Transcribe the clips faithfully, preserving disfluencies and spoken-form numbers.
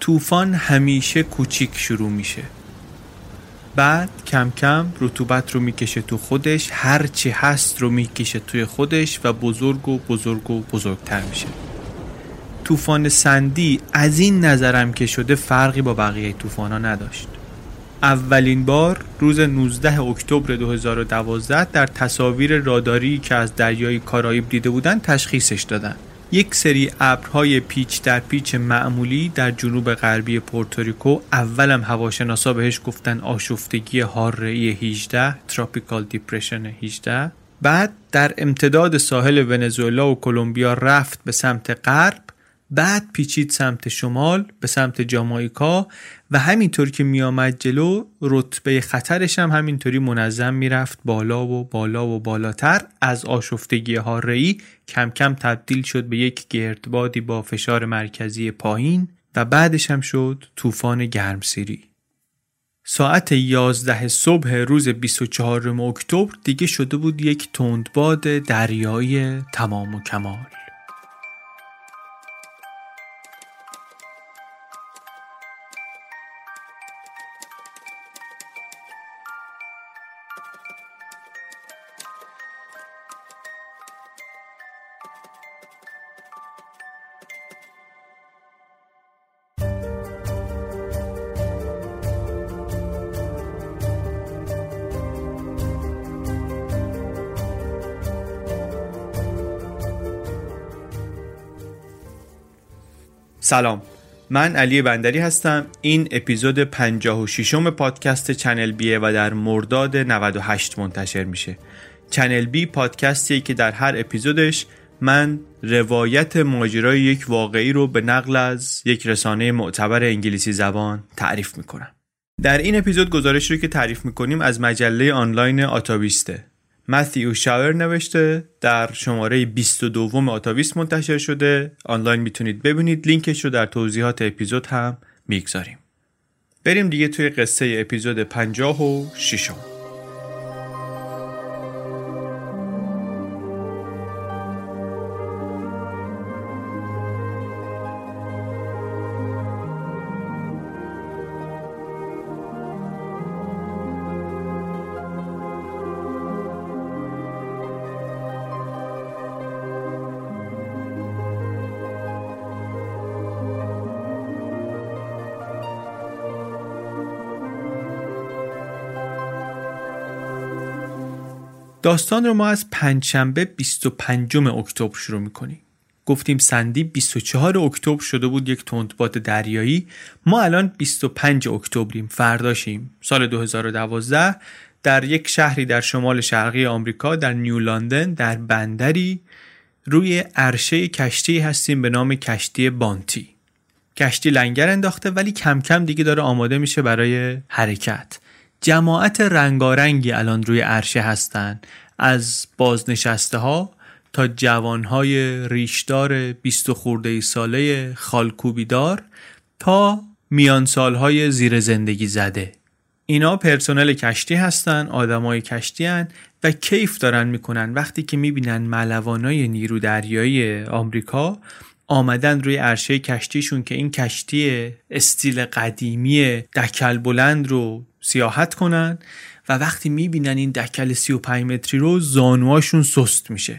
طوفان همیشه کوچیک شروع میشه، بعد کم کم رطوبت رو میکشه تو خودش، هر چی هست رو میکشه توی خودش و بزرگ و بزرگ و بزرگتر میشه. طوفان سندی از این نظرم که شده فرقی با بقیه طوفانا نداشت. اولین بار روز نوزده اکتبر دو هزار و دوازده در تصاویر راداری که از دریای کارائیب دیده بودن تشخیصش دادن. یک سری ابرهای پیچ در پیچ معمولی در جنوب غربی پورتوریکو، اولم هواشناسا بهش گفتن آشفتگی حاره‌ای هجده، تراپیکال دیپرشن هجده. بعد در امتداد ساحل ونزوئلا و کلمبیا رفت به سمت غرب، بعد پیچید سمت شمال به سمت جامائیکا و همینطور که می آمد جلو رتبه خطرش هم همینطوری منظم می رفت بالا و بالا و بالاتر. از آشفتگی حاره‌ای کم کم تبدیل شد به یک گردبادی با فشار مرکزی پایین و بعدش هم شد طوفان گرمسیری. ساعت یازده صبح روز بیست و چهارم اکتبر دیگه شده بود یک تندباد دریایی تمام و کمال. سلام، من علی بندری هستم. این اپیزود پنجاه و ششم پادکست چنل بیه و در مرداد نود و هشت منتشر میشه. چنل بی پادکستیه که در هر اپیزودش من روایت ماجرای یک واقعی رو به نقل از یک رسانه معتبر انگلیسی زبان تعریف میکنم. در این اپیزود گزارش رو که تعریف میکنیم از مجله آنلاین آتاویسته. متیو شاور نوشته، در شماره بیست و دو آتاویست منتشر شده. آنلاین میتونید ببینید، لینکش رو در توضیحات اپیزود هم میگذاریم. بریم دیگه توی قصه اپیزود پنجاه و ششم. داستان رو ما از پنجشنبه بیست و پنجم اکتبر شروع میکنیم. گفتیم سندی بیست و چهارم اکتبر شده بود یک تندباد دریایی. ما الان بیست و پنجم اکتبریم، فرداشیم. سال دو هزار و دوازده در یک شهری در شمال شرقی آمریکا، در نیو لندن، در بندری روی عرشه کشتی هستیم به نام کشتی بانتی. کشتی لنگر انداخته ولی کم کم دیگه داره آماده میشه برای حرکت. جماعت رنگارنگی الان روی عرشه هستن، از بازنشسته ها تا جوان های ریشدار بیست خورده ای ساله خالکوبی دار تا میان سال های زیر زندگی زده. اینا پرسنل کشتی هستن، آدمای کشتی هن و کیف دارن میکنن وقتی که میبینن ملوانای نیرو دریایی آمریکا آمدن روی عرشه کشتیشون که این کشتی استیل قدیمی دکل بلند رو سیاحت کنن و وقتی میبینن این دکل سی و پنج متری رو زانوهاشون سست میشه.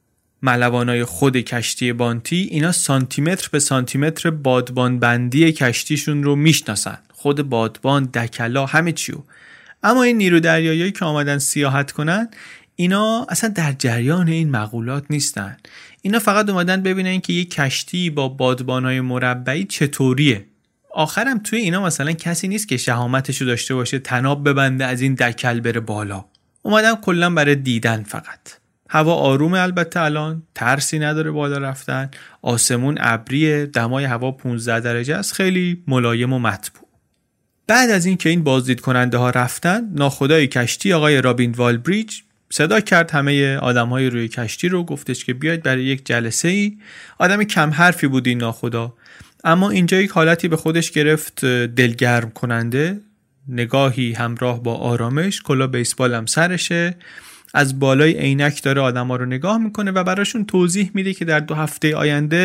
ملوانای خود کشتی بانتی اینا سانتیمتر به سانتیمتر بادبان بندی کشتیشون رو میشناسن، خود بادبان، دکلا، همه چیو. اما این نیرو دریایی که آمدن سیاحت کنن اینا اصلا در جریان این مقولات نیستن. اینا فقط اومدن ببینن که یک کشتی با بادبانای مربعی چطوریه. آخرم توی اینا مثلا کسی نیست که شهامتشو داشته باشه تناب ببنده از این دکل بره بالا. اومدن کلا برای دیدن فقط. هوا آرومه، البته الان ترسی نداره بالا رفتن. آسمون ابریه، دمای هوا پانزده درجه است، خیلی ملایم و مطبوع. بعد از این که این بازدید کننده ها رفتن، ناخدای کشتی آقای رابین والبریج صدا کرد همه آدم‌های روی کشتی رو، گفتش که بیاید برای یک جلسه ای. آدم کم حرفی بود این ناخدا، اما اینجا یک حالتی به خودش گرفت دلگرم کننده. نگاهی همراه با آرامش، کلا بیسبال هم سرشه، از بالای عینک داره آدما رو نگاه میکنه و براشون توضیح میده که در دو هفته آینده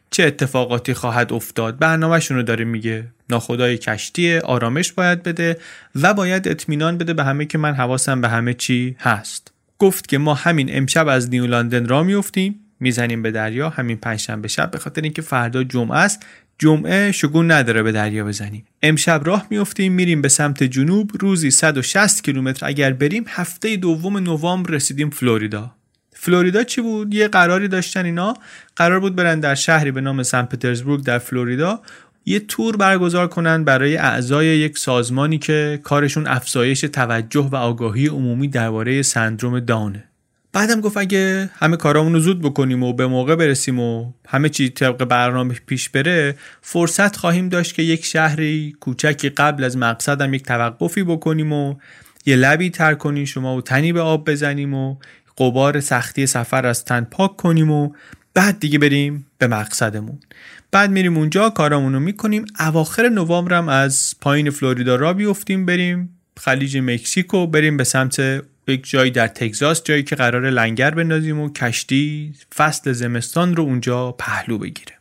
چه اتفاقاتی خواهد افتاد. برنامه‌شون رو داره میگه. ناخدای کشتی آرامش باید بده و باید اطمینان بده به همه که من حواسم به همه چی هست. گفت که ما همین امشب از نیو لندن راه میافتیم، میزنیم به دریا همین پنجشنبه شب، به خاطر اینکه فردا جمعه است. جمعه شگون نداره به دریا بزنیم. امشب راه میافتیم میریم به سمت جنوب، روزی صد و شصت کیلومتر اگر بریم هفته دوم نوامبر رسیدیم فلوریدا. فلوریدا چی بود؟ یه قراری داشتن اینا، قرار بود برن در شهری به نام سن پترزبورگ در فلوریدا یه تور برگزار کنن برای اعضای یک سازمانی که کارشون افزایش توجه و آگاهی عمومی درباره سندروم داونه. بعدم گفت اگه همه کارامون رو زود بکنیم و به موقع برسیم و همه چی طبق برنامه پیش بره، فرصت خواهیم داشت که یک شهری کوچکی قبل از مقصدم یک توقفی بکنیم و یه لبی تر کنیم شما و تنی به آب بزنیم و غبار سختی سفر از تن پاک کنیم و بعد دیگه بریم به مقصدمون. بعد میریم اونجا کارامون رو میکنیم. اواخر نوامبر هم از پایین فلوریدا را بیفتیم بریم خلیج مکزیکو، بریم به سمت یک جایی در تگزاس، جایی که قراره لنگر بندازیم و کشتی فصل زمستان رو اونجا پهلو بگیره.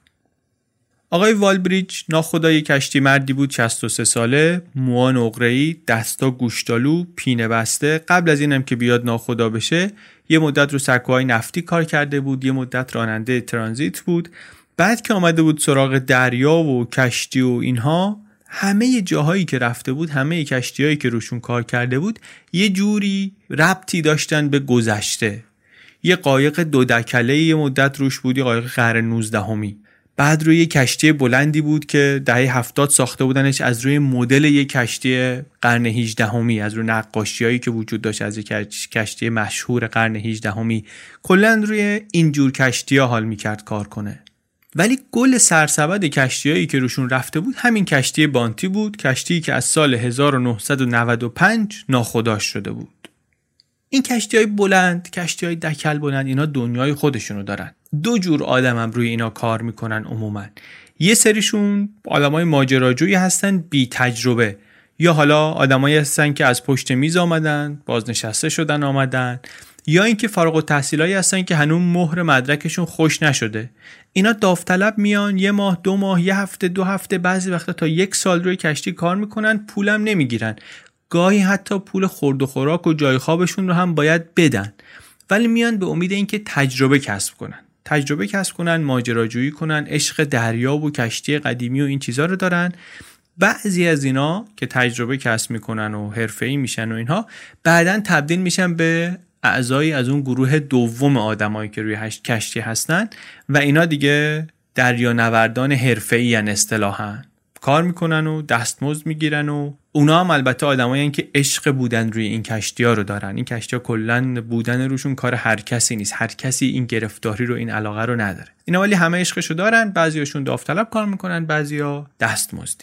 آقای والبریج ناخدای کشتی مردی بود، شصت و سه ساله، موها نقره‌ای، دستا گوشتالو، پینه بسته. قبل از اینم که بیاد ناخدا بشه یه مدت رو سکوهای نفتی کار کرده بود، یه مدت راننده ترانزیت بود. بعد که آمده بود سراغ دریا و کشتی و اینها، همه جاهایی که رفته بود، همه کشتی‌هایی که روشون کار کرده بود یه جوری ربطی داشتن به گذشته. یه قایق دو دکله یه مدت روش بود، یه قایق قرن نوزدهمی. بعد روی یه کشتی بلندی بود که دهه هفتاد ساخته بودنش از روی مدل یه کشتی قرن هجدهمی، از روی نقاشیایی که وجود داشت از یک کشتی مشهور قرن هجدهمی. کلاً روی اینجور کشتی‌ها حال می‌کرد کار کنه. ولی گل سرسبد کشتیایی که روشون رفته بود همین کشتی بانتی بود، کشتی که از سال هزار و نهصد و نود و پنج ناخداش شده بود. این کشتیای بلند، کشتیای دکل بلند، اینا دنیای خودشونو دارن. دو جور آدم هم روی اینا کار میکنن عموما. یه سریشون آدمای ماجراجویی هستن بی تجربه، یا حالا آدمایی هستن که از پشت میز آمدن، بازنشسته شدن آمدن، یا اینکه فارغ التحصیلایی هستن که هنوز مهر مدرکشون خوش نشده. اینا داوطلب میان یه ماه، دو ماه، یه هفته، دو هفته، بعضی وقتا تا یک سال روی کشتی کار میکنن، پولم نمیگیرن. گاهی حتی پول خورد و خوراک و جای خوابشون رو هم باید بدن. ولی میان به امید اینکه تجربه کسب کنن. تجربه کسب کنن، ماجراجویی کنن، عشق دریا و کشتی قدیمی و این چیزا رو دارن. بعضی از اینا که تجربه کسب میکنن و حرفه‌ای میشن و اینها، بعدن تبدیل میشن به اعضایی از اون گروه دوم آدمایی که روی هشت کشتی هستن و اینا دیگه دریانوردان حرفه‌ای ان، اصطلاحاً کار میکنن و دستمزد میگیرن و اونا هم البته آدمایی ان که عشق بودن روی این کشتی‌ها رو دارن. این کشتی‌ها کلاً بودن روشون کار هر کسی نیست، هر کسی این گرفتاری رو، این علاقه رو نداره. اینا ولی همه عشقشو دارن، بعضیاشون داوطلب کار میکنن، بعضیا دستمزدی.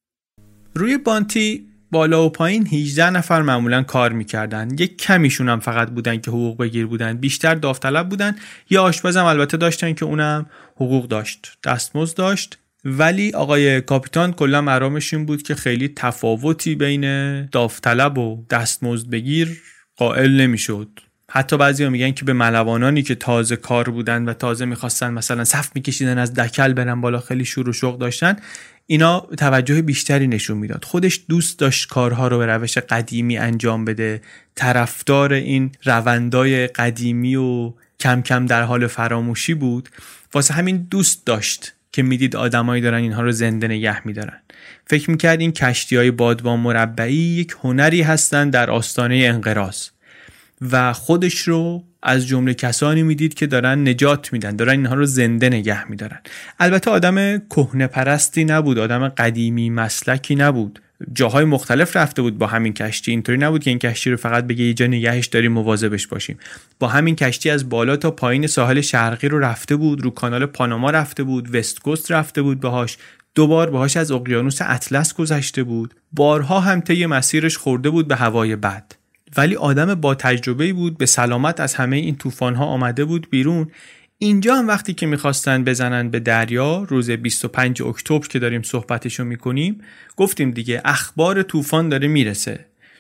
روی بانتی بالا و پایین هجده نفر معمولا کار میکردن. یک کمیشون هم فقط بودن که حقوق بگیر بودن، بیشتر داوطلب بودن. یه آشپز هم البته داشتن که اونم حقوق داشت، دستمزد داشت. ولی آقای کاپیتان کلا مرامش این بود که خیلی تفاوتی بین داوطلب و دستمزد بگیر قائل نمیشد. حتی بعضیا میگن که به ملوانانی که تازه کار بودن و تازه میخواستن مثلا صف میکشیدن از دکل برن بالا، خیلی شور و شوق داشتن، اینا توجه بیشتری نشون میداد. خودش دوست داشت کارها رو به روش قدیمی انجام بده، طرفدار این روندای قدیمی و کم کم در حال فراموشی بود. واسه همین دوست داشت که میدید آدمایی دارن اینها رو زنده نگه میدارن. فکر میکرد این کشتی‌های بادبان مربعی یک هنری هستن در آستانه انقراض و خودش رو از جمله کسانی میدید که دارن نجات میدن، دارن اینها رو زنده نگه میدارن. البته آدم کهنه پرستی نبود، آدم قدیمی مسلکی نبود. جاهای مختلف رفته بود با همین کشتی. اینطوری نبود که این کشتی رو فقط بگه یه جا نگهش داریم مواظبش باشیم. با همین کشتی از بالا تا پایین ساحل شرقی رو رفته بود، رو کانال پاناما رفته بود، وست کوست رفته بود باهاش، دوبار باهاش از اقیانوس اطلس گذشته بود، بارها هم طی مسیرش خورده بود به هوای بد. ولی آدم با تجربه‌ای بود، به سلامت از همه این طوفان‌ها آمده بود بیرون. اینجا هم وقتی که می‌خواستن بزنن به دریا روز بیست و پنج اکتبر که داریم صحبتشو می‌کنیم، گفتیم دیگه اخبار طوفان داره میرسه.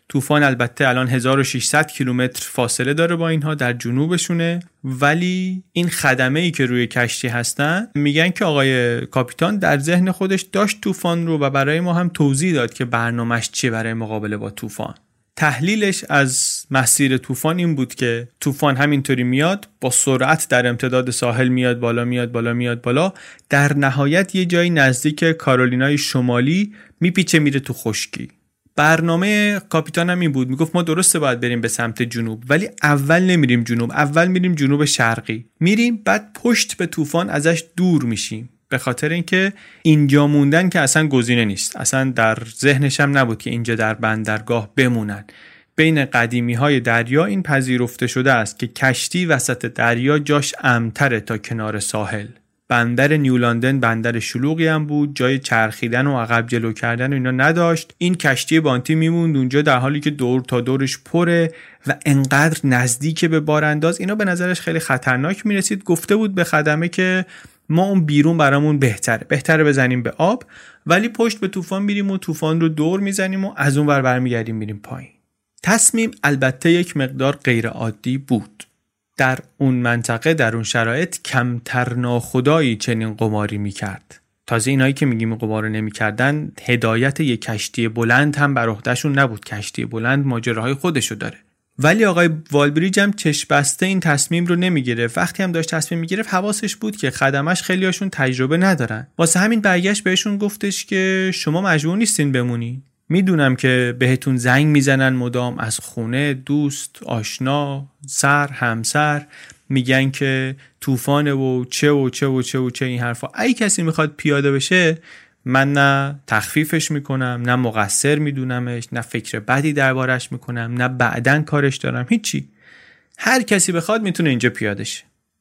طوفان البته الان هزار و ششصد کیلومتر فاصله داره با اینها، در جنوبشونه، ولی این خدمه‌ای که روی کشتی هستن میگن که آقای کاپیتان در ذهن خودش داشت طوفان رو و برای ما هم توضیح داد که برنامه‌اش چیه برای مقابله با طوفان. تحلیلش از مسیر طوفان این بود که طوفان همینطوری میاد، با سرعت در امتداد ساحل میاد بالا میاد بالا میاد بالا، در نهایت یه جایی نزدیک کارولینای شمالی میپیچه میره تو خشکی. برنامه کاپیتان هم این بود، میگفت ما درسته باید بریم به سمت جنوب، ولی اول نمیریم جنوب، اول میریم جنوب شرقی، میریم بعد پشت به طوفان ازش دور میشیم، به خاطر اینکه اینجا موندن که اصلا گزینه نیست. اصلا در ذهنش هم نبود که اینجا در بندرگاه بمونن. بین قدیمی های دریا این پذیرفته شده است که کشتی وسط دریا جاش امن‌تره تا کنار ساحل. بندر نیولاندن بندر شلوغی هم بود، جای چرخیدن و عقب جلو کردن و اینا نداشت. این کشتی بانتی میموند اونجا در حالی که دور تا دورش پره و انقدر نزدیک به بارانداز، اینا به نظرش خیلی خطرناک میرسید. گفته بود به خدمه که ما اون بیرون برامون بهتره بهتره بزنیم به آب، ولی پشت به طوفان میریم و طوفان رو دور میزنیم و از اون ور برمیگردیم میریم پایین. تصمیم البته یک مقدار غیر عادی بود. در اون منطقه در اون شرایط کمتر ناخدایی چنین قماری میکرد. تازه اینایی که میگیم قمار رو نمیکردن، هدایت یک کشتی بلند هم بر عهدهشون نبود. کشتی بلند ماجراهای خودشو داره. ولی آقای والبریج هم چشم بسته این تصمیم رو نمیگرفت. وقتی هم داشت تصمیم میگرفت حواسش بود که خدمش خیلیاشون تجربه ندارن. واسه همین برگشت بهشون گفتش که شما مجبور نیستین بمونین. میدونم که بهتون زنگ میزنن مدام از خونه، دوست، آشنا، سر، همسر، میگن که طوفانه و چه و چه و چه و چه این حرفا. اگه کسی میخواد پیاده بشه، من نه تخفیفش میکنم، نه مقصر میدونمش، نه فکر بدی دربارش میکنم، نه بعدن کارش دارم، هیچی. هر کسی بخواد میتونه اینجا پیاده شه.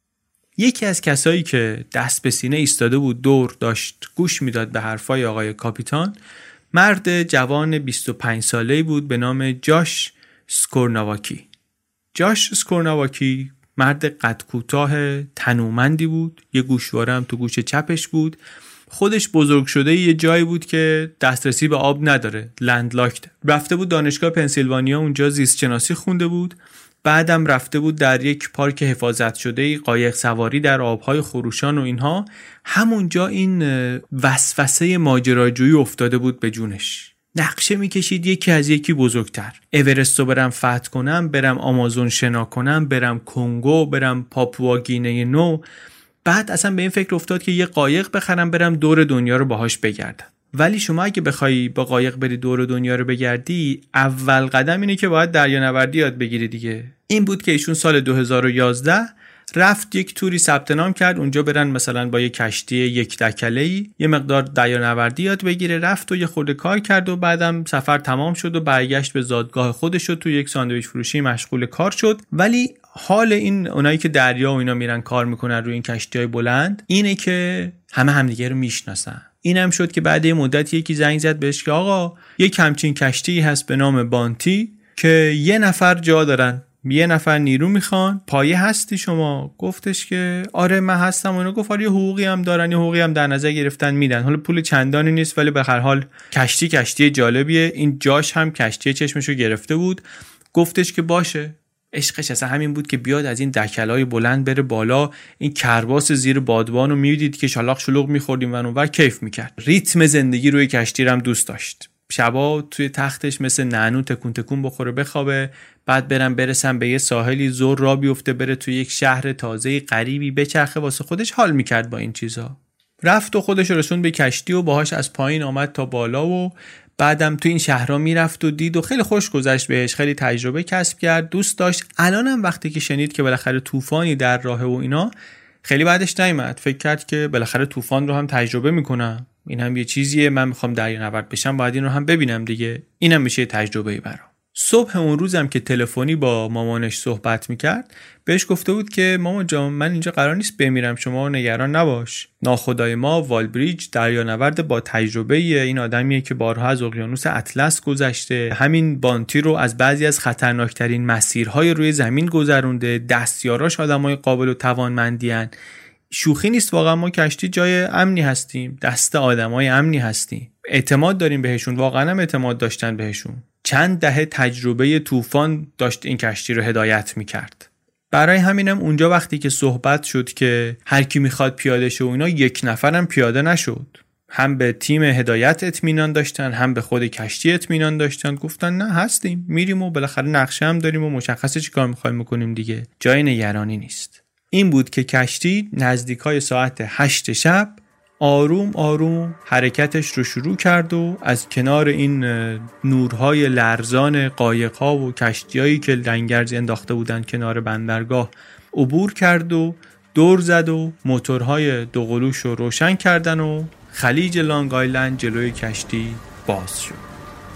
یکی از کسایی که دست به سینه ایستاده بود، دور داشت گوش میداد به حرفای آقای کاپیتان، مرد جوان بیست و پنج ساله‌ای بود به نام جاش اسکورناواکی. جاش اسکورناواکی مرد قد کوتاه تنومندی بود، یه گوشواره هم تو گوش چپش بود. خودش بزرگ شده یه جایی بود که دسترسی به آب نداره، لندلاکت. رفته بود دانشگاه پنسیلوانیا، اونجا زیست شناسی خونده بود. بعدم رفته بود در یک پارک حفاظت شده قایق سواری در آبهای خروشان و اینها. همونجا این وسوسه ماجراجویی افتاده بود به جونش. نقشه میکشید یکی از یکی بزرگتر. اورستو برم فتح کنم، برم آمازون شنا کنم، برم کنگو، برم پاپوا گینه نو. بعد اصلا به این فکر افتاد که یه قایق بخرم برم دور دنیا رو باهاش بگردم. ولی شما اگه بخوای با قایق بری دور دنیا رو بگردی، اول قدم اینه که باید دریانوردی یاد بگیری دیگه. این بود که ایشون سال دو هزار و یازده رفت یک توری ثبت نام کرد اونجا برن مثلا با یک کشتی یک دکله‌ای یه مقدار دریانوردی یاد بگیره. رفت و یه خورده کار کرد و بعدم سفر تمام شد و برگشت به زادگاه خودش و تو یک ساندویچ فروشی مشغول کار شد. ولی حال این اونایی که دریا و اینا میرن کار میکنن روی این کشتی‌های بلند اینه که همه همدیگه رو میشناسن. اینم شد که بعد یه مدت یکی زنگ زد بهش که آقا یک همچین کشتی هست به نام بانتی که یه نفر جا دارن، یه نفر نیرو میخوان، پایه هستی شما؟ گفتش که آره من هستم. اونو گفت آره حقوقی هم دارن، یه حقوقی هم در نظر گرفتن میدن، حالا پول چندانی نیست ولی به هر حال کشتی کشتی جالبیه. این جاش هم کشتی چشمشو گرفته بود. گفتش که باشه. عشقش اصلا همین بود که بیاد از این دکلای بلند بره بالا، این کرباس زیر بادبان رو میدید که شلاق شلوغ میخوردیم و اونور کیف میکرد. ریتم زندگی روی کشتی رو هم دوست داشت. شبا توی تختش مثل نعنو تکون تکون بخوره بخوابه، بعد برم برسم به یه ساحلی زور را بیفته بره توی یک شهر تازه غریبی بچرخه، واسه خودش حال میکرد با این چیزا. رفت و خودش رسوند به کشتی و باهاش از پایین آمد تا بالا و بعدم تو این شهرها میرفت و دید و خیلی خوش گذشت بهش، خیلی تجربه کسب کرد، دوست داشت. الانم وقتی که شنید که بالاخره طوفانی در راهه و اینا خیلی بعدش نیامد، فکر کرد که بالاخره طوفان رو هم تجربه میکنم، این هم یه چیزیه، من میخوام دریانورد بشم باید این رو هم ببینم دیگه، اینم میشه تجربه‌ای برام. صبح اون روزم که تلفنی با مامانش صحبت میکرد بهش گفته بود که مامان جان من اینجا قرار نیست بمیرم، شما نگران نباش. ناخدای ما والبریج دریانورد با تجربه ایه، این آدمیه که بارها از اقیانوس اطلس گذشته، همین بانتی رو از بعضی از خطرناکترین مسیرهای روی زمین گذرونده، دستیاراش آدمای قابل و توانمندیان. شوخی نیست واقعا، ما کشتی جای امنی هستیم، دست آدمای امنی هستیم، اعتماد داریم بهشون، واقعا هم اعتماد داشتن بهشون. چند دهه تجربه طوفان داشت این کشتی رو هدایت میکرد. برای همینم اونجا وقتی که صحبت شد که هر کی میخواد پیاده شه و اینا، یک نفرم پیاده نشد. هم به تیم هدایت اطمینان داشتن، هم به خود کشتی اطمینان داشتن. گفتن نه هستیم، میریم و بالاخره نقشه هم داریم و مشخصه چی کار میخوایم بکنیم دیگه، جای نگرانی نیست. این بود که کشتی نزدیکای ساعت هشت شب آروم آروم حرکتش رو شروع کرد و از کنار این نورهای لرزان قایق‌ها و کشتیایی که لنگرز انداخته بودن کنار بندرگاه عبور کرد و دور زد و موتورهای دوقلوش رو روشن کردن و خلیج لانگ آیلند جلوی کشتی باز شد.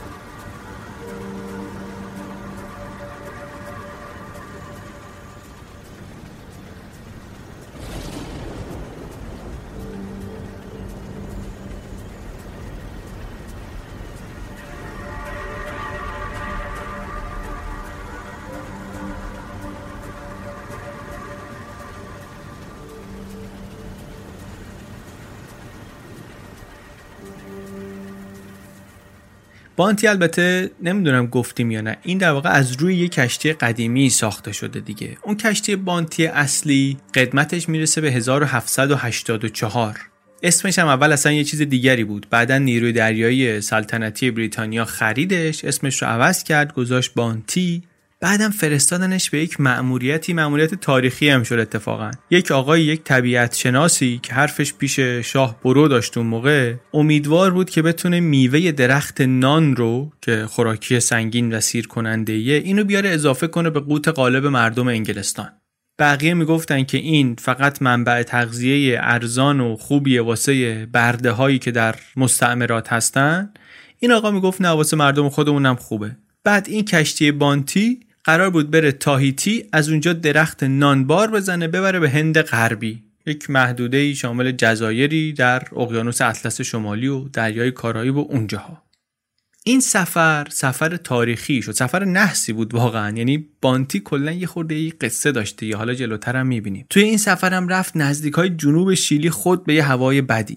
بانتی البته نمیدونم گفتیم یا نه، این در واقع از روی یک کشتی قدیمی ساخته شده دیگه. اون کشتی بانتی اصلی قدمتش میرسه به هزار و هفتصد و هشتاد و چهار. اسمش هم اول اصلا یه چیز دیگری بود، بعدا نیروی دریایی سلطنتی بریتانیا خریدش، اسمش رو عوض کرد، گذاشت بانتی. بعدم فرستادنش به یک مأموریتی، مأموریت تاریخی هم شد اتفاقا. یک آقای، یک طبیعت شناسی که حرفش پیش شاه برو داشت اون موقع، امیدوار بود که بتونه میوه درخت نان رو که خوراکی سنگین و سیر کننده ایه، اینو بیاره اضافه کنه به قوت غالب مردم انگلستان. بقیه میگفتن که این فقط منبع تغذیه ارزان و خوبیه واسه برده هایی که در مستعمرات هستن. این آقا میگفت نه، واسه مردم خودمونم خوبه. بعد این کشتی بانتی قرار بود بره تاهیتی، از اونجا درخت نانبار بزنه ببره به هند غربی، یک محدوده‌ای شامل جزایری در اقیانوس اطلس شمالی و دریای کارائیب و اونجاها. این سفر سفر تاریخی شد، سفر نحسی بود واقعا. یعنی بانتی کلا یه خورده یه قصه داشته، یا حالا جلوتر هم میبینیم. توی این سفرم رفت نزدیکای جنوب شیلی خود به یه هوای بدی.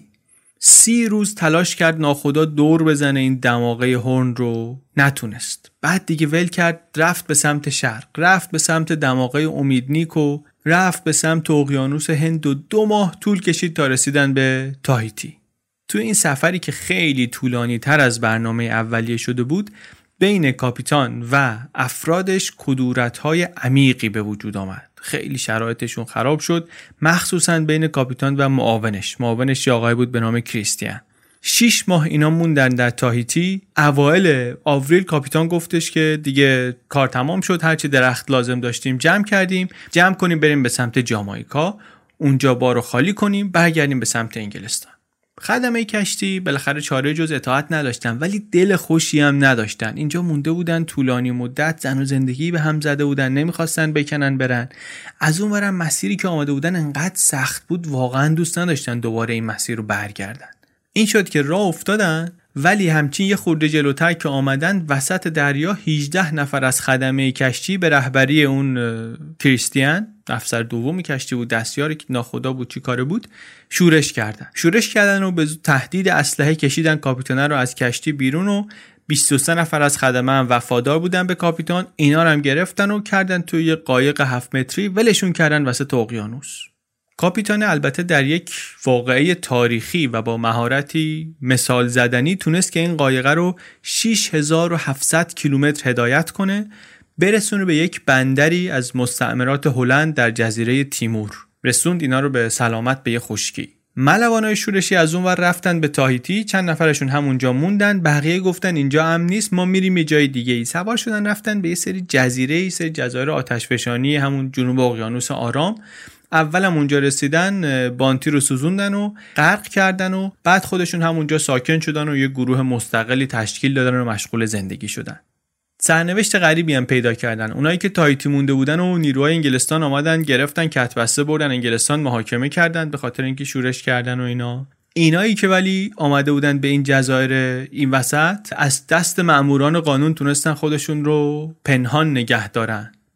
سی روز تلاش کرد ناخدا دور بزنه این دماغه هورن رو، نتونست. بعد دیگه ول کرد، رفت به سمت شرق، رفت به سمت دماغه امیدنیک و رفت به سمت اقیانوس هند و دو ماه طول کشید تا رسیدن به تاهیتی. تو این سفری که خیلی طولانی تر از برنامه اولیه شده بود، بین کاپیتان و افرادش کدورت‌های عمیقی به وجود آمد. خیلی شرایطشون خراب شد، مخصوصاً بین کاپیتان و معاونش. معاونش یه آقای بود به نام کریستیان. شش ماه اینا موندن در تاهیتی. اوایل آوریل کاپیتان گفتش که دیگه کار تمام شد، هرچی درخت لازم داشتیم جمع کردیم، جمع کنیم بریم به سمت جامائیکا، اونجا بارو خالی کنیم، برگردیم به سمت انگلستان. خدمه کشتی بالاخره چاره جز اطاعت نداشتن، ولی دل خوشی هم نداشتن. اینجا مونده بودن طولانی مدت، زن و زندگی به هم زده بودن، نمیخواستن بکنن برن. از اون ورم مسیری که آمده بودن انقدر سخت بود، واقعا دوست نداشتن دوباره این مسیر رو برگردن. این شد که راه افتادن، ولی همچین یه خورده جلوتر که آمدن، وسط دریا هجده نفر از خدمه کشتی به رهبری اون کریستیان، افسر دوم کشتی بود، دستیاری که ناخدا بود چی کاره بود، شورش کردن. شورش کردن و به تهدید اسلحه کشیدن کاپیتان رو از کشتی بیرون و بیست و سه نفر از خدمه هم وفادار بودن به کاپیتان. اینا رو هم گرفتن و کردن توی یه قایق هفت متری، ولشون کردن وسط اقیانوس. کاپیتان البته در یک واقعه تاریخی و با مهارتی مثال زدنی تونست که این قایقه رو شش هزار و هفتصد کیلومتر هدایت کنه، برسونه به یک بندری از مستعمرات هلند در جزیره تیمور. رسوند اینا رو به سلامت به یه خشکی. ملوانای شورشی از اون ور رفتن به تاهیتی، چند نفرشون همونجا موندن، بقیه گفتن اینجا امن نیست، ما میریم یه جای دیگه ای. سوار شدن رفتن به یه سری جزیره ای، سری جزایر آتشفشانی همون جنوب اقیانوس آرام. اولم اونجا رسیدن، بانتی رو سوزوندن و غرق کردن و بعد خودشون همونجا ساکن شدن و یه گروه مستقلی تشکیل دادن و مشغول زندگی شدن. سرنوشت غریبی هم پیدا کردن. اونایی که تاهیتی مونده بودن و نیروهای انگلستان آمدن گرفتن، کتبسته بردن انگلستان، محاکمه کردن به خاطر اینکه شورش کردن و اینا. اینایی که ولی آمده بودن به این جزایر این وسط، از دست مأموران قانون تونستن خودشون رو پنهان نگه دارن.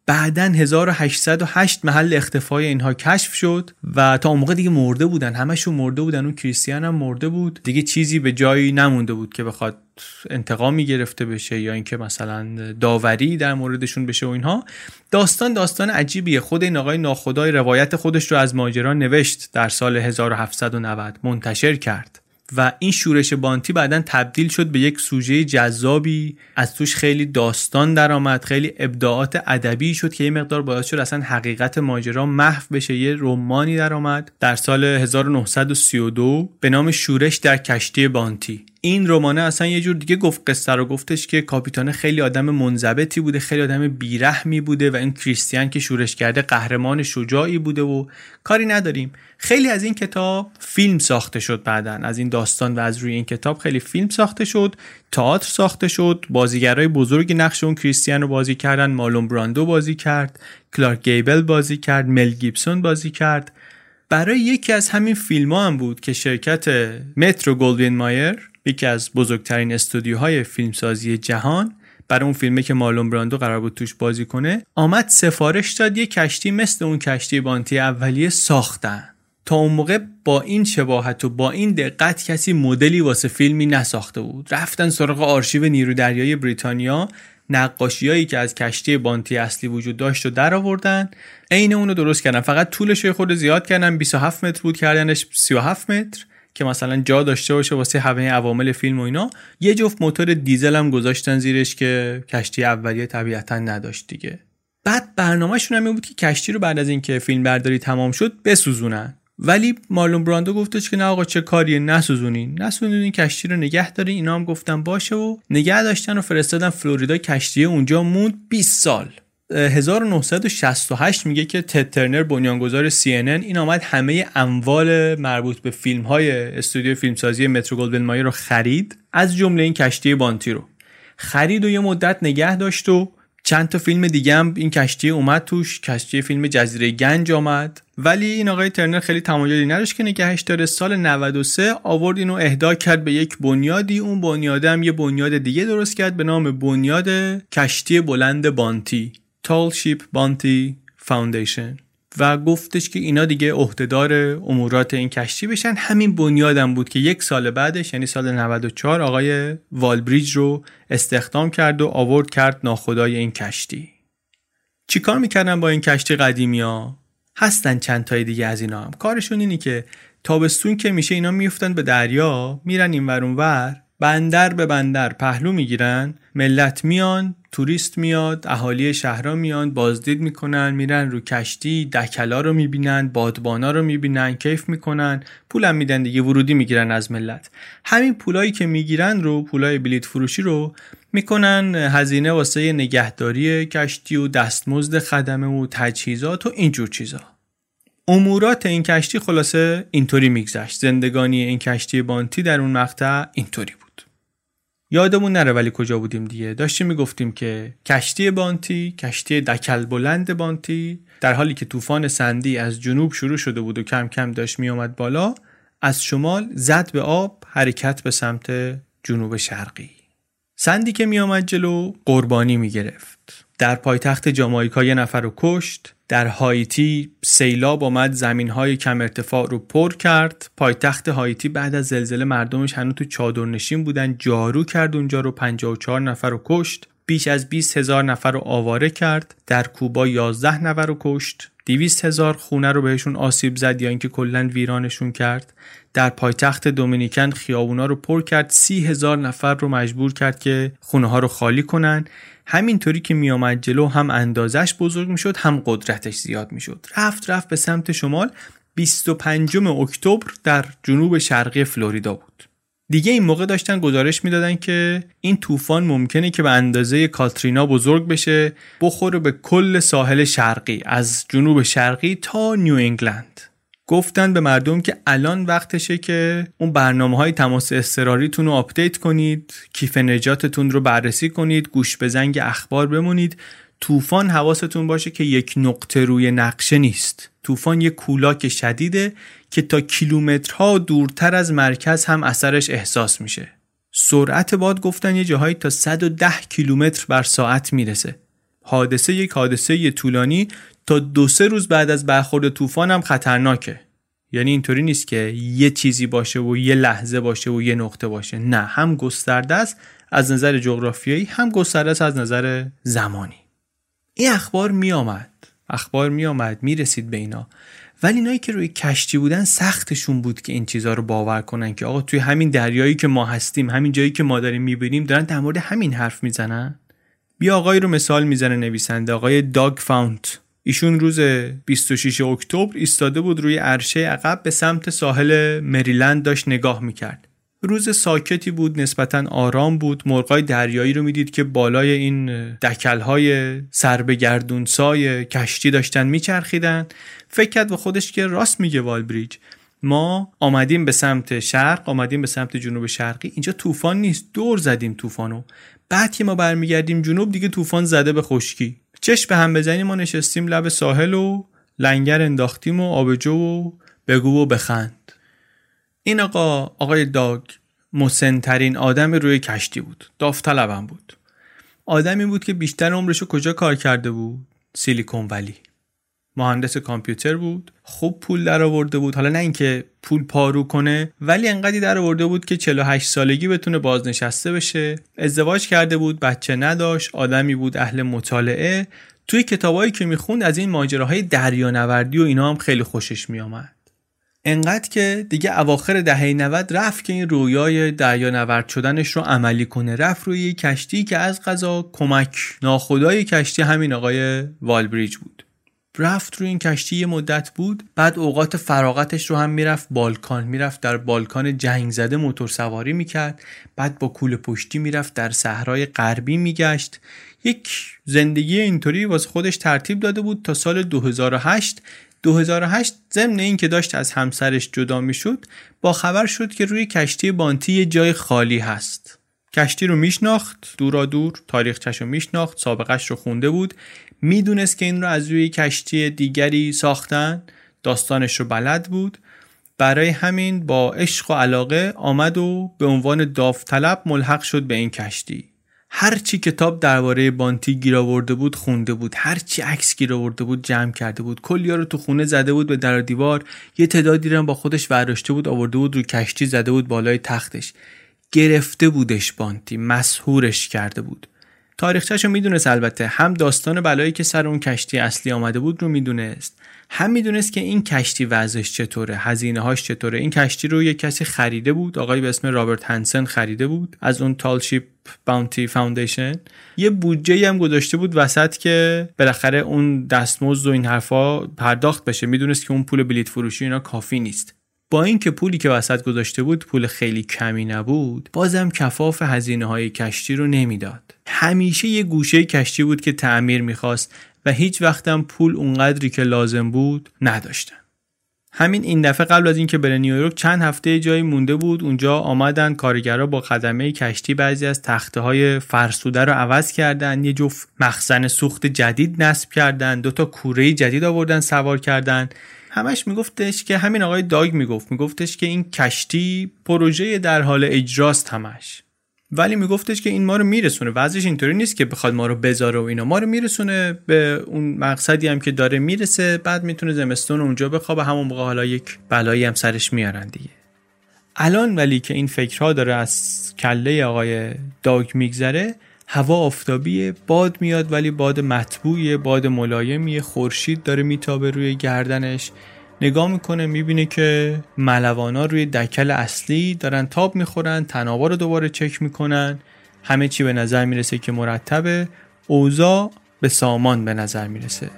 بعداً هزار و هشتصد و هشت محل اختفای اینها کشف شد و تا اون موقع دیگه مرده بودن، همشون مرده بودن. اون کریستیان هم مرده بود دیگه، چیزی به جایی نمونده بود که بخواد انتقامی گرفته بشه یا اینکه مثلا داوری در موردشون بشه و اینها. داستان داستان عجیبیه. خود این آقای ناخدای روایت خودش رو از ماجرا نوشت، در سال هزار و هفتصد و نود منتشر کرد و این شورش بانتی بعداً تبدیل شد به یک سوژه جذابی، از توش خیلی داستان در آمد، خیلی ابداعات ادبی شد که یه مقدار باعث شد اصلا حقیقت ماجرا محو بشه. یه رمانی در آمد در سال هزار و نهصد و سی و دو به نام شورش در کشتی بانتی. این رمانه اصلا یه جور دیگه گفت قصه رو، گفتش که کاپیتان خیلی آدم منضبطی بوده، خیلی آدم بیرحمی بوده و این کریستیان که شورش کرده قهرمان شجاعی بوده و کاری نداریم. خیلی از این کتاب فیلم ساخته شد بعدن، از این داستان و از روی این کتاب خیلی فیلم ساخته شد، تئاتر ساخته شد، بازیگرای بزرگی نقش اون کریستیان رو بازی کردن. مارلون براندو بازی کرد، کلارک گیبل بازی کرد، مل گیبسون بازی کرد. برای یکی از همین فیلم‌ها هم بود که شرکت مترو گلدوین مایر، یکی از بزرگترین استودیوهای فیلمسازی جهان، برای اون فیلمی که مارلون براندو قرار بود توش بازی کنه، آمد سفارش داد یه کشتی مثل اون کشتی بانتی اولیه ساختن. تا اون موقع با این شباهت و با این دقت کسی مدلی واسه فیلمی نساخته بود. رفتن سراغ آرشیو نیروی دریایی بریتانیا، نقاشیایی که از کشتی بانتی اصلی وجود داشت و در آوردن، عین اون رو درست کردن. فقط طولش رو خود زیاد کردن، بیست و هفت متر بود کردنش سی و هفت متر که مثلا جا داشته باشه واسه همه عوامل فیلم و اینا. یه جفت موتور دیزل هم گذاشتن زیرش که کشتی اولیه طبیعتا نداشت دیگه. بعد برنامه‌شون هم این بود که کشتی رو بعد از اینکه فیلم برداری تمام شد بسوزونن، ولی مارلون براندو گفتش که نه آقا چه کاریه، نسوزونین نسوزونین کشتی رو نگه دارین. اینا هم گفتن باشه و نگه داشتن و فرستادن فلوریدا. کشتی اونجا موند بیست سال. هزار و نهصد و شصت و هشت میگه که تد ترنر بنیانگذار سی ان ان این آمد همه اموال مربوط به فیلم‌های استودیو فیلمسازی مترو گلدوین مایر رو خرید، از جمله این کشتی بانتی رو خرید و یه مدت نگه داشت و چند تا فیلم دیگه هم این کشتی اومد توش. کشتی فیلم جزیره گنج آمد، ولی این آقای ترنر خیلی تمایلی نداشت که نگهش داره. سال نود و سه آورد اینو اهدا کرد به یک بنیادی. اون بنیاده هم یه بنیاد دیگه درست کرد به نام بنیاد کشتی بلند بانتی، Tall Ship Bounty Foundation، و گفتش که اینا دیگه عهدهدار امورات این کشتی بشن. همین بنیادم بود که یک سال بعدش یعنی سال نود و چهار آقای والبریج رو استخدام کرد و آورد کرد ناخدای این کشتی. چی کار میکردن با این کشتی قدیمی ها؟ هستن چند تای دیگه از اینا هم. کارشون اینی که تابستون که میشه اینا میفتن به دریا، میرن این ور اون ور، بندر به بندر پهلو میگیرن، ملت میان، توریست میاد، اهالی شهرها میان، بازدید میکنن، میرن رو کشتی، دکلا رو میبینن، بادبانا رو میبینن، کیف میکنن، پولم میدن دیگه، ورودی میگیرن از ملت. همین پولایی که میگیرن رو، پولای بلیط فروشی رو میکنن هزینه واسه نگهداری کشتی و دستمزد خدمه و تجهیزات و اینجور چیزا. امورات این کشتی خلاصه اینطوری میگذشت. زندگانی این کشتی بانتی در اون مقطع اینطوری بود. یادمون نره ولی کجا بودیم دیگه. داشتیم میگفتیم که کشتی بانتی، کشتی دکل بلند بانتی، در حالی که طوفان سندی از جنوب شروع شده بود و کم کم داشت میومد بالا، از شمال زد به آب، حرکت به سمت جنوب شرقی. سندی که میومد جلو قربانی میگرفت. در پایتخت جامائیکا یه نفر رو کشت. در هایتی سیلاب آمد، زمین‌های کم ارتفاع رو پر کرد. پایتخت هایتی بعد از زلزله مردمش هنوز تو چادرنشین بودن، جارو کرد اونجا رو، پنجاه و چهار نفر رو کشت. بیش از بیست هزار نفر رو آواره کرد. در کوبا یازده نفر رو کشت. دویست هزار خونه رو بهشون آسیب زد یا اینکه کلاً ویرانشون کرد. در پایتخت دومینیکن خیابونا رو پر کرد. سی هزار نفر رو مجبور کرد که خونه ها رو خالی کنن. همینطوری که می آمد جلو هم اندازش بزرگ می شد هم قدرتش زیاد می شد. رفت رفت به سمت شمال. بیست و پنجم اکتبر در جنوب شرقی فلوریدا بود. دیگه این موقع داشتن گزارش می دادن که این طوفان ممکنه که به اندازه کاترینا بزرگ بشه، بخوره به کل ساحل شرقی از جنوب شرقی تا نیو انگلند. گفتن به مردم که الان وقتشه که اون برنامه‌های تماس اضطراریتون رو آپدیت کنید، کیف نجاتتون رو بررسی کنید، گوش به زنگ اخبار بمونید. طوفان حواستون باشه که یک نقطه روی نقشه نیست. طوفان یک کولاک شدیده که تا کیلومترها دورتر از مرکز هم اثرش احساس میشه. سرعت باد گفتن یه جاهایی تا صد و ده کیلومتر بر ساعت میرسه. حادثه یک حادثه طولانی تا دو سه روز بعد از برخورد طوفان هم خطرناکه. یعنی اینطوری نیست که یه چیزی باشه و یه لحظه باشه و یه نقطه باشه. نه، هم گسترده است از نظر جغرافیایی، هم گسترده است از نظر زمانی. این اخبار می آمد اخبار می آمد می رسید به اینا، ولی اینایی که روی کشتی بودن سختشون بود که این چیزها رو باور کنن که آقا توی همین دریایی که ما هستیم، همین جایی که ما داریم میبینیم، دارن در مورد همین حرف میزنن. بیا آقای رو مثال میزنه نویسنده، آقای داگ فاونت. ایشون روز بیست و ششم اکتبر ایستاده بود روی عرشه عقب به سمت ساحل مریلند داشت نگاه میکرد. روز ساکتی بود، نسبتاً آرام بود. مرغای دریایی رو میدید که بالای این دکل‌های سربگردونسای کشتی داشتن میچرخیدن. فکر کرد به خودش که راست میگه والبریج، ما آمدیم به سمت شرق، آمدیم به سمت جنوب شرقی، اینجا طوفان نیست، دور زدیم طوفانو. بعد که ما برمیگردیم جنوب دیگه طوفان زده به خشکی. چشم به هم بزنیم، ما نشستیم لب ساحل و لنگر انداختیم و آبجو و بگو و بخند. این آقا آقای داگ مسن‌ترین آدم روی کشتی بود، داوطلبم بود. آدمی بود که بیشتر عمرشو کجا کار کرده بود؟ سیلیکون ولی. مهندس کامپیوتر بود، خوب پول در آورده بود. حالا نه اینکه پول پارو کنه، ولی انقدری در آورده بود که چهل و هشت سالگی بتونه بازنشسته بشه. ازدواج کرده بود، بچه نداشت، آدمی بود اهل مطالعه. توی کتابایی که میخوند از این ماجراهای دریانوردی و اینا هم خیلی خوشش میامد. انقدر که دیگه اواخر دهه نود رفت که این رویای دریانورد شدنش رو عملی کنه. رفت روی کشتی که از قضا کمک ناخدای کشتی همین آقای والبریج بود. رفت روی این کشتی یه مدت بود، بعد اوقات فراغتش رو هم میرفت بالکان، میرفت در بالکان جنگ زده موتور سواری میکرد، بعد با کوله پشتی میرفت در صحرای غربی میگشت. یک زندگی اینطوری واسه خودش ترتیب داده بود تا سال دو هزار و هشت. دو هزار و هشت ضمن این که داشت از همسرش جدا میشد، با خبر شد که روی کشتی بانتی یه جای خالی هست. کشتی رو میشناخت دورا دور، تاریخچه‌شو میشناخت، سابقش رو خونده بود، میدونست که این رو از روی کشتی دیگری ساختن، داستانش رو بلد بود. برای همین با عشق و علاقه آمد و به عنوان داوطلب ملحق شد به این کشتی. هر چی کتاب درباره بانتی گیر آورده بود خونده بود، هر چی عکس گیر آورده بود جمع کرده بود، کلیا رو تو خونه زده بود به در و دیوار، یه تعدادی رو با خودش برداشته بود آورده بود روی کشتی زده بود بالای تختش. گرفته بودش بانتی، مسحورش کرده بود. تاریخچه‌شو میدونست، البته هم داستان بلایی که سر اون کشتی اصلی آمده بود رو میدونست، هم میدونست که این کشتی وضعش چطوره، هزینه‌هاش چطوره. این کشتی رو یک کسی خریده بود، آقای به اسم رابرت هنسن خریده بود از اون تال شیپ باونتی فاوندیشن. یه بودجه‌ای هم گذاشته بود وسط که بالاخره اون دستمزد و این حرفا پرداخت بشه. میدونست که اون پول بلیط فروشی اینا کافی نیست. با اینکه پولی که وسط گذاشته بود پول خیلی کمی نبود، بازم کفاف هزینه‌های کشتی رو نمیداد. همیشه یه گوشه کشتی بود که تعمیر می‌خواست و هیچ وقتم پول اونقدری که لازم بود نداشتن. همین این دفعه قبل از اینکه بره نیویورک چند هفته جایی مونده بود. اونجا آمدن کارگرها با خدمه کشتی بعضی از تخته‌های فرسوده رو عوض کردن، یه جفت مخزن سوخت جدید نصب کردن، دو تا کوره جدید آوردن سوار کردن. همش میگفتش که همین آقای داگ میگفت میگفتش که این کشتی پروژه در حال اجراست همش، ولی میگفتش که این ما رو میرسونه. وضعش اینطوری نیست که بخواد ما رو بذاره و اینا، ما رو میرسونه به اون مقصدی هم که داره میرسه. بعد میتونه زمستون اونجا بخوابه، همون موقع حالا یک بلایی هم سرش میارن دیگه. الان ولی که این فکرها داره از کله آقای داگ میگذره، هوا آفتابیه، باد میاد ولی باد مطبوعیه، باد ملایمیه، خورشید داره میتابه روی گردنش. نگاه میکنه میبینه که ملوانا روی دکل اصلی دارن تاب میخورن، تنابا رو دوباره چک میکنن، همه چی به نظر میرسه که مرتبه، اوضاع به سامان به نظر میرسه.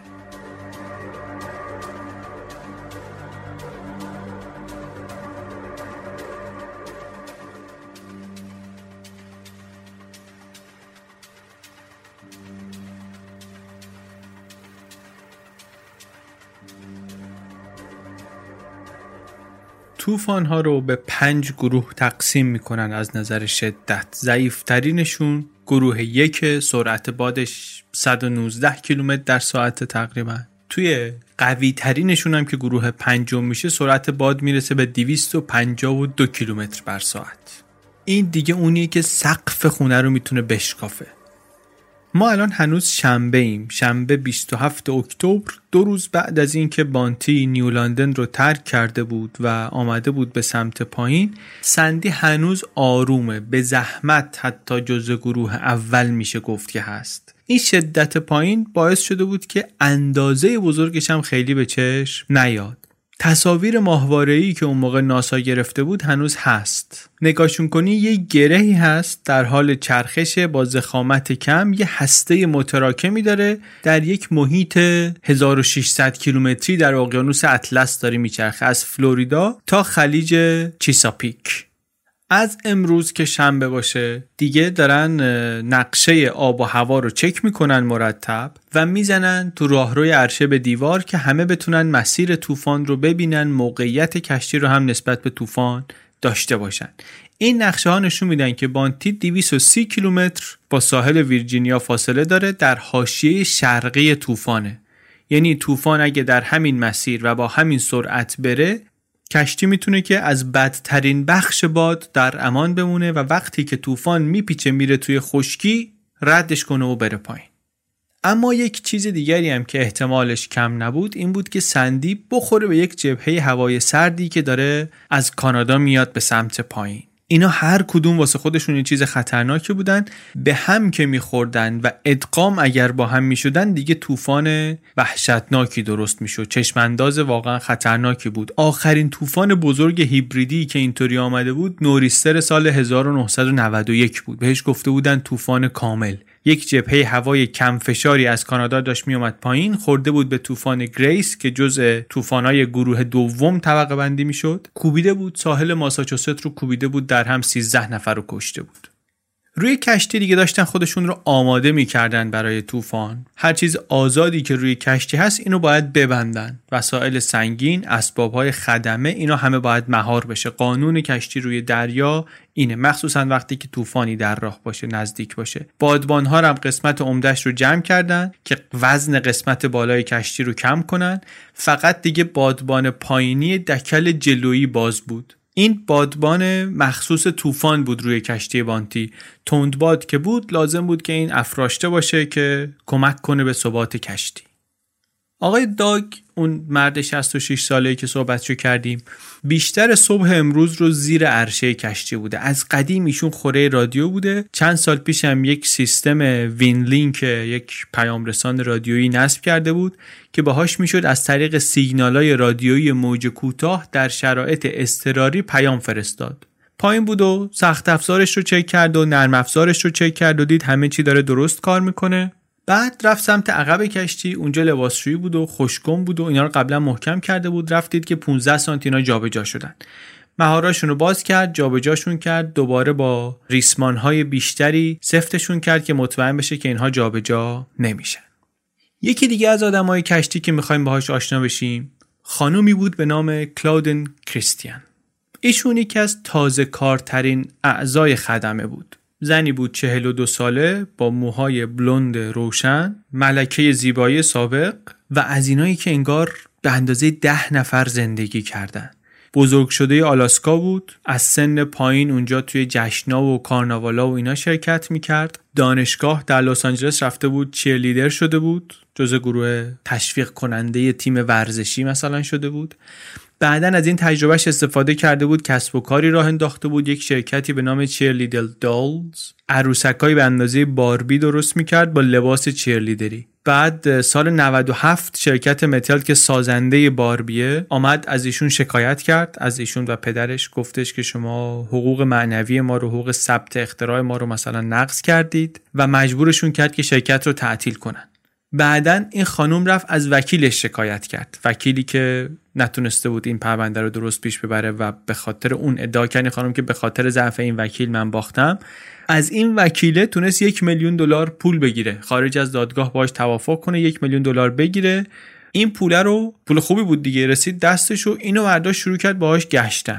طوفان ها رو به پنج گروه تقسیم میکنن از نظر شدت. ضعیف ترینشون گروه یک، سرعت بادش صد و نوزده کیلومتر در ساعت تقریبا. توی قوی ترینشون هم که گروه پنجم میشه، سرعت باد میرسه به دویست و پنجاه و دو کیلومتر بر ساعت. این دیگه اونیه که سقف خونه رو میتونه بشکافه. ما الان هنوز شنبه ایم، شنبه بیست و هفتم اکتبر، دو روز بعد از اینکه بانتی نیو لندن رو ترک کرده بود و آمده بود به سمت پایین. سندی هنوز آرومه، به زحمت حتی جزو گروه اول میشه گفت که هست. این شدت پایین باعث شده بود که اندازه بزرگش هم خیلی به چشم نیاد. تصاویر ماهواره‌ای که اون موقع ناسا گرفته بود هنوز هست. نگاهشون کنی یه گرهی هست در حال چرخش با ضخامت کم، یه هسته متراکمی داره در یک محیط هزار و ششصد کیلومتری در اقیانوس اطلس داره میچرخه، از فلوریدا تا خلیج چیساپیک. از امروز که شنبه باشه دیگه دارن نقشه آب و هوا رو چک میکنن مرتب و میزنن تو راهروی عرشه به دیوار که همه بتونن مسیر طوفان رو ببینن، موقعیت کشتی رو هم نسبت به طوفان داشته باشن. این نقشه ها نشون میدن که بانتی دویست و سی کیلومتر با ساحل ویرجینیا فاصله داره، در حاشیه شرقی طوفانه. یعنی طوفان اگه در همین مسیر و با همین سرعت بره، کشتی میتونه که از بدترین بخش باد در امان بمونه و وقتی که طوفان میپیچه میره توی خشکی ردش کنه و بره پایین. اما یک چیز دیگری هم که احتمالش کم نبود این بود که سندی بخوره به یک جبهه هوای سردی که داره از کانادا میاد به سمت پایین. اینا هر کدوم واسه خودشون یه چیز خطرناکی بودن، به هم که میخوردن و ادغام اگر با هم میشدن دیگه طوفان وحشتناکی درست میشد. چشمانداز واقعا خطرناکی بود. آخرین طوفان بزرگ هیبریدی که اینطوری آمده بود نوریستر سال هزار و نهصد و نود و یک بود. بهش گفته بودن طوفان کامل. یک جبهه هوای کم فشاری از کانادا داشت می اومد پایین، خورده بود به طوفان گریس که جزء طوفان‌های گروه دوم طبقه بندی میشد، کوبیده بود ساحل ماساچوست رو، کوبیده بود در هم، سیزده نفر رو کشته بود. روی کشتی دیگه داشتن خودشون رو آماده می‌کردن برای طوفان. هر چیز آزادی که روی کشتی هست اینو باید ببندن. وسایل سنگین، اسباب‌های خدمه، اینا همه باید مهار بشه. قانون کشتی روی دریا اینه، مخصوصا وقتی که طوفانی در راه باشه، نزدیک باشه. بادبان‌ها هم قسمت عمده‌اش رو جمع کردن که وزن قسمت بالای کشتی رو کم کنن. فقط دیگه بادبان پایینی دکل جلویی باز بود. این بادبان مخصوص طوفان بود روی کشتی بانتی. تندباد که بود لازم بود که این افراشته باشه که کمک کنه به ثبات کشتی. آقای داگ، اون مرد شصت و شش ساله‌ای که صحبتشو کردیم، بیشتر صبح امروز رو زیر عرشه کشتی بوده. از قدیم ایشون خوره رادیو بوده. چند سال پیش هم یک سیستم وین لینک، یک پیام رسان رادیویی نصب کرده بود که باهاش میشد از طریق سیگنالای رادیویی موج کوتاه در شرایط اضطراری پیام فرستاد. پایین بود و سخت افزارش رو چک کرد و نرم افزارش رو چک کرد و دید همه چی داره درست کار میکنه. بعد رفت سمت عقب کشتی، اونجا لباسشویی بود و خوشگم بود و اینا رو قبلا محکم کرده بود. رفتید که پانزده سانتی اینا جابجا شدن. مهاراشون رو باز کرد، جابجاشون کرد، دوباره با ریسمان‌های بیشتری سفتشون کرد که مطمئن بشه که اینها جابجا نمیشن. یکی دیگه از آدمای کشتی که می‌خوایم باهاش آشنا بشیم، خانومی بود به نام کلاودن کریستیان. ایشون یکی از تازه کارترین اعضای خدمه بود. زنی بود چهل و دو ساله با موهای بلوند روشن، ملکه زیبایی سابق و از اینایی که انگار به اندازه ده نفر زندگی کردن. بزرگ شده آلاسکا بود، از سن پایین اونجا توی جشنا و کارناوالا و اینا شرکت میکرد. دانشگاه در لس آنجلس رفته بود، چیرلیدر شده بود، جزء گروه تشویق کننده تیم ورزشی مثلا شده بود. بعدن از این تجربهش استفاده کرده بود، کسب و کاری راه انداخته بود، یک شرکتی به نام چیرلیدل دالز، عروسکایی به اندازه باربی درست میکرد با لباس چیرلیدری. بعد سال نود و هفت شرکت متل که سازنده باربیه آمد از ایشون شکایت کرد، از ایشون و پدرش، گفتش که شما حقوق معنوی ما رو، حقوق ثبت اختراع ما رو مثلا نقض کردید و مجبورشون کرد که شرکت رو تعطیل کنن. بعدن این خانوم رفت از وکیلش شکایت کرد، وکیلی که نتونسته بود این پرونده رو درست پیش ببره و به خاطر اون ادعا کرد خانم که به خاطر ضعف این وکیل من باختم. از این وکیله تونست یک میلیون دلار پول بگیره، خارج از دادگاه باهاش توافق کنه، یک میلیون دلار بگیره. این پول رو، پول خوبی بود دیگه، رسید دستش و اینو برداشت شروع کرد باهاش گشتن.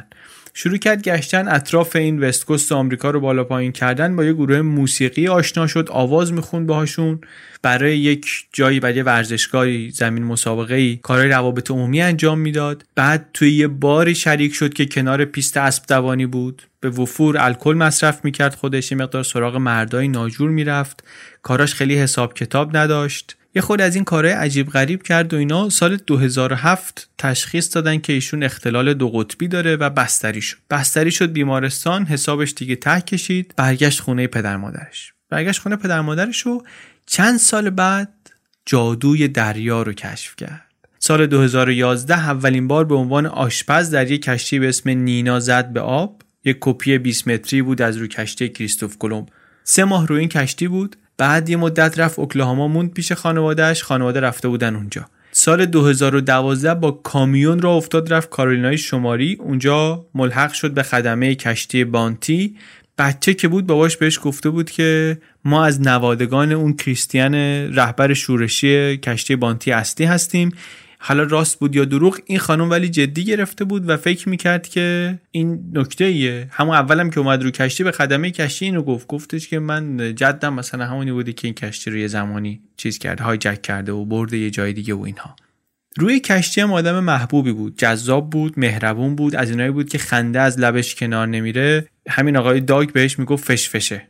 شروع کرد گشتن اطراف این وست کوست آمریکا رو بالا پایین کردن، با یه گروه موسیقی آشنا شد، آواز میخوند باهاشون، برای یک جایی برای یه ورزشگاهی زمین مسابقه‌ای کارهای روابط عمومی انجام میداد. بعد توی یه باری شریک شد که کنار پیست اسب دوانی بود، به وفور الکل مصرف میکرد، خودش یه مقدار سراغ مردای ناجور میرفت، کاراش خیلی حساب کتاب نداشت، یه خود از این کارهای عجیب غریب کرد و اینا. سال دو هزار و هفت تشخیص دادن که ایشون اختلال دو قطبی داره و بستری شد. بستری شد بیمارستان، حسابش دیگه ته کشید، برگشت خونه پدر مادرش. برگشت خونه پدر مادرش و چند سال بعد جادوی دریا رو کشف کرد. سال دو هزار و یازده اولین بار به عنوان آشپز در یک کشتی به اسم نینا زد به آب. یک کپی بیست متری بود از روی کشتی کریستوف کلمب. سه ماه روی این کشتی بود. بعد یه مدت رفت اوکلاهاما، موند پیش خانواده‌اش، خانواده رفته بودن اونجا. سال دو هزار و دوازده با کامیون را افتاد رفت کارولینای شمالی، اونجا ملحق شد به خدمه کشتی بانتی. بچه که بود باباش بهش گفته بود که ما از نوادگان اون کریستیان رهبر شورشی کشتی بانتی اصلی هستیم. حالا راست بود یا دروغ این خانم ولی جدی گرفته بود و فکر میکرد که این نکته ایه. همون اولم که اومد رو کشتی به خدمه کشتی اینو گفت، گفتش که من جدم مثلا همونی بوده که این کشتی رو یه زمانی چیز کرده، هایجک کرده و برده یه جای دیگه و اینها. روی کشتی هم آدم محبوبی بود، جذاب بود، مهربون بود، از اینایی بود که خنده از لبش کنار نمیره. همین آقای داگ بهش میگفت فش فشه.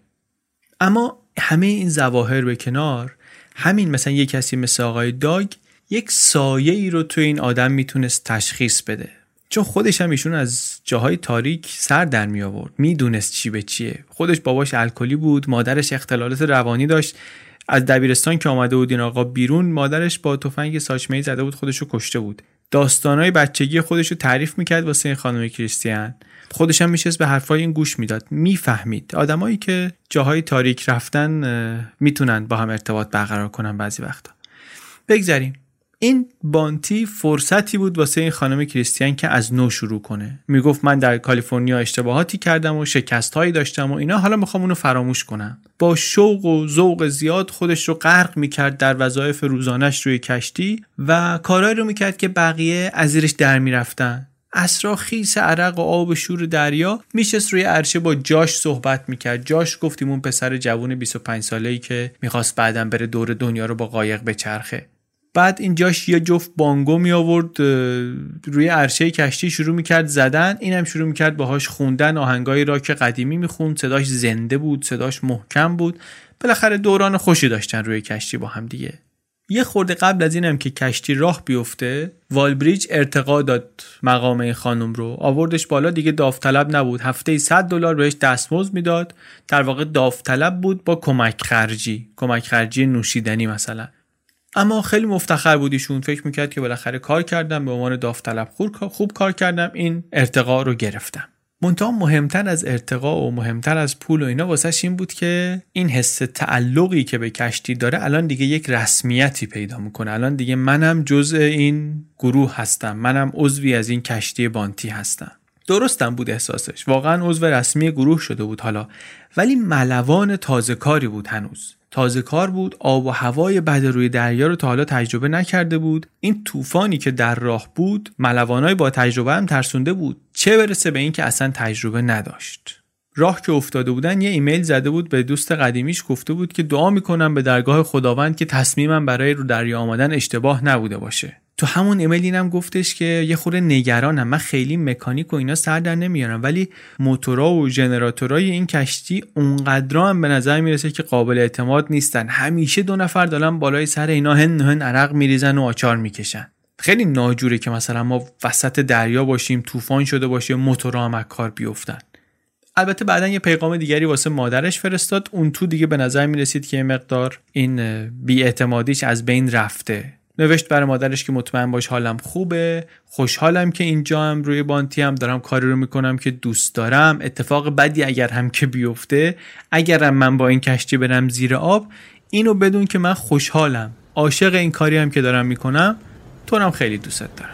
اما همه این ظواهر به کنار، همین مثلا یک کسی مثل آقای داگ یک سایه ای رو تو این آدم میتونست تشخیص بده، چون خودش هم ایشون از جاهای تاریک سر در می آورد، میدونست چی به چیه. خودش باباش الکلی بود، مادرش اختلالات روانی داشت. از دبیرستان که آمده بود این آقا بیرون، مادرش با تفنگ ساچمه‌ای زده بود، خودشو کشته بود. داستانای بچگی خودشو تعریف میکرد واسه این خانم کریستیان. خودش هم میشست به حرفای این گوش میداد، میفهمید. آدمایی که جاهای تاریک رفتن میتونن با هم ارتباط برقرار کنن بعضی وقتا. بگذاریم. این بانتی فرصتی بود واسه این خانم کریستیان که از نو شروع کنه. میگفت من در کالیفرنیا اشتباهاتی کردم و شکست‌هایی داشتم و اینا، حالا میخوام اونو فراموش کنم. با شوق و ذوق زیاد خودش رو غرق میکرد در وظایف روزانش روی کشتی و کارهایی رو میکرد که بقیه از زیرش در میرفتن. اسرا خیس عرق و آب شور دریا میشست روی عرشه با جاش صحبت میکرد. جاش گفتیم اون پسر جوون بیست و پنج ساله‌ای که میخواست بعداً بره دور دنیا رو با قایق بچرخه. بعد اینجاش یه جفت بانگو می آورد روی عرشه کشتی، شروع میکرد زدن. اینم شروع میکرد باهاش خوندن آهنگای راک قدیمی میخوند. صداش زنده بود، صداش محکم بود. بالاخره دوران خوشی داشتن روی کشتی با هم دیگه. یه خورده قبل از اینم که کشتی راه بیفته، والبریج ارتقا داد مقام این خانم رو، آوردش بالا. دیگه داوطلب نبود، هفته‌ای صد دلار بهش دستمزد میداد. در واقع داوطلب بود با کمک خرجی، کمک خرجی نوشیدنی مثلا. اما خیلی مفتخر بودیشون، فکر میکرد که بالاخره کار کردم، به عنوان داوطلب خوب کار کردم، این ارتقا رو گرفتم. منتها مهمتر از ارتقا و مهمتر از پول و اینا واسش این بود که این حس تعلقی که به کشتی داره الان دیگه یک رسمیتی پیدا میکنه. الان دیگه منم جزء این گروه هستم، منم عضوی از این کشتی بانتی هستم. درستم بود احساسش، واقعا عضو رسمی گروه شده بود حالا، ولی ملوان تازه کاری بود هنوز. تازه کار بود، آب و هوای بد روی دریا رو تا حالا تجربه نکرده بود. این طوفانی که در راه بود ملوانای با تجربه هم ترسونده بود، چه برسه به این که اصلا تجربه نداشت. راه که افتاده بودن یه ایمیل زده بود به دوست قدیمیش، گفته بود که دعا میکنم به درگاه خداوند که تصمیمم برای رو دریا آمدن اشتباه نبوده باشه. تو همون ایمیل اینم گفتش که یه خورده نگرانم، من خیلی مکانیک و اینا سر در نمیارم، ولی موتورها و ژنراتورهای این کشتی اونقدر هم به نظر میرسه که قابل اعتماد نیستن. همیشه دو نفر دارن بالای سر اینا هن هن عرق میریزن و آچار میکشن. خیلی ناجوره که مثلا ما وسط دریا باشیم، طوفان شده باشه، موتورها هم از کار بیفتن. البته بعدن یه پیغام دیگری واسه مادرش فرستاد. اون تو دیگه به نظر میرسید که یه مقدار این بی‌اعتمادیش از بین رفته. نوشت برای مادرش که مطمئن باش حالم خوبه، خوشحالم که اینجا هم روی بانتی هم دارم کاری رو میکنم که دوست دارم. اتفاق بدی اگر هم که بیفته، اگرم من با این کشتی برم زیر آب، اینو بدون که من خوشحالم، عاشق این کاری هم که دارم میکنم، تو هم خیلی دوست دارم.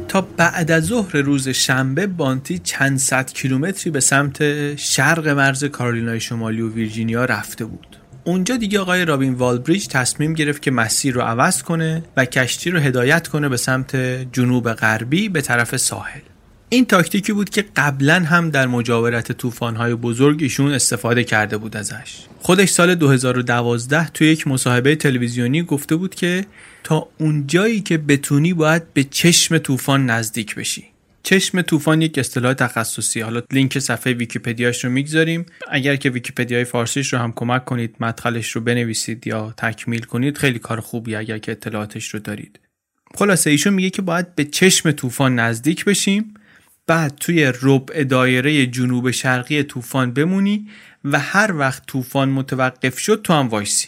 تا بعد از ظهر روز شنبه بانتی چند صد کیلومتری به سمت شرق مرز کارولینای شمالی و ویرجینیا رفته بود. اونجا دیگه آقای رابین والبریج تصمیم گرفت که مسیر رو عوض کنه و کشتی رو هدایت کنه به سمت جنوب غربی به طرف ساحل. این تاکتیکی بود که قبلا هم در مجاورت طوفان‌های بزرگ ایشون استفاده کرده بود ازش. خودش سال دو هزار و دوازده توی یک مصاحبه تلویزیونی گفته بود که تا اونجایی که بتونی باید به چشم طوفان نزدیک بشی. چشم طوفان یک اصطلاح تخصصی، حالا لینک صفحه ویکی‌پدیاش رو میگذاریم، اگر که ویکی‌پدیای فارسیش رو هم کمک کنید مدخلش رو بنویسید یا تکمیل کنید خیلی کار خوبیه اگر که اطلاعاتش رو دارید. خلاصه ایشون میگه که باید به چشم طوفان نزدیک بشیم، بعد توی ربع دایره جنوب شرقی طوفان بمونی و هر وقت طوفان متوقف شد تو هم وایسی.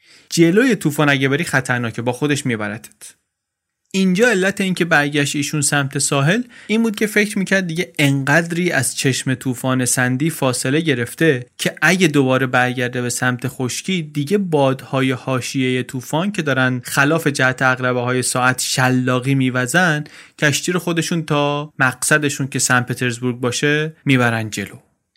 جلوی طوفان اگه بری خطرناکه، با خودش میبرتت. اینجا علت این که برگشت ایشون سمت ساحل این بود که فکر میکرد دیگه انقدری از چشم طوفان سندی فاصله گرفته که اگه دوباره برگرده به سمت خشکی دیگه بادهای حاشیه طوفان که دارن خلاف جهت عقربه های ساعت شلاقی میوزن کشتی رو خودشون تا مقصدشون که سن پترزبورگ باشه میبرن جلو.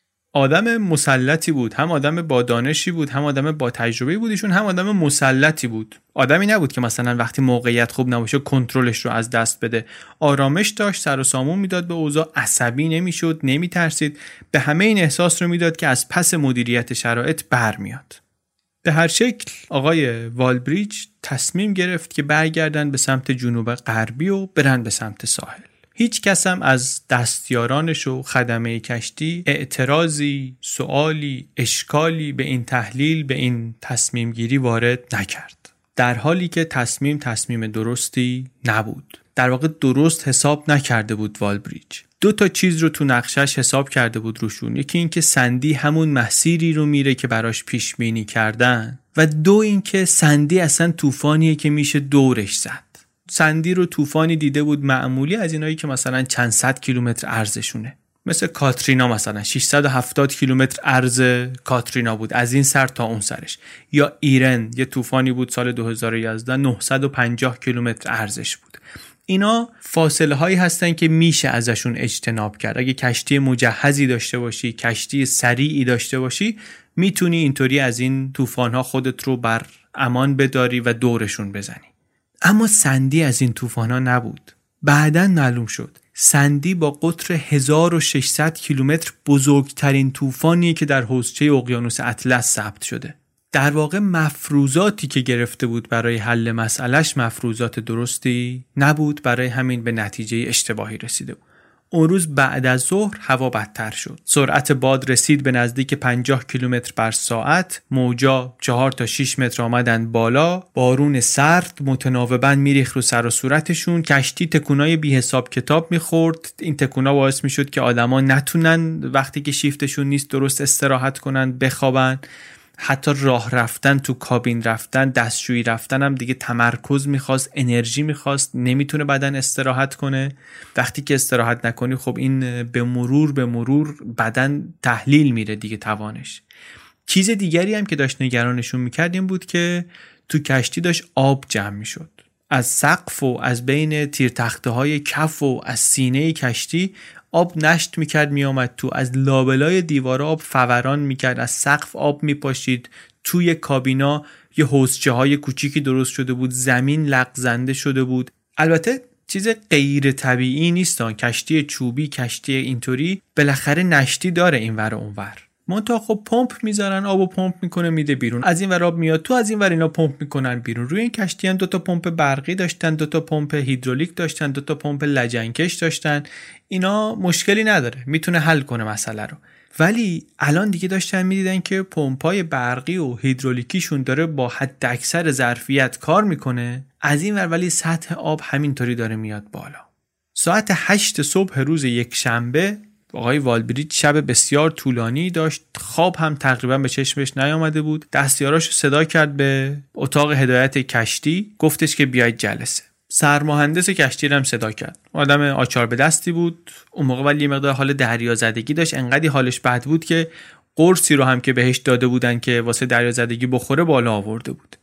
آدم مسلطی بود، هم آدم با دانشی بود، هم آدم با تجربه بود، ایشون هم آدم مسلطی بود. آدمی نبود که مثلا وقتی موقعیت خوب نباشه کنترلش رو از دست بده. آرامش داشت، سر و سامون میداد به اوضاع، عصبی نمیشد، نمیترسید، به همه این احساس رو میداد که از پس مدیریت شرایط برمیاد. به هر شکل آقای والبریج تصمیم گرفت که برگردن به سمت جنوب غربی و برن به سمت ساحل. هیچ کس هم از دستیارانش و خدمه کشتی اعتراضی، سوالی، اشکالی به این تحلیل، به این تصمیم گیری وارد نکرد. در حالی که تصمیم تصمیم درستی نبود. در واقع درست حساب نکرده بود والبریج. دو تا چیز رو تو نقشش حساب کرده بود روشون. یکی این که سندی همون مسیری رو میره که براش پیش بینی کردن و دو این که سندی اصلا طوفانیه که میشه دورش زد. سندی رو طوفانی دیده بود معمولی، از اینایی که مثلا چند صد کیلومتر عرضشونه، مثل کاترینا مثلا ششصد و هفتاد کیلومتر عرض کاترینا بود از این سر تا اون سرش، یا ایرن یه طوفانی بود سال دو هزار و یازده نهصد و پنجاه کیلومتر عرضش بود. اینا فاصله هایی هستن که میشه ازشون اجتناب کرد. اگه کشتی مجهزی داشته باشی، کشتی سریعی داشته باشی، میتونی اینطوری از این طوفان ها خودت رو بر امان بداری و دورشون بزنی. اما سندی از این طوفان‌ها نبود. بعداً معلوم شد سندی با قطر هزار و ششصد کیلومتر بزرگترین طوفانیه که در حوضچه اقیانوس اطلس ثبت شده. در واقع مفروضاتی که گرفته بود برای حل مسئلهش مفروضات درستی نبود، برای همین به نتیجه اشتباهی رسیده بود. اون روز بعد از ظهر هوا بدتر شد. سرعت باد رسید به نزدیک پنجاه کیلومتر بر ساعت. موجا چهار تا شش متر آمدن بالا. بارون سرد متناوباً میریخت رو سر و صورتشون. کشتی تکونای بی حساب کتاب میخورد. این تکونا باعث میشد که آدما نتونن وقتی که شیفتشون نیست درست استراحت کنن، بخوابن. حتی راه رفتن، تو کابین رفتن، دستشویی رفتن هم دیگه تمرکز میخواست، انرژی میخواست، نمیتونه بدن استراحت کنه. وقتی که استراحت نکنی خب این به مرور به مرور بدن تحلیل میره دیگه توانش. چیز دیگری هم که داشت نگرانشون میکرد این بود که تو کشتی داشت آب جمع میشد. از سقف و از بین تیرتخته های کف و از سینه کشتی آب نشت میکرد میامد تو، از لابلای دیوار آب فوران میکرد، از سقف آب میپاشید، توی کابینا یه حوضچه های کوچیکی درست شده بود، زمین لغزنده شده بود. البته چیز غیر طبیعی نیستن، کشتی چوبی، کشتی اینطوری بالاخره نشتی داره اینور و اونور. منتها خب پمپ میذارن، آبو پمپ میکنه میده بیرون، از این ور آب میاد تو، از این ور اینا پمپ میکنن بیرون. روی این کشتی هم دو تا پمپ برقی داشتن، دو تا پمپ هیدرولیک داشتن، دو تا پمپ لجنکش داشتن. اینا مشکلی نداره، میتونه حل کنه مسئله رو. ولی الان دیگه داشتن میدیدن که پمپای برقی و هیدرولیکیشون داره با حد اکثر ظرفیت کار میکنه از این ور، ولی سطح آب همینطوری داره میاد بالا. ساعت هشت صبح روز یک شنبه آقای والبریج شب بسیار طولانی داشت، خواب هم تقریبا به چشمش نیامده بود. دستیاراشو صدا کرد به اتاق هدایت کشتی، گفتش که بیاید جلسه. سرمهندس کشتی رو هم صدا کرد. آدم آچار به دستی بود اون موقع، ولی یه مقدار حال دریازدگی داشت. انقدی حالش بد بود که قرصی رو هم که بهش داده بودن که واسه دریازدگی بخوره بالا آورده بود.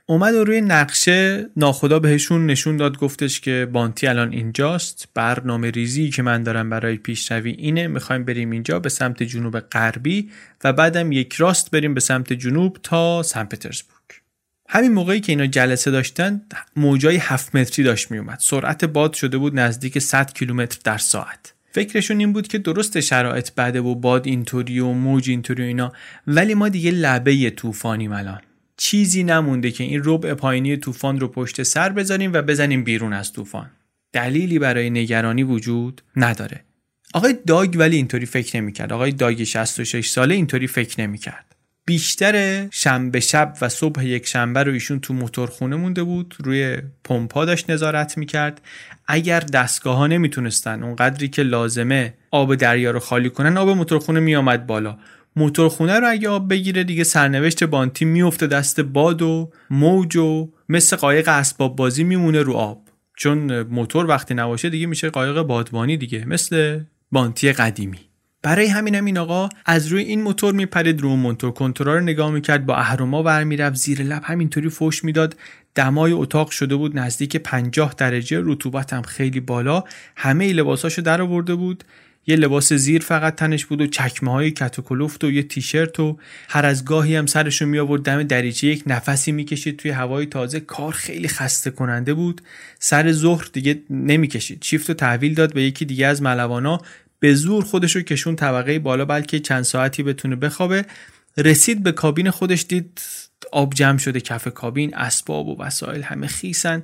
اومد و روی نقشه ناخدا بهشون نشون داد، گفتش که بانتی الان اینجاست، برنامه ریزی که من دارم برای پیشروی اینه، میخوایم بریم اینجا به سمت جنوب غربی و بعدم یک راست بریم به سمت جنوب تا سن پترزبورگ. همین موقعی که اینا جلسه داشتن موجای هفت متری داشت میومد، سرعت باد شده بود نزدیک صد کیلومتر در ساعت. فکرشون این بود که درست شرایط بده و باد اینطوری و موج اینطوری و اینا، ولی ما دیگه لبه طوفانیم الان، چیزی نمونده که این ربع پایینی طوفان رو پشت سر بذاریم و بزنیم بیرون از طوفان. دلیلی برای نگرانی وجود نداره. آقای داگ ولی اینطوری فکر نمی‌کرد. آقای داگ شصت و شش ساله اینطوری فکر نمی‌کرد. بیشتر شنبه شب و صبح یک شنبه رو ایشون تو موتورخونه مونده بود، روی پمپا داشت نظارت میکرد. اگر دستگاه ها نمیتونستن اون قدری که لازمه آب دریا رو خالی کنن، آب موتورخونه میامد بالا. موتورخونه رو اگه آب بگیره دیگه سرنوشت بانتی میفته دست باد و موج و مثل قایق اسباب بازی میمونه رو آب، چون موتور وقتی نباشه دیگه میشه قایق بادبانی دیگه، مثل بانتی قدیمی. برای همین هم این آقا از روی این موتور میپرید رو موتور کنترل رو نگاه میکرد، با اهرما برمی رفت، زیر لب همینطوری فوش میداد. دمای اتاق شده بود نزدیک پنجاه درجه، رطوبت هم خیلی بالا. همه لباساشو در آورده بود، یه لباس زیر فقط تنش بود و چکمه های کت و کلفت و یه تیشرت، و هر از گاهی هم سرشو می آورد دم دریچه یک نفسی میکشید توی هوای تازه. کار خیلی خسته کننده بود. سر ظهر دیگه نمیکشید، شیفت رو تحویل داد به یکی دیگه از ملوانا، به زور خودشو کشون طبقه بالا بلکه چند ساعتی بتونه بخوابه. رسید به کابین خودش، دید آب جمع شده کف کابین، اسباب و وسایل همه خیسن.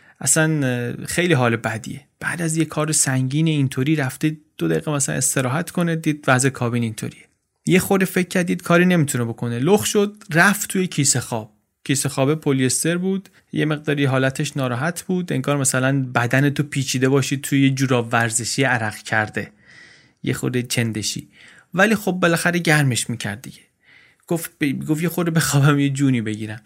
اصلا خیلی حال بدیه. بعد از یه کار سنگین اینطوری رفته دو دقیقه مثلا استراحت کنه، دید وضع کابین اینطوریه. یه خورده فکر کرد دید کاری نمیتونه بکنه، لخ شد رفت توی کیسه خواب. کیسه خواب پلیستر بود، یه مقداری حالتش ناراحت بود، انگار مثلا بدن تو پیچیده باشی توی یه جوراب ورزشی عرق کرده، یه خورده چندشی، ولی خب بالاخره گرمش میکرد دیگه. گفت ب... گفت یه خورده بخوابم یه جونی بگیرم.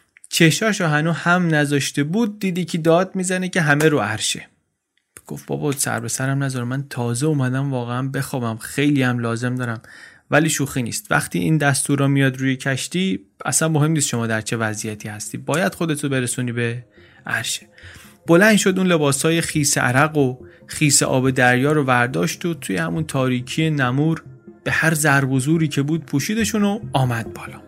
چشاشو هنو هم نذاشته بود، دیدی که داد میزنه که همه رو عرشه. گفت بابا سر به سرم نذار، من تازه اومدم واقعا بخوابم، خیلی هم لازم دارم. ولی شوخی نیست، وقتی این دستورا میاد روی کشتی اصلا مهم نیست شما در چه وضعیتی هستی، باید خودتو برسونی به عرشه. بلند شد، اون لباسای خیس عرق و خیس آب دریا رو ورداشت و توی همون تاریکی نمور به هر ضرب و زوری که بود پوشیدشون و آمد بالا.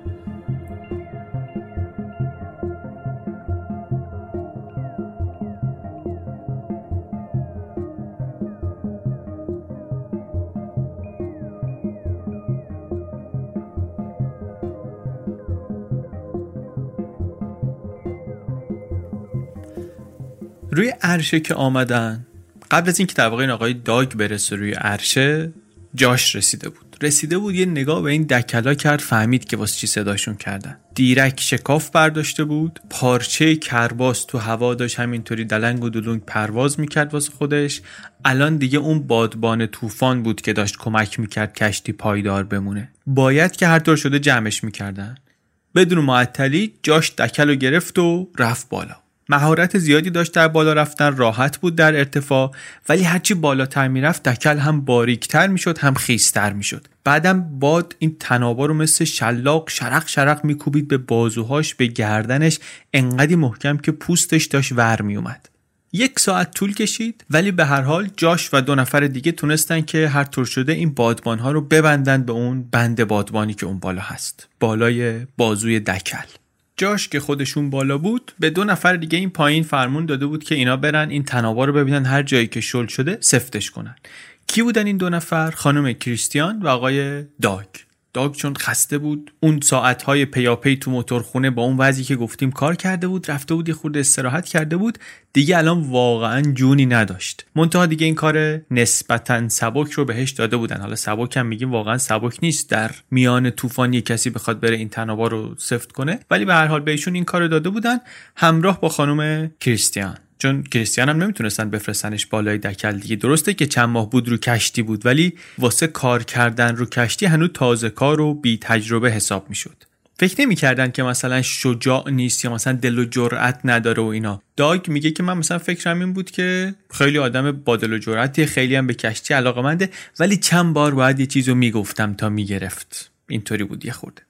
روی عرشه که آمدن، قبل از اینکه در واقع این آقای داگ برسه روی عرشه، جاش رسیده بود. رسیده بود یه نگاه به این دکلا کرد، فهمید که واسه چی صداشون کردن. دیرک شکاف برداشته بود، پارچه کرباس تو هوا داشت همینطوری دلنگ و دلونگ پرواز میکرد واسه خودش. الان دیگه اون بادبان طوفان بود که داشت کمک میکرد کشتی پایدار بمونه. باید که هر طور شده جمعش میکردن. بدون معطلی جاش دکلو گرفت و رفت بالا. مهارت زیادی داشت در بالا رفتن، راحت بود در ارتفاع، ولی هرچی بالاتر میرفت دکل هم باریکتر میشد هم خیستر میشد. بعدم باد این تنابا رو مثل شلاق شرق شرق میکوبید به بازوهاش، به گردنش، انقدی محکم که پوستش داشت ور میومد. یک ساعت طول کشید، ولی به هر حال جاش و دو نفر دیگه تونستن که هر طور شده این بادبانها رو ببندن به اون بند بادبانی که اون بالا هست، بالای بازوی دکل. جاش که خودشون بالا بود، به دو نفر دیگه این پایین فرمون داده بود که اینا برن این تنابا رو ببینن، هر جایی که شل شده سفتش کنن. کی بودن این دو نفر؟ خانم کریستیان و آقای داگ. داگ چون خسته بود، اون ساعتهای پیاپی تو موتورخونه با اون وضعی که گفتیم کار کرده بود، رفته بود یه خورده استراحت کرده بود، دیگه الان واقعا جونی نداشت. منتها دیگه این کار نسبتاً سبک رو بهش داده بودن. حالا سبک هم میگیم، واقعا سبک نیست در میان طوفان یک کسی بخواد بره این تنابا رو سفت کنه، ولی به هر حال بهشون این کارو داده بودن همراه با خانم کریستیان. چون کریستیان هم نمیتونستن بفرستنش بالای دکل دیگه. درسته که چند ماه بود رو کشتی بود، ولی واسه کار کردن رو کشتی هنوز تازه کار و بی تجربه حساب میشد. فکر نمی‌کردن که مثلا شجاع نیست یا مثلا دل و جرأت نداره و اینا. داگ میگه که من مثلا فکرم این بود که خیلی آدم با دل و جرأتی، خیلی هم به کشتی علاقه‌منده، ولی چند بار باید یه چیزو میگفتم تا میگرفت. اینطوری بود یه خورده.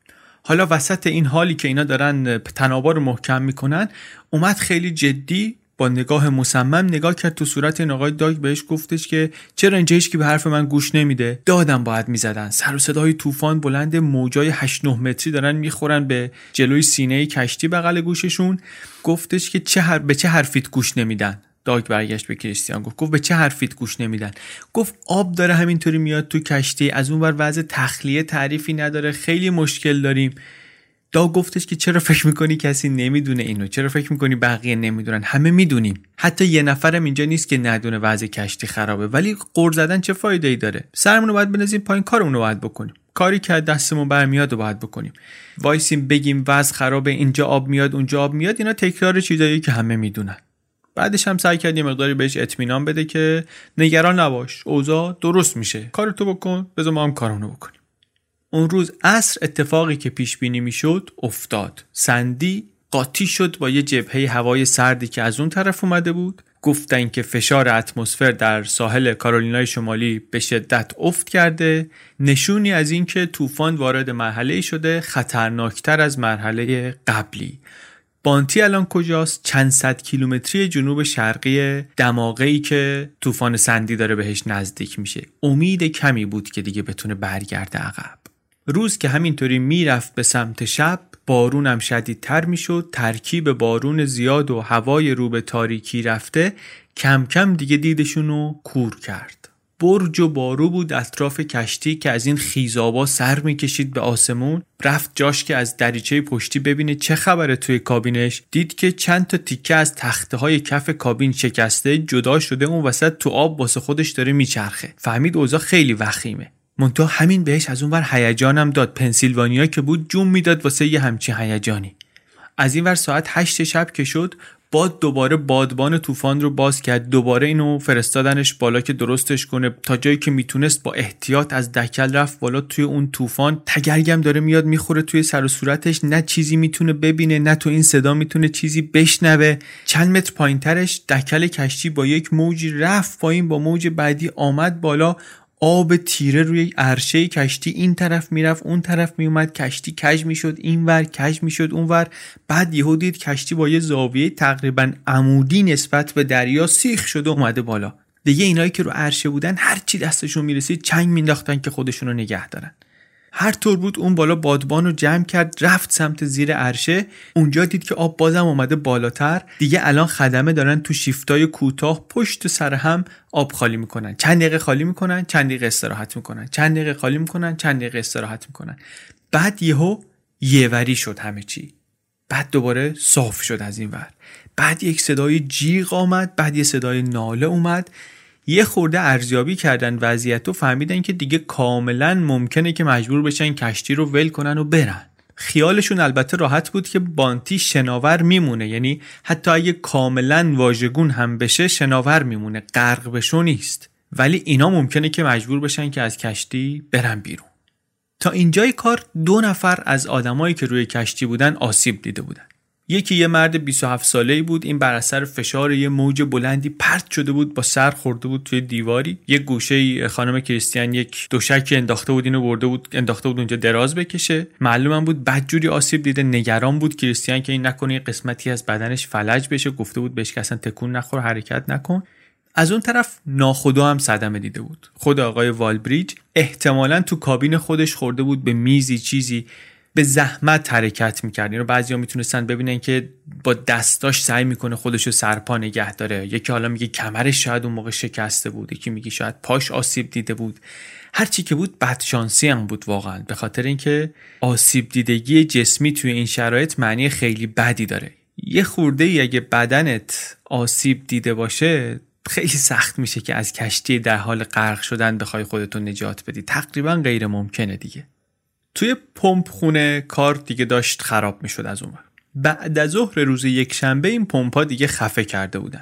حالا وسط این حالی که اینا دارن تنابا رو محکم میکنن، اومد خیلی جدی با نگاه مصمم نگاه کرد تو صورت این آقای داگ، بهش گفتش که چرا اینجا هیچ کی به حرف من گوش نمیده؟ دادم باید میزدن. سر و صدای طوفان بلند، موجای هشت نه متری دارن میخورن به جلوی سینه کشتی بغل گوششون. گفتش که چه هر... به چه حرفیت گوش نمیدن؟ داگ برگشت به کریستیان گفت گفت به چه حرفیت گوش نمیدن؟ گفت آب داره همینطوری میاد تو کشتی، از اون ور وضع تخلیه تعریفی نداره، خیلی مشکل داریم. داگ گفتش که چرا فکر میکنی کسی نمیدونه اینو؟ چرا فکر میکنی بقیه نمیدونن؟ همه میدونیم. حتی یه نفرم اینجا نیست که ندونه وضع کشتی خرابه، ولی غر زدن چه فایده ای داره؟ سرمون رو باید بنازیم پایین، کارمون رو باید بکنیم. کاری که دستمون برمیاد رو باید بکنیم. وایسیم بگیم وضع خرابه، اینجا آب میاد اونجا آب میاد، اینا تکرار چیزایی که همه میدونن. بعدش هم سعی کرد یه مقداری بهش اطمینان بده که نگران نباش، اوضاع درست میشه، کارتو بکن، بذار ما هم کارمونو بکنیم. اون روز عصر اتفاقی که پیش بینی میشد افتاد. سندی قاطی شد با یه جبهه هوای سردی که از اون طرف اومده بود. گفتن که فشار اتمسفر در ساحل کارولینای شمالی به شدت افت کرده، نشونی از این که طوفان وارد مرحله‌ای شده خطرناکتر از مرحله قبلی. بانتی الان کجاست؟ چند صد کیلومتری جنوب شرقی دماغه‌ای که طوفان سندی داره بهش نزدیک میشه. امید کمی بود که دیگه بتونه برگرده عقب. روز که همینطوری میرفت به سمت شب، بارون هم شدیدتر میشد. ترکیب بارون زیاد و هوای رو به تاریکی رفته کم کم دیگه دیدشونو کور کرد. برج و بارو بود اطراف کشتی که از این خیزابا سر میکشید به آسمون. رفت جاش که از دریچه پشتی ببینه چه خبره توی کابینش. دید که چند تا تیکه از تخته های کف کابین شکسته، جدا شده، اون وسط تو آب واسه خودش داره میچرخه. فهمید اوضاع خیلی وخیمه. منتها همین بهش از اون ور هیجانم داد. پنسیلوانیا که بود جون میداد واسه یه همچین هیجانی. از این ور ساعت هشت شب که شد، باد دوباره بادبان طوفان رو باز کرد. دوباره اینو فرستادنش بالا که درستش کنه. تا جایی که میتونست با احتیاط از دکل رفت بالا. توی اون طوفان تگرگم داره میاد میخوره توی سر و صورتش، نه چیزی میتونه ببینه نه تو این صدا میتونه چیزی بشنوه. چند متر پایینترش دکل کشتی با یک موجی رفت پایین، با موج بعدی آمد بالا. آب تیره روی عرشه کشتی این طرف میرفت اون طرف میومد، کشتی کج میشد اینور، کج میشد اونور. بعد یهو دید کشتی با یه زاویه تقریبا عمودی نسبت به دریا سیخ شده اومده بالا. دیگه اینایی که رو عرشه بودن هر چی دستشون میرسید چنگ مینداختن که خودشونو نگه دارن. هر طور بود اون بالا بادبانو جمع کرد، رفت سمت زیر عرشه. اونجا دید که آب بازم اومده بالاتر. دیگه الان خدمه دارن تو شیفتای کوتاه پشت سر هم آب خالی میکنن. چند دقیقه خالی میکنن، چند دقیقه استراحت میکنن، چند دقیقه خالی میکنن، چند دقیقه استراحت میکنن. بعد یهو یه وری شد همه چی. بعد دوباره صاف شد از این ور. بعد یک صدای جیغ آمد، بعد یه صدای ناله اومد. یه خورده ارزیابی کردن وضعیت و فهمیدن که دیگه کاملا ممکنه که مجبور بشن کشتی رو ول کنن و برن. خیالشون البته راحت بود که بانتی شناور میمونه، یعنی حتی اگه کاملا واژگون هم بشه شناور میمونه، غرق بشو نیست. ولی اینا ممکنه که مجبور بشن که از کشتی برن بیرون. تا اینجای کار دو نفر از آدمایی که روی کشتی بودن آسیب دیده بودن. یکی یه مرد بیست و هفت ساله‌ای بود. این بر اثر فشار یه موج بلندی پرت شده بود، با سر خورده بود توی دیواری. یه گوشه خانم کریستیان یک دوشک انداخته بود، اینو برده بود انداخته بود اونجا دراز بکشه. معلومم بود بدجوری آسیب دیده. نگران بود کریستیان که این نکنه قسمتی از بدنش فلج بشه. گفته بود بهش که اصلا تکون نخور، حرکت نکن. از اون طرف ناخدا هم صدمه دیده بود. خود آقای والبریج احتمالاً تو کابین خودش خورده بود به میزی چیزی، به زحمت حرکت میکرد. اینو بعضیا میتونستن ببینن که با دستاش سعی میکنه خودشو سرپا نگه داره. یکی حالا میگه کمرش شاید اون موقع شکسته بود، یکی میگه شاید پاش آسیب دیده بود. هر چی که بود بدشانسی هم بود واقعا، به خاطر اینکه آسیب دیدگی جسمی توی این شرایط معنی خیلی بدی داره. یه خورده ای اگه بدنت آسیب دیده باشه خیلی سخت میشه که از کشتی در حال غرق شدن بخوای خودتو نجات بدی. تقریبا غیر ممکنه دیگه. توی پمپ خونه کار دیگه داشت خراب میشد از اون. بعد از ظهر روز یک شنبه این پمپا دیگه خفه کرده بودن.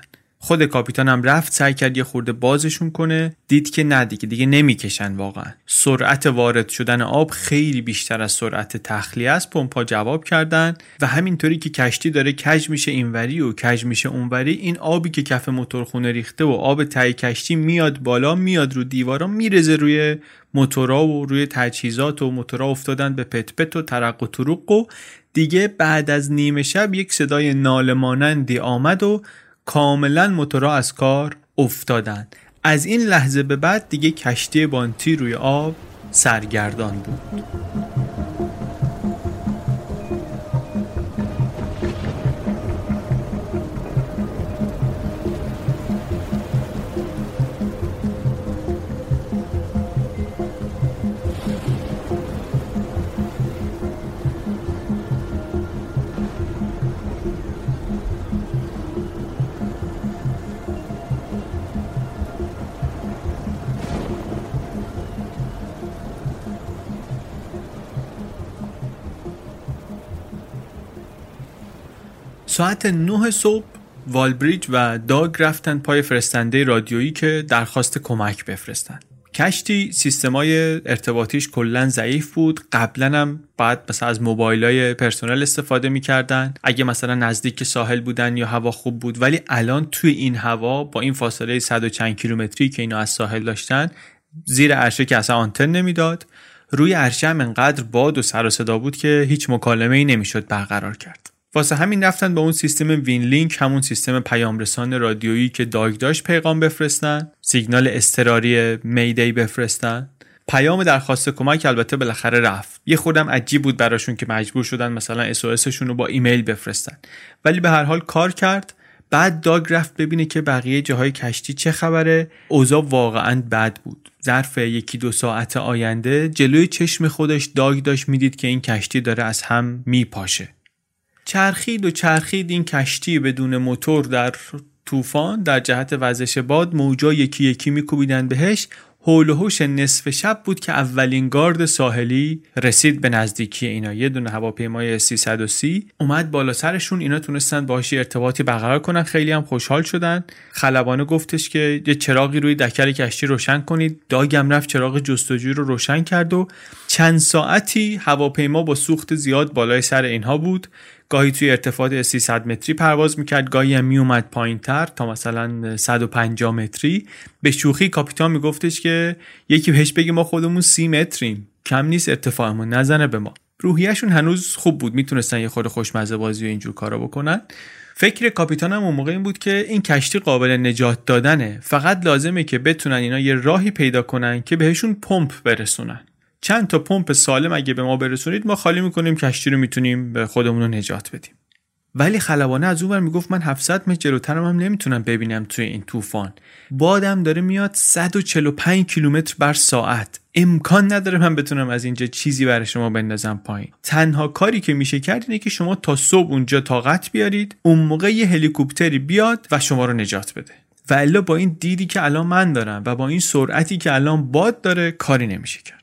خود کاپیتان هم رفت سعی کرد یه خورده بازشون کنه، دید که نه دیگه دیگه نمیکشن واقعا. سرعت وارد شدن آب خیلی بیشتر از سرعت تخلیه است. پمپا جواب کردن و همینطوری که کشتی داره کج میشه اینوری و کج میشه اونوری، این آبی که کف موتورخونه ریخته و آب ته کشتی میاد بالا، میاد رو دیوارا، میرزه روی موتورا و روی تجهیزات و موتورا افتادن به پت پت و ترق و تروق. و دیگه بعد از نیمه شب یک صدای ناله مانندی آمد و کاملا موتورا از کار افتادن. از این لحظه به بعد دیگه کشتی بانتی روی آب سرگردان بود. ساعت نه صبح والبریج و داگ رفتن پای فرستنده رادیویی که درخواست کمک بفرستن. کشتی سیستمای ارتباطیش کلا ضعیف بود. قبلا هم بعد مثلا از موبایلای پرسنل استفاده می‌کردن اگه مثلا نزدیک ساحل بودن یا هوا خوب بود، ولی الان توی این هوا با این فاصله صد و چند کیلومتری که اینا از ساحل داشتن، زیر عرشه که اصلا آنتن نمیداد، روی عرشه هم انقدر باد و سر و صدا بود که هیچ مکالمه‌ای نمیشد برقرار کرد. واسه همین رفتن با اون سیستم وین لینک، همون سیستم پیام رسان رادیویی که داگ داشت پیغام بفرستن، سیگنال اضطراری میدی بفرستن. پیام درخواست کمک البته بالاخره رفت. یه خودم عجیب بود براشون که مجبور شدن مثلا اس او اسشون رو با ایمیل بفرستن، ولی به هر حال کار کرد. بعد داگ رفت ببینه که بقیه جاهای کشتی چه خبره. اوضاع واقعاً بد بود. ظرف یکی دو ساعت آینده جلوی چشم خودش داگ داشت میدید که این کشتی داره از هم میپاشه. چرخید و چرخید این کشتی بدون موتور در طوفان در جهت وزش باد. موجا یکی یکی میکوبیدن بهش. هول و هوش نصف شب بود که اولین گارد ساحلی رسید به نزدیکی اینا. یه دونه هواپیمای سیصد و سی اومد بالا سرشون. اینا تونستن باهاش ارتباطی برقرار کنن. خیلی هم خوشحال شدن. خلبانه گفتش که یه چراغی روی دکر کشتی روشن کنید. داگم رفت چراغ جستجوی رو روشن کرد و چند ساعتی هواپیما با سوخت زیاد بالای سر اینها بود. گاهی توی ارتفاع سیصد متری پرواز میکرد، گاهی هم میومد پایین تر تا مثلا صد و پنجاه متری. به شوخی کاپیتان میگفتش که یکی بهش بگه ما خودمون سی متریم، کم نیست ارتفاعمون نزنه به ما. روحیه‌شون هنوز خوب بود، میتونستن یه خورده خوشمزه بازی و اینجور کارا بکنن. فکر کاپیتان هم اون موقع این بود که این کشتی قابل نجات دادنه، فقط لازمه که بتونن اینا یه راهی پیدا کنن که بهشون پمپ برسونن. چند تا پمپ سالم اگه به ما برسونید ما خالی میکنیم کشتی رو، میتونیم به خودمون رو نجات بدیم. ولی خلبانه از اونور میگفت من هفتصد متر جلوترم هم نمیتونم ببینم توی این طوفان. بادم داره میاد صد و چهل و پنج کیلومتر بر ساعت. امکان نداره من بتونم از اینجا چیزی برای شما بندازم پایین. تنها کاری که میشه کرد اینه که شما تا صبح اونجا طاقت بیارید، اون موقع یه هلیکوپتری بیاد و شما رو نجات بده. و الا با این دیدی که الان من دارم و با این سرعتی که الان باد داره کاری نمیشه کرد.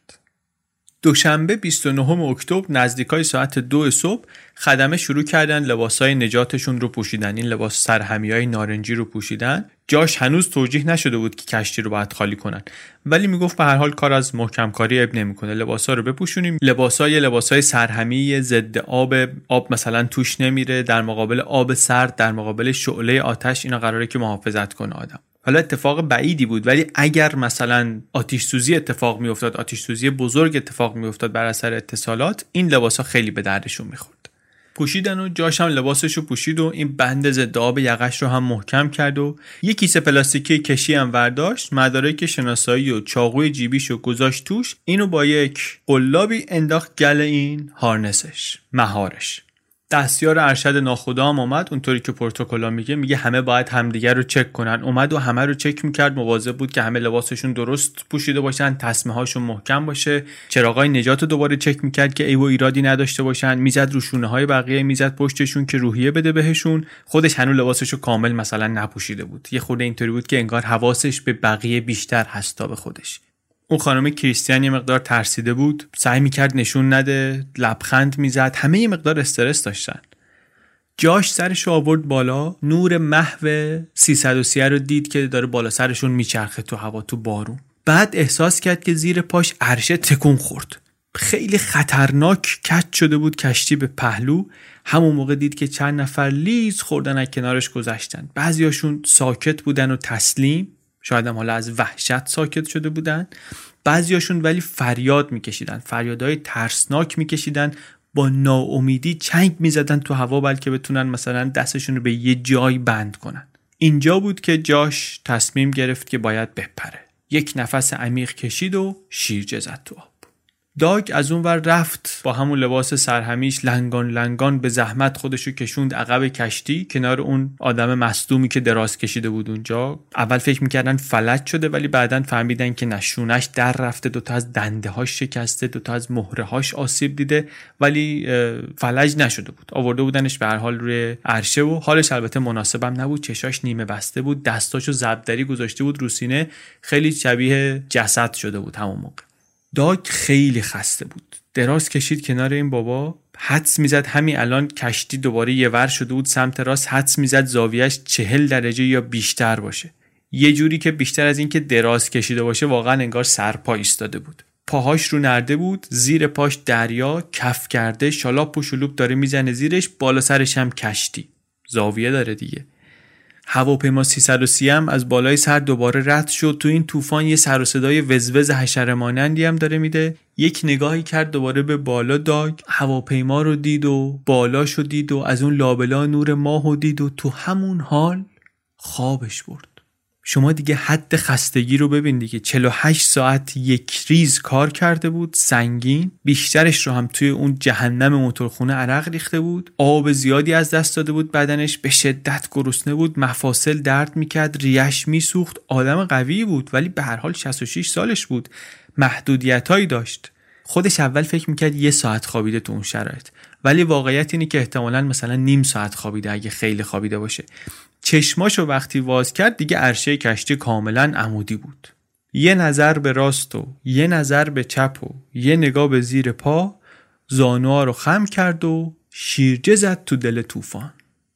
دوشنبه بیست و نهم اکتبر نزدیکای ساعت دو صبح خدمه شروع کردن لباسای نجاتشون رو پوشیدن. این لباس سرهمیای نارنجی رو پوشیدن. جاش هنوز توجیه نشده بود که کشتی رو باید خالی کنن، ولی میگفت به هر حال کار از محکم کاری اب نمیکنه، لباسا رو بپوشونیم. لباسای لباسای سرهمی ضد آب، آب مثلا توش نمیره، در مقابل آب سرد، در مقابل شعله آتش اینا قراره که محافظت کنه آدم. حالا اتفاق بعیدی بود، ولی اگر مثلا آتش سوزی اتفاق می افتاد، آتش سوزی بزرگ اتفاق می افتاد بر اثر اتصالات، این لباسا خیلی به دردشون میخورد. پوشیدن و جاش هم لباسشو پوشید و این بند ضد آب یقش رو هم محکم کرد و یک کیسه پلاستیکی کشی هم برداشت، مدارک شناسایی و چاقوی جیبیشو گذاشت توش. اینو با یک قلابی انداخت گل این هارنسش، مهارش. دستیار ارشد ناخدا هم اومد، اونطوری که پروتکل‌ها میگه میگه همه باید همدیگر رو چک کنن. اومد و همه رو چک میکرد، مواظب بود که همه لباسشون درست پوشیده باشن، تسمه هاشون محکم باشه. چراغای نجات رو دوباره چک میکرد که ایو ایرادی نداشته باشن. میزد رو شونه های بقیه، میزد پشتشون که روحیه بده بهشون. خودش هنوز لباسشو کامل مثلا نپوشیده بود. یه خورده اینطوری بود که انگار حواسش به بقیه بیشتر هست تا به خودش. اون خانم کریستیان یه مقدار ترسیده بود، سعی میکرد نشون نده، لبخند میزد. همه یه مقدار استرس داشتن. جاش سرش آورد بالا، نور محو سیصد و سی رو دید که داره بالا سرشون میچرخه تو هوا تو بارون. بعد احساس کرد که زیر پاش عرشه تکون خورد. خیلی خطرناک کج شده بود کشتی به پهلو. همون موقع دید که چند نفر لیز خوردن از کنارش گذشتن. بعضیاشون ساکت بودن و تسلیم، شاید هم حالا از وحشت ساکت شده بودن. بعضیاشون ولی فریاد میکشیدن، فریادهای ترسناک میکشیدن، با ناامیدی چنگ میزدن تو هوا بلکه بتونن مثلا دستشون رو به یه جای بند کنن. اینجا بود که جاش تصمیم گرفت که باید بپره. یک نفس عمیق کشید و شیرجه زد تو آب. داگ از اون ور رفت با همون لباس سرهمیش لنگان لنگان به زحمت خودشو کشوند عقب کشتی کنار اون آدم مصدومی که دراز کشیده بود اونجا. اول فکر میکردن فلج شده ولی بعدن فهمیدن که نشونش در رفته، دوتا از دنده هاش شکسته، دوتا از مهره هاش آسیب دیده ولی فلج نشده بود. آورده بودنش به هر حال روی عرشه و حالش البته مناسبم نبود، چشاش نیمه بسته بود، دستاشو زبدری گذاشته بود رو سینه، خیلی شبیه جسد شده بود همون موقع. داگ خیلی خسته بود. دراز کشید کنار این بابا، حدس میزد همین الان کشتی دوباره یه ور شده بود سمت راست، حدس میزد زاویهش چهل درجه یا بیشتر باشه، یه جوری که بیشتر از این که دراز کشیده باشه واقعا انگار سرپا ایستاده بود. پاهاش رو نرده بود، زیر پاش دریا، کف کرده، شالاپ و شلوپ داره میزنه زیرش، بالا سرش هم کشتی، زاویه داره دیگه. هواپیما سیصد و سی هم از بالای سر دوباره رد شد. تو این طوفان یه سر و صدای وزوز حشره مانندی هم داره میده. یک نگاهی کرد دوباره به بالا داگ، هواپیما رو دید و بالاشو دید و از اون لابلا نور ماهو دید و تو همون حال خوابش برد. شما دیگه حد خستگی رو ببین دیگه. چهل و هشت ساعت یک ریز کار کرده بود، سنگین، بیشترش رو هم توی اون جهنم موتورخونه عرق ریخته بود، آب زیادی از دست داده بود، بدنش به شدت گرسنه بود، مفاصل درد میکرد، ریش میسوخت. آدم قوی بود ولی به هر حال شصت و شش سالش بود، محدودیتایی داشت. خودش اول فکر میکرد یه ساعت خوابیده تو اون شرایط، ولی واقعیت اینه که احتمالاً مثلا نیم ساعت خوابیده اگه خیلی خوابیده باشه. چشماشو وقتی واز کرد دیگه عرشه کشتی کاملا عمودی بود. یه نظر به راست و یه نظر به چپ و یه نگاه به زیر پا، زانوها رو خم کرد و شیرجه زد تو دل طوفان.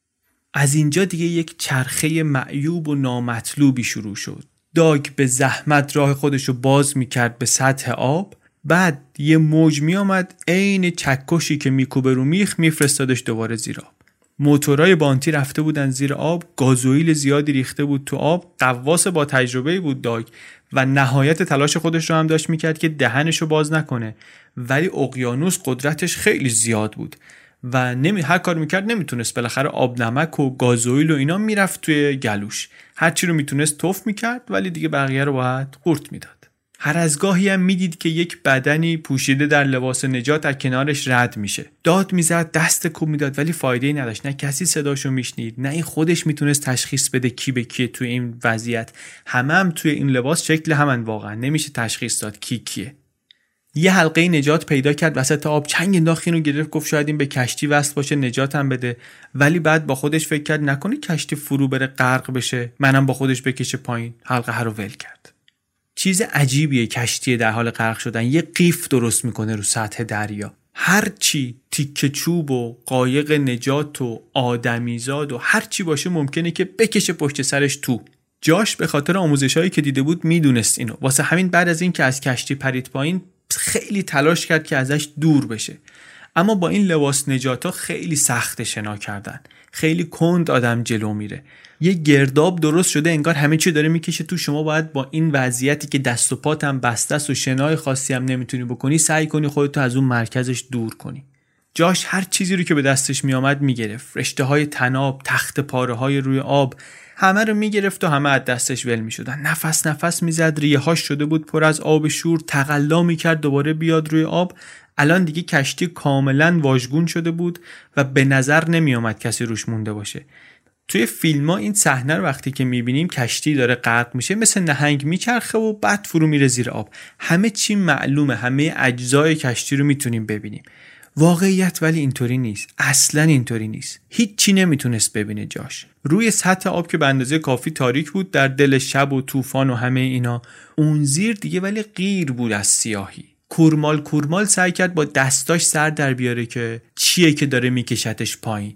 از اینجا دیگه یک چرخه معیوب و نامطلوبی شروع شد. داگ به زحمت راه خودشو باز میکرد به سطح آب، بعد یه موج می آمد عین چکشی که میکوبه رو میخ میفرستادش دوباره زیر آب. موتورای بانتی رفته بودن زیر آب، گازوئیل زیادی ریخته بود تو آب. غواص با تجربه بود داگ و نهایت تلاش خودش رو هم داشت میکرد که دهنشو باز نکنه، ولی اقیانوس قدرتش خیلی زیاد بود و نمی هر کار میکرد نمیتونست. بالاخره آب نمک و گازوئیل و اینا میرفت توی گلوش، هر چی رو میتونست توف میکرد ولی دیگه بقیه رو باید قورت میداد. هر از گاهی هم میدید که یک بدنی پوشیده در لباس نجات از کنارش رد میشه. داد میزد، دست کوب میداد ولی فایده‌ای نداشت. نه کسی صداشو میشنید، نه این خودش میتونست تشخیص بده کی به کیه توی این وضعیت. همه هم توی این لباس شکل همن، واقعا نمیشه تشخیص داد کی کیه. یه حلقه نجات پیدا کرد وسط آب، چنگ انداخت اینو گرفت، گفت شاید این به کشتی وصل باشه نجاتم بده، ولی بعد با خودش فکر کرد نکنه کشتی فرو بره غرق بشه منم با خودش بکشه پایین. حلقه رو ول کرد. چیز عجیبیه کشتی در حال غرق شدن، یه قیف درست میکنه رو سطح دریا. هر چی تیکه چوب و قایق نجات و آدمیزاد و هر چی باشه ممکنه که بکشه پشت سرش تو. جاش به خاطر آموزشایی که دیده بود میدونست اینو، واسه همین بعد از این که از کشتی پرید پایین خیلی تلاش کرد که ازش دور بشه. اما با این لباس نجاتا خیلی سخت شنا کردن، خیلی کند آدم جلو میره. یه گرداب درست شده انگار همه چی داره میکشه تو. شما باید با این وضعیتی که دست و پات هم بسته است و شنای خاصی هم نمیتونی بکنی سعی کنی خودتو از اون مرکزش دور کنی. جاش هر چیزی رو که به دستش میامد میگرفت، رشته های طناب، تخت پاره های روی آب، همه رو میگرفت و همه از دستش ول میشدن. نفس نفس میزد، ریه هاش شده بود پر از آب شور، تقلا میکرد دوباره بیاد روی آب. الان دیگه کشتی کاملا واژگون شده بود و به نظر نمیامد کسی روش مونده باشه. توی فیلم ها این صحنه رو وقتی که میبینیم کشتی داره غرق میشه مثل نهنگ میچرخه و بعد فرو میره زیر آب، همه چی معلومه، همه اجزای کشتی رو میتونیم ببینیم. واقعیت ولی اینطوری نیست، اصلا اینطوری نیست. هیچ چی نمیتونست ببینه جاش. روی سطح آب که به اندازه کافی تاریک بود در دل شب و طوفان و همه اینا، اون زیر دیگه ولی غیر بود از سیاهی. کورمال کورمال سعی کرد با دستاش سر در بیاره که چیه که داره میکشتش پایین.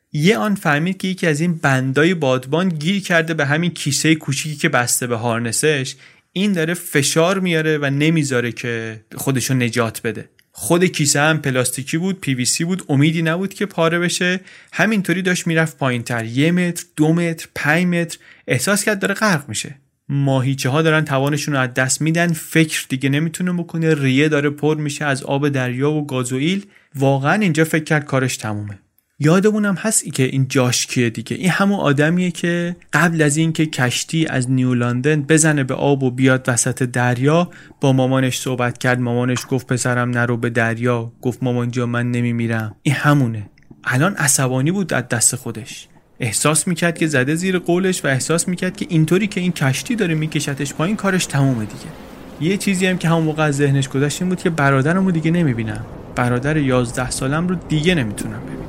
یه آن فهمید که یکی از این بندای بادبان گیر کرده به همین کیسه کوچیکی که بسته به هارنسش. این داره فشار میاره و نمیذاره که خودشو نجات بده. خود کیسه هم پلاستیکی بود، پی وی سی بود، امیدی نبود که پاره بشه. همینطوری داشت میرفت پایینتر، یه متر، دو متر، پنج متر. احساس کرد داره غرق میشه. ماهیچه ها دارن توانشون رو از دست میدن، فکر دیگه نمیتونه بکنه، ریه داره پر میشه از آب دریا و گازوئیل. واقعا اینجا فکر کرد کارش تمومه. یادمونم هست ای که این جاش کیه دیگه. این همون آدمیه که قبل از این که کشتی از نیو لندن بزنه به آب و بیاد وسط دریا با مامانش صحبت کرد. مامانش گفت پسرم نرو به دریا. گفت مامان جان من نمیمیرم. این همونه. الان عصبانی بود از دست خودش. احساس میکرد که زده زیر قولش و احساس میکرد که اینطوری که این کشتی داره میکشتش پایین کارش تمومه دیگه. یه چیزی هم که همون موقع از ذهنش گذشت این بود که برادرمو دیگه نمیبینم. برادر یازده سالم رو دیگه نمیتونم ببینم.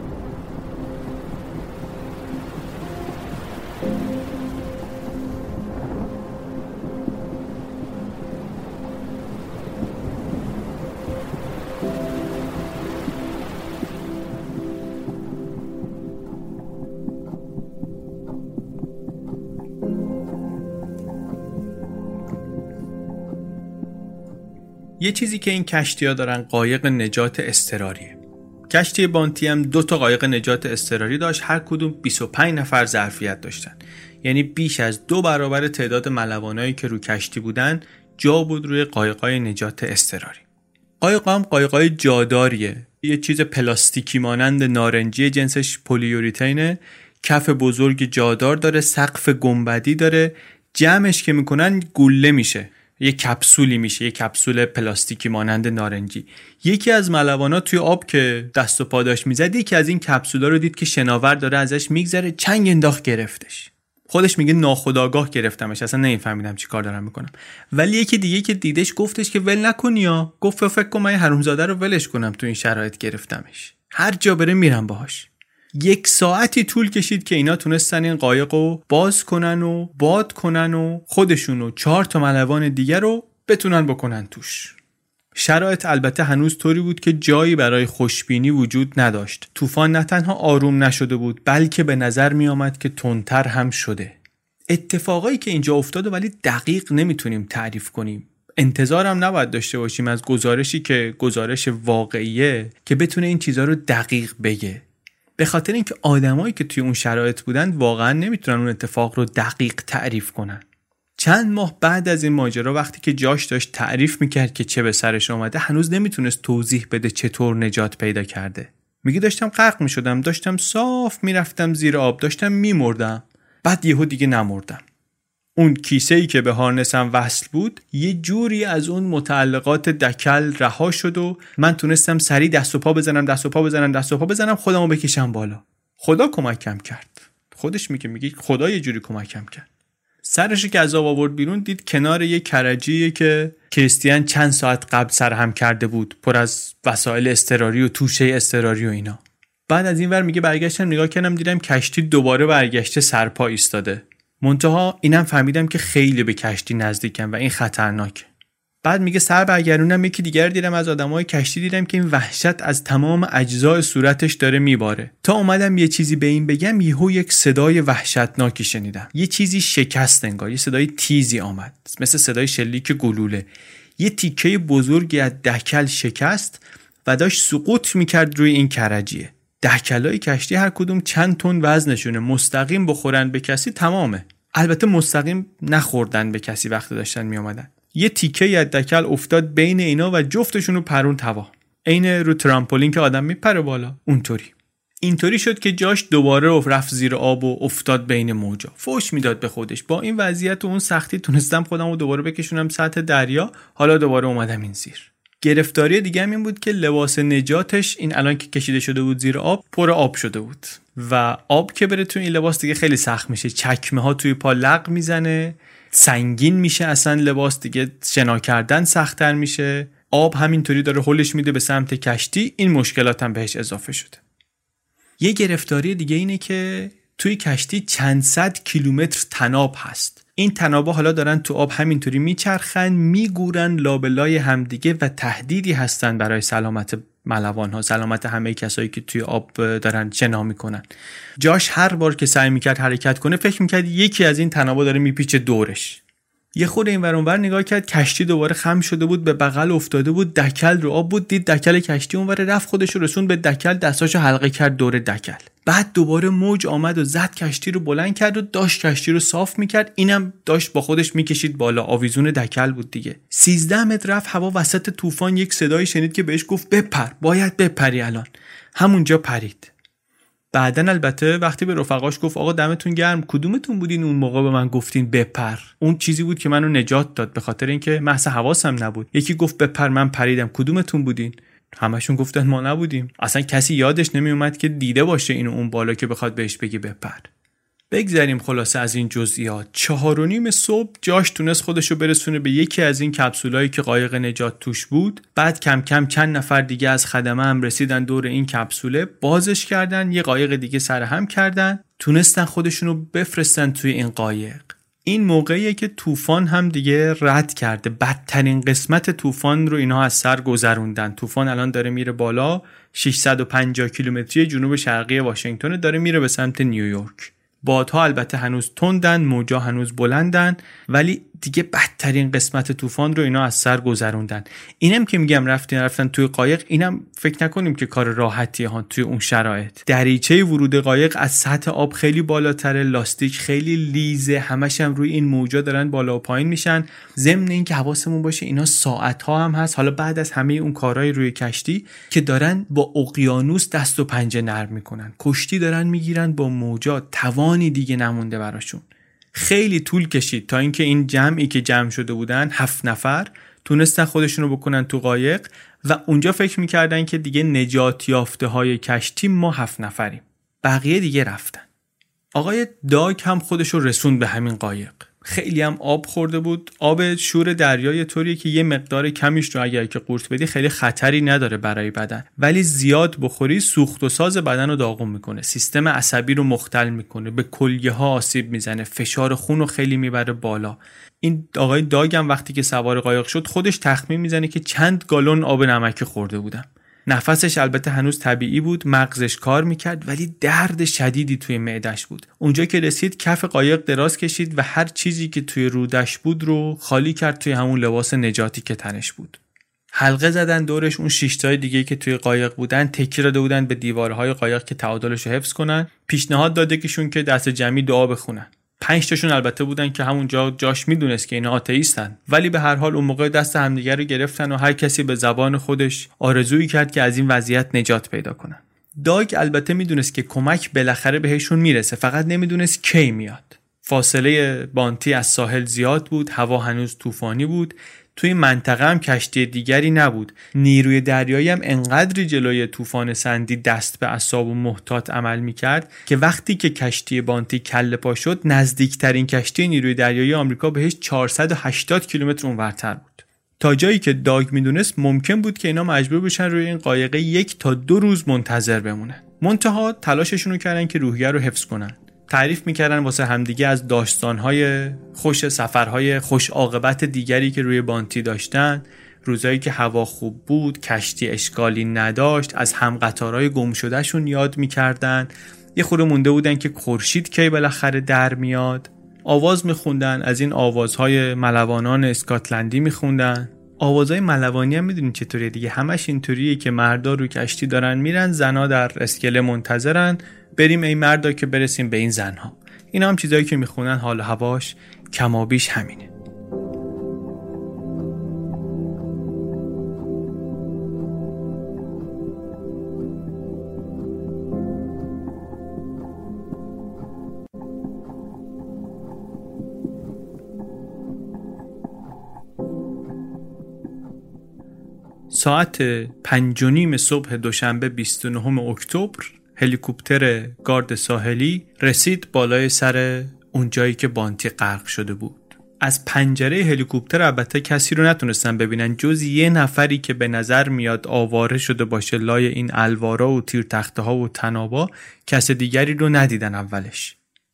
یه چیزی که این کشتی‌ها دارن قایق نجات اضطراریه. کشتی بانتی هم دو تا قایق نجات اضطراری داشت، هر کدوم بیست و پنج نفر ظرفیت داشتن. یعنی بیش از دو برابر تعداد ملوانایی که رو کشتی بودن جا بود روی قایقای نجات اضطراری. قایق هم قایقای جاداریه. یه چیز پلاستیکی مانند نارنجی جنسش پلیوریتینه، کف بزرگ جادار داره، سقف گنبدی داره. جمعش که میکنن گوله میشه. یه کپسولی میشه، یه کپسول پلاستیکی مانند نارنجی. یکی از ملوانا توی آب که دست و پا داشت میزد یکی از این کپسولا رو دید که شناور داره ازش میگذره، چنگ انداخت گرفتش. خودش میگه ناخودآگاه گرفتمش، اصلا نمیفهمیدم چی کار دارم میکنم. ولی یکی دیگه که دیدش گفتش که ول نکنی یا گفت فکر کنم من حرومزاده رو ولش کنم، تو این شرایط گرفتمش، هر جا بره میرم باهاش. یک ساعتی طول کشید که اینا تونستن این قایق رو باز کنن و باد کنن و خودشون و چهار تا ملوان دیگر رو بتونن بکنن توش. شرایط البته هنوز طوری بود که جایی برای خوشبینی وجود نداشت. طوفان نه تنها آروم نشده بود بلکه به نظر می آمد که تندتر هم شده. اتفاقایی که اینجا افتاده ولی دقیق نمیتونیم تعریف کنیم. انتظارم نباید داشته باشیم از گزارشی که گزارش واقعیه که بتونه این چیزها رو دقیق بگه. به خاطر اینکه آدمایی که توی اون شرایط بودن واقعا نمیتونن اون اتفاق رو دقیق تعریف کنن. چند ماه بعد از این ماجرا وقتی که جاش داشت تعریف میکرد که چه به سرش آمده، هنوز نمیتونست توضیح بده چطور نجات پیدا کرده. میگه داشتم غرق میشدم، داشتم صاف میرفتم زیر آب، داشتم میمردم، بعد یهو دیگه نمردم. اون کیسه‌ای که به هارنسم وصل بود یه جوری از اون متعلقات دکل رها شد و من تونستم سریع دست و پا بزنم دست و پا بزنم دست و پا بزنم خودمو بکشم بالا. خدا کمکم کرد. خودش میگه میگه خدا یه جوری کمکم کرد. سرش که از آب آورد بیرون دید کنار یه کرجیه که کریستیان چند ساعت قبل سرهم کرده بود، پر از وسایل اضطراری و توشه اضطراری و اینا. بعد از این ور میگه برگشتم نگاه کردم دیدم کشتی دوباره برگشته سرپا ایستاده. منتها اینم فهمیدم که خیلی به کشتی نزدیکم و این خطرناکه. بعد میگه سر برگردونم یکی دیگر دیدم از آدمای کشتی دیدم که این وحشت از تمام اجزای صورتش داره میباره. تا اومدم یه چیزی به این بگم یهو یک صدای وحشتناکی شنیدم. یه چیزی شکست انگار، یه صدای تیزی آمد مثل صدای شلیک گلوله. یه تیکه بزرگی از دکل شکست و داشت سقوط میکرد روی این کرجیه. دکلای کشتی هر کدوم چند تن وزنشونه، مستقیم بخورن به کسی تمامه. البته مستقیم نخوردن به کسی وقتی داشتن می اومدن. یه تیکه از دکل افتاد بین اینا و جفتشون رو پرون توا. عین رو ترامپولین که آدم میپره بالا اونطوری. اینطوری شد که جاش دوباره رفت زیر آب و افتاد بین موجا. فوش میداد به خودش. با این وضعیت و اون سختی تونستم خودم رو دوباره بکشونم سطح دریا. حالا دوباره اومدم این زیر. گرفتاری دیگه هم این بود که لباس نجاتش این الان که کشیده شده بود زیر آب پر آب شده بود و آب که بره تو این لباس دیگه خیلی سخت میشه. چکمه ها توی پا لق میزنه، سنگین میشه، اصلا لباس دیگه شنا کردن سخت‌تر میشه. آب همینطوری داره هولش میده به سمت کشتی. این مشکلات هم بهش اضافه شده. یه گرفتاری دیگه اینه که توی کشتی چند صد کیلومتر تناب هست. این تنابا حالا دارن تو آب همینطوری میچرخن، میگورن لابلای همدیگه و تهدیدی هستن برای سلامت ملوان ها، سلامت همه کسایی که توی آب دارن شنا میکنن. جاش هر بار که سعی میکرد حرکت کنه فکر میکرد یکی از این تنابا داره میپیچه دورش. یه خود این ور اون ور نگاه کرد، کشتی دوباره خم شده بود، به بغل افتاده بود، دکل رو آب بود، دید دکل کشتی اون ور رفت، خودش رو رسوند به دکل، دستاشو حلقه کرد دور دکل. بعد دوباره موج آمد و زد کشتی رو بلند کرد و داشت کشتی رو صاف میکرد، اینم داشت با خودش میکشید بالا، آویزون دکل بود دیگه. سیزده متر رفت هوا، وسط طوفان یک صدایی شنید که بهش گفت بپر، باید بپری الان. همونجا پرید. بعدن البته وقتی به رفقاش گفت آقا دمتون گرم، کدومتون بودین اون موقع به من گفتین بپر؟ اون چیزی بود که منو نجات داد، به خاطر اینکه محض حواسم نبود. یکی گفت بپر، من پریدم. کدومتون بودین؟ همشون گفتن ما نبودیم. اصلا کسی یادش نمی اومد که دیده باشه اینو اون بالا که بخواد بهش بگی بپر. بگذریم خلاصه از این جزئیات. چهار و نیم صبح جاش تونست خودشو برسونه به یکی از این کپسولایی که قایق نجات توش بود. بعد کم کم چند نفر دیگه از خدمه هم رسیدن دور این کپسوله، بازش کردن، یه قایق دیگه سرهم کردن، تونستن خودشونو بفرستن توی این قایق. این موقعیه که طوفان هم دیگه رد کرده، بدترین قسمت طوفان رو اینا از سر گذروندن. طوفان الان داره میره بالا، ششصد و پنجاه کیلومتری جنوب شرقی واشنگتن، داره میره به سمت نیویورک. بادها البته هنوز تندن، موجا هنوز بلندن، ولی دیگه بدترین قسمت طوفان رو اینا از سر گذروندن. اینم که میگم رفتن رفتن توی قایق، اینم فکر نکنیم که کار راحتیه ها توی اون شرایط. دریچه ورود قایق از سطح آب خیلی بالاتره، لاستیک خیلی لیزه، همش هم روی این موجا دارن بالا و پایین میشن. ضمن این که حواسمون باشه اینا ساعت ها هم هست، حالا بعد از همه اون کارهای روی کشتی، که دارن با اقیانوس دست و پنجه نرم میکنن، کشتی دارن میگیرن با موجا، توانی دیگه نمونده براشون. خیلی طول کشید تا اینکه این جمعی که جمع شده بودن، هفت نفر، تونستن خودشونو بکنن تو قایق و اونجا فکر میکردن که دیگه نجات یافته های کشتی ما هفت نفریم. بقیه دیگه رفتن. آقای داگ هم خودشو رسوند به همین قایق. خیلی هم آب خورده بود. آب شور دریای طوریه که یه مقدار کمیش رو اگر که قورت بدی خیلی خطری نداره برای بدن، ولی زیاد بخوری سوخت و ساز بدن رو داغون میکنه، سیستم عصبی رو مختل میکنه، به کلیه ها آسیب میزنه، فشار خون رو خیلی میبره بالا. این آقای داگ هم وقتی که سوار قایق شد خودش تخمین میزنه که چند گالون آب نمکی خورده بودم. نفسش البته هنوز طبیعی بود، مغزش کار میکرد، ولی درد شدیدی توی معدش بود. اونجا که رسید کف قایق دراز کشید و هر چیزی که توی رودش بود رو خالی کرد توی همون لباس نجاتی که تنش بود. حلقه زدن دورش اون شش تای دیگه که توی قایق بودن، تکیه داده بودن به دیوارهای قایق که تعادلش رو حفظ کنن. پیشنهاد داده کهشون که دست جمعی دعا بخونن. پنج تاشون البته بودن که همونجا جاش میدونست که اینا آتئیستن، ولی به هر حال اون موقع دست همدیگه رو گرفتن و هر کسی به زبان خودش آرزویی کرد که از این وضعیت نجات پیدا کنن. داگ البته میدونست که کمک بالاخره بهشون میرسه، فقط نمیدونست کی میاد. فاصله بانتی از ساحل زیاد بود، هوا هنوز طوفانی بود، توی منطقه هم کشتی دیگری نبود. نیروی دریایی هم انقدری جلوی طوفان سندی دست به اعصاب و محتاط عمل میکرد که وقتی که کشتی بانتی کله پا شد، نزدیکترین کشتی نیروی دریایی آمریکا بهش چهارصد و هشتاد کیلومتر اونورتر بود. تا جایی که داگ میدونست ممکن بود که اینا مجبور بشن روی این قایقه یک تا دو روز منتظر بمونن. منتها تلاششون رو کردن که روحیه رو حفظ کنن. تعریف میکردن واسه همدیگه از داستانهای خوش، سفرهای خوش عاقبت دیگری که روی بانتی داشتن، روزایی که هوا خوب بود، کشتی اشکالی نداشت، از هم قطارهای گم شدهشون یاد میکردن. یه خورده مونده بودن که خورشید کی بالاخره در میاد. آواز میخوندن، از این آوازهای ملوانان اسکاتلندی میخوندن. آوازهای ملوانی هم میدونین چطوریه دیگه، همش اینطوریه که مردا رو کشتی دارن میرن، زنا در اسکله منتظرن، بریم ای مردا که برسیم به این زنها. اینا هم چیزایی که میخونن، حال هواش کمابیش همینه. ساعت پنج و نیم صبح دوشنبه بیست و نهم اکتبر هلیکوپتر گارد ساحلی رسید بالای سر اون جایی که بانتی غرق شده بود. از پنجره هلیکوپتر البته کسی رو نتونستن ببینن جز یه نفری که به نظر میاد آواره شده باشه لای این الوارا و تیر تخته ها و تنابا. کس دیگری رو ندیدن اولش.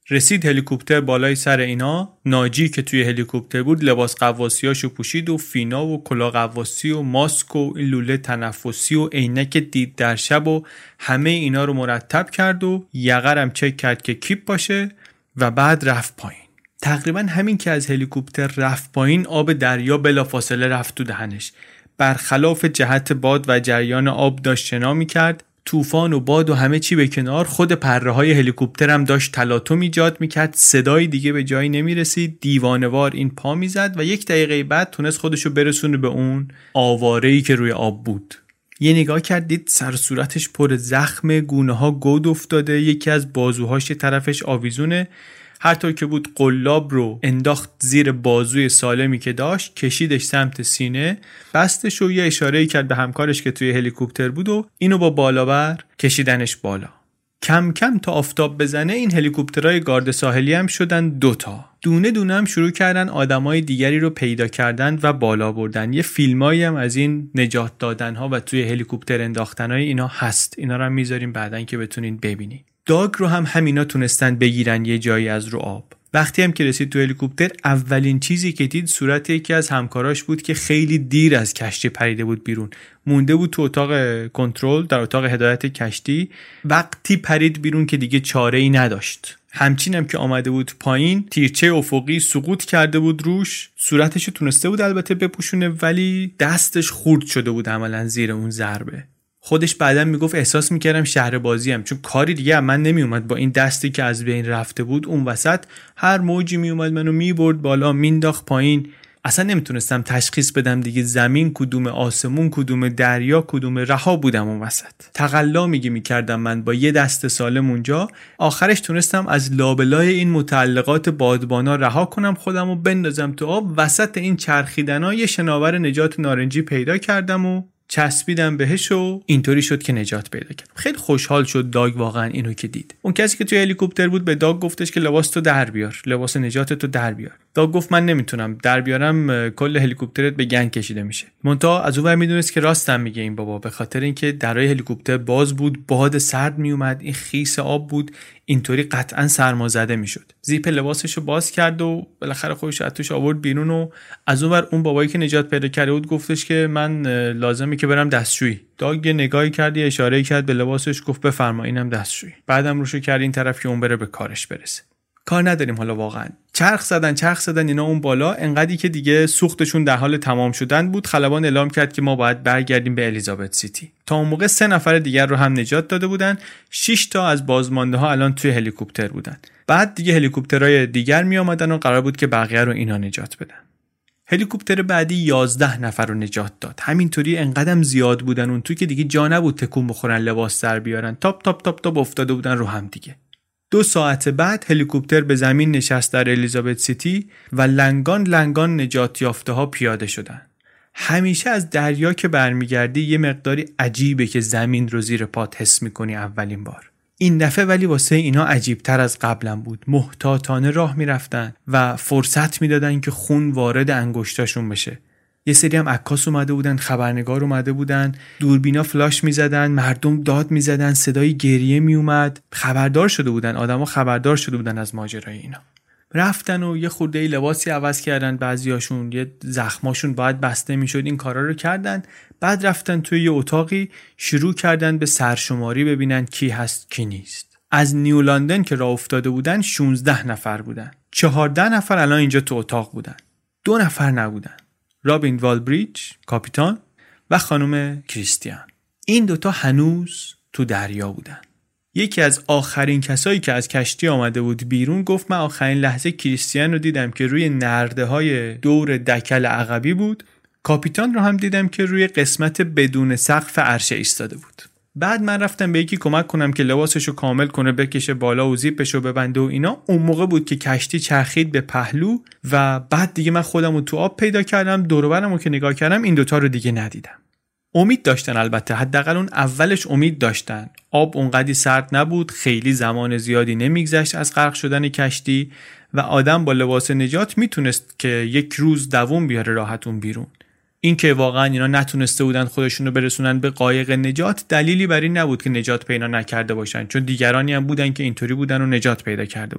رسید هلیکوپتر بالای سر اینا. ناجی که توی هلیکوپتر بود لباس قواسیاشو پوشید و فینا و کلاه قواسی و ماسک و لوله تنفسی و عینک دید در شب و همه اینا رو مرتب کرد و یقرم چک کرد که کیپ باشه و بعد رفت پایین. تقریبا همین که از هلیکوپتر رفت پایین آب دریا بلافاصله رفت تو دهنش. برخلاف جهت باد و جریان آب داشت شنا می‌کرد. طوفان و باد و همه چی به کنار، خود پره‌های هلیکوپتر هم داشت تلاطم ایجاد می‌کرد. صدای دیگه به جایی نمی‌رسید. دیوانه‌وار این پا می‌زد و یک دقیقه بعد تونست خودشو برسونه به اون آواره‌ای که روی آب بود. یه نگاه کردید سر صورتش پر زخم، گونه‌ها گود افتاده، یکی از بازوهاش یه طرفش آویزونه. هر طور که بود قلاب رو انداخت زیر بازوی سالمی که داشت، کشیدش سمت سینه، بستش و یه اشاره‌ای کرد به همکارش که توی هلیکوپتر بود و اینو با بالابر کشیدنش بالا. کم کم تا آفتاب بزنه این هلیکوپترهای گارد ساحلی هم شدن دوتا. دونه دونه هم شروع کردن آدمای دیگری رو پیدا کردن و بالا بردن. یه فیلمایی هم از این نجات دادن‌ها و توی هلیکوپتر انداختن‌های اینا هست. اینا رو هم میذاریم بعدن که بتونین ببینید. داگ رو هم همینا تونستن بگیرن یه جایی از رو آب. وقتی هم که رسید تو هلیکوپتر اولین چیزی که دید صورت یکی از همکاراش بود که خیلی دیر از کشتی پریده بود بیرون. مونده بود تو اتاق کنترل، در اتاق هدایت کشتی. وقتی پرید بیرون که دیگه چاره‌ای نداشت. همچین هم که آمده بود پایین، تیرچه افقی سقوط کرده بود روش. صورتشو تونسته بود البته بپوشونه ولی دستش خورد شده بود عملاً زیر اون ضربه. خودش بعداً میگفت احساس میکردم شهر بازیم، چون کاری دیگه من نمیومد. با این دستی که از بین رفته بود اون وسط هر موجی میومد منو میبرد بالا مینداخت پایین. اصلا نمیتونستم تشخیص بدم دیگه زمین کدوم، آسمون کدوم، دریا کدوم. رها بودم اون وسط. تقلا میگی میکردم من با یه دست سالم اونجا. آخرش تونستم از لابلای این متعلقات بادبانا رها کنم خودم و بندازم تو آب. وسط این چرخیدنا یه شناور نجات نارنجی پیدا کردم و چسبیدم بهش و اینطوری شد که نجات پیدا کردم. خیلی خوشحال شد داگ واقعا اینو که دید. اون کسی که توی هلیکوپتر بود به داگ گفتش که لباس تو در بیار، لباس نجات تو در بیار. داگ گفت من نمیتونم در بیارم، کل هلیکوپترت به گنگ کشیده میشه. منتها از اون ور میدونست که راستم میگه این بابا، به خاطر اینکه درای هلیکوپتر باز بود، باد سرد میومد، این خیس آب بود، اینطوری قطعا سرمازده میشد. زیپ لباسشو باز کرد و بالاخره خودش از توش آورد بیرون و از اون ور اون بابایی که نجات پیدا کرده بود گفتش که من لازمه که برم دستشویی. داگ نگاهی کرد، اشاره کرد به لباسش، گفت بفرما اینم دستشویی. بعدم روشو کرد این طرف که اون بره به کارش برسه. کار نداریم حالا واقعا. چرخ زدن چرخ زدن اینا اون بالا، انقدری که دیگه سوختشون در حال تمام شدن بود. خلبان اعلام کرد که ما باید برگردیم به الیزابت سیتی. تا اون موقع سه نفر دیگر رو هم نجات داده بودن. شش تا از بازمانده ها الان توی هلیکوپتر بودن. بعد دیگه هلیکوپترهای دیگر می اومدن و قرار بود که بقیه رو اینا نجات بدن. هلیکوپتر بعدی یازده نفر رو نجات داد. همینطوری انقدرم زیاد بودن اون تو که دیگه جا نبود تکون بخورن، لباس در بیارن. تاپ تاپ تاپ تاپ افتاده بودن رو هم دیگه. دو ساعت بعد هلیکوپتر به زمین نشست در الیزابت سیتی و لنگان لنگان نجات یافته ها پیاده شدن. همیشه از دریا که برمیگردی یه مقداری عجیبه که زمین رو زیر پات حس میکنی اولین بار. این دفعه ولی واسه اینا عجیبتر از قبلا بود. محتاطانه راه میرفتن و فرصت میدادن که خون وارد انگشتاشون بشه. یه سری هم عکاس اومده بودن، خبرنگار اومده بودن، دوربینا فلاش میزدن، مردم داد میزدن، صدای گریه میومد. خبردار شده بودن، آدما خبردار شده بودن از ماجرای اینا. رفتن و یه خورده لباسی عوض کردن، بعضیاشون یه زخماشون باید بسته میشد، این کارا رو کردن. بعد رفتن توی یه اتاقی شروع کردن به سرشماری ببینن کی هست کی نیست. از نیو لندن که راه افتاده بودن شانزده نفر بودن. چهارده نفر الان اینجا تو اتاق بودن. دو نفر نبودن. رابین والبریج کاپیتان و خانم کریستیان. این دوتا هنوز تو دریا بودن. یکی از آخرین کسایی که از کشتی آمده بود بیرون گفت من آخرین لحظه کریستیان رو دیدم که روی نرده های دور دکل عقبی بود. کاپیتان رو هم دیدم که روی قسمت بدون سقف عرشه ایستاده بود. بعد من رفتم به یکی کمک کنم که لباسشو کامل کنه، بکشه بالا و زیپشو ببنده و اینا. اون موقع بود که کشتی چرخید به پهلو و بعد دیگه من خودم رو تو آب پیدا کردم. دور و برمو که نگاه کردم این دوتا رو دیگه ندیدم. امید داشتن، البته حداقل اون اولش امید داشتن. آب اونقدی سرد نبود، خیلی زمان زیادی نمیگذشت از غرق شدن کشتی و آدم با لباس نجات میتونست که یک روز دووم بیاره راحتون بیرون. این که واقعا اینا نتونسته بودن خودشونو برسونن به قایق نجات دلیلی بر این نبود که نجات پیدا نکرده باشن، چون دیگرانی هم بودن که اینطوری بودن و نجات پیدا کرده بودن.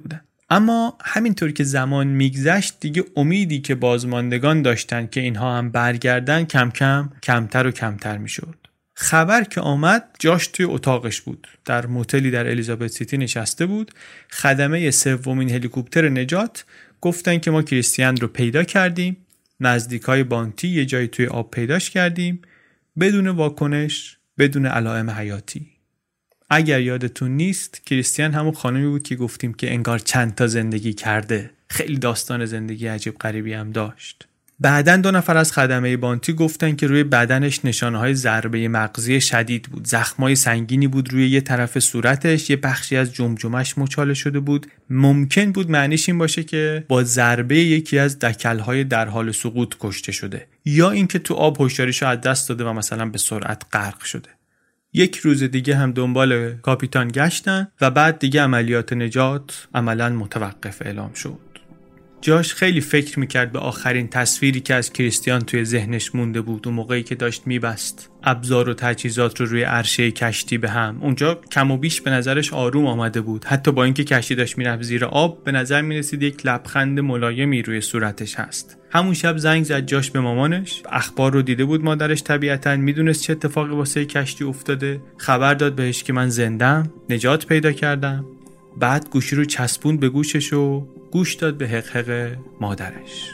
اما همینطور که زمان میگذشت دیگه امیدی که بازماندگان داشتن که اینها هم برگردن کم کم کمتر و کمتر میشد. خبر که آمد جاش توی اتاقش بود. در موتلی در الیزابت سیتی نشسته بود. خدمه سومین هلیکوپتر نجات گفتن که ما کریستیان رو پیدا کردیم. نزدیکای بانتی یه جایی توی آب پیداش کردیم. بدون واکنش، بدون علائم حیاتی. اگر یادتون نیست کریستیان همون خانمی بود که گفتیم که انگار چند تا زندگی کرده. خیلی داستان زندگی عجیب غریبی هم داشت. بعدن دو نفر از خدمه بانتی گفتن که روی بدنش نشانه‌های ضربه مغزی شدید بود. زخمای سنگینی بود روی یه طرف صورتش، یه بخشی از جمجمه‌اش مچاله شده بود. ممکن بود معنیش این باشه که با ضربه یکی از دکل‌های در حال سقوط کشته شده یا اینکه تو آب هوشیاریشو از دست داده و مثلا به سرعت غرق شده. یک روز دیگه هم دنبال کاپیتان گشتن و بعد دیگه عملیات نجات عملاً متوقف اعلام شد. جاش خیلی فکر میکرد به آخرین تصویری که از کریستیان توی ذهنش مونده بود، اون موقعی که داشت میبست ابزار و تجهیزات رو روی عرشه کشتی به هم. اونجا کم و بیش به نظرش آروم آمده بود، حتی با اینکه کشتی داشت میرفت زیر آب به نظر میرسید یک لبخند ملایمی روی صورتش هست. همون شب زنگ زد جاش به مامانش، اخبار رو دیده بود مادرش، طبیعتاً میدونست چه اتفاقی واسه کشتی افتاده. خبر داد بهش که من زنده‌ام، نجات پیدا کردم. بعد گوشی رو چسبوند به گوشش و گوش داد به حقحق مادرش.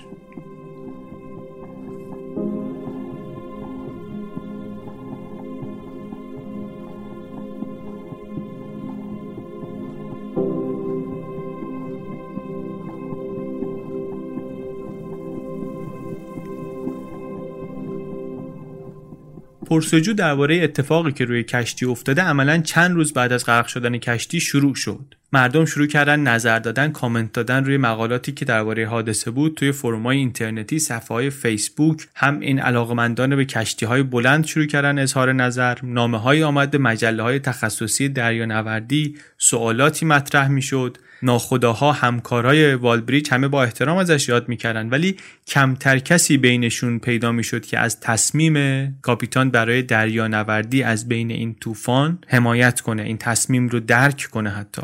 پرسجو درباره اتفاقی که روی کشتی افتاده عملاً چند روز بعد از غرق شدن کشتی شروع شد. مردم شروع کردن نظر دادن، کامنت دادن روی مقالاتی که درباره حادثه بود توی فروم‌های اینترنتی، صفحه‌های فیسبوک. هم این علاقه‌مندان به کشتی‌های بلند شروع کردن اظهار نظر، نامه‌هایی آمد به مجله‌های تخصصی دریانوردی، سوالاتی مطرح می‌شد. ناخداها همکارای والبریج همه با احترام ازش یاد می‌کردن، ولی کمتر کسی بینشون پیدا می‌شد که از تصمیم کاپیتان برای دریانوردی از بین این طوفان حمایت کنه، این تصمیم رو درک کنه. حتی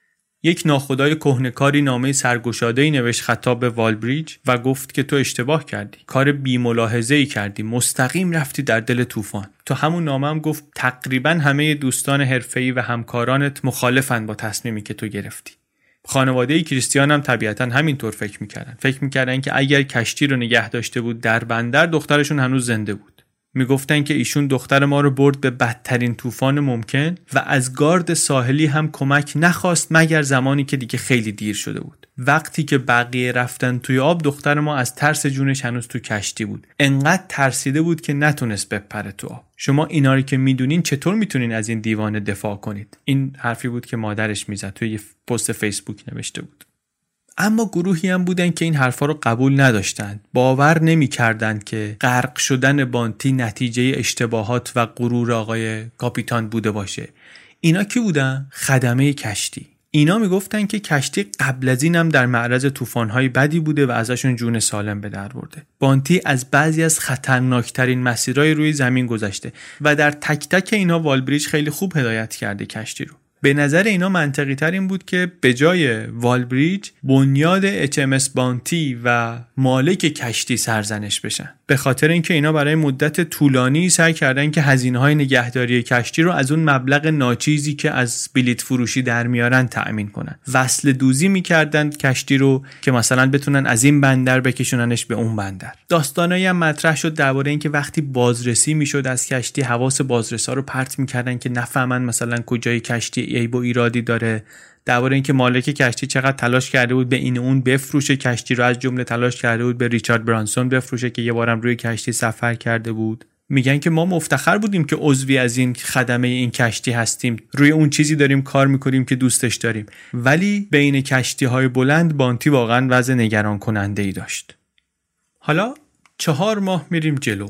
یک ناخدای کهنه‌کاری نامه سرگشاده‌ای نوشت خطاب به والبریج و گفت که تو اشتباه کردی، کار بی‌ملاحظه‌ای کردی، مستقیم رفتی در دل طوفان. تو همون نامه هم گفت تقریباً همه دوستان حرفه‌ای و همکارانت مخالفن با تصمیمی که تو گرفتی. خانواده کریستیان هم طبیعتاً همینطور فکر می‌کردن. فکر می‌کردن که اگر کشتی رو نگه داشته بود در بندر، دخترشون هنوز زنده بود. میگفتن که ایشون دختر ما رو برد به بدترین طوفان ممکن و از گارد ساحلی هم کمک نخواست مگر زمانی که دیگه خیلی دیر شده بود. وقتی که بقیه رفتن توی آب، دختر ما از ترس جونش هنوز تو کشتی بود. انقدر ترسیده بود که نتونست بپره تو آب. شما اینا رو که میدونین چطور میتونین از این دیوانه دفاع کنید؟ این حرفی بود که مادرش میزد، توی یه پست فیسبوک نوشته بود. اما گروهی هم بودن که این حرفا رو قبول نداشتند. باور نمی‌کردند که غرق شدن بانتی نتیجه اشتباهات و غرور آقای کاپیتان بوده باشه. اینا کی بودن؟ خدمه کشتی. اینا میگفتن که کشتی قبل از این هم در معرض طوفان‌های بدی بوده و ازشون جون سالم به در برده. بانتی از بعضی از خطرناکترین مسیرهای روی زمین گذشته و در تک تک اینا والبریج خیلی خوب هدایت کرده کشتی رو. به نظر اینا منطقی تر این بود که به جای والبریج بنیاد اچ ام اس بانتی و مالک کشتی سرزنش بشن، به خاطر اینکه اینا برای مدت طولانی سعی کردن که هزینه‌های نگهداری کشتی رو از اون مبلغ ناچیزی که از بلیط فروشی در میارن تأمین کنن. وصل دوزی می‌کردن کشتی رو که مثلا بتونن از این بندر بکشوننش به اون بندر. داستانایی هم مطرح شد درباره اینکه وقتی بازرسی میشد از کشتی، حواس بازرسا رو پرت می‌کردن که نفهمن مثلا کجای کشتی عیب و ایرادی داره. درباره اینکه مالک کشتی چقدر تلاش کرده بود به این اون بفروشه کشتی رو، از جمله تلاش کرده بود به ریچارد برانسون بفروشه که یه بارم روی کشتی سفر کرده بود. میگن که ما مفتخر بودیم که عضوی از این خدمه این کشتی هستیم، روی اون چیزی داریم کار میکنیم که دوستش داریم. ولی بین کشتی‌های بلند بانتی واقعا وضع نگران کننده ای داشت. حالا چهار ماه میریم جلو.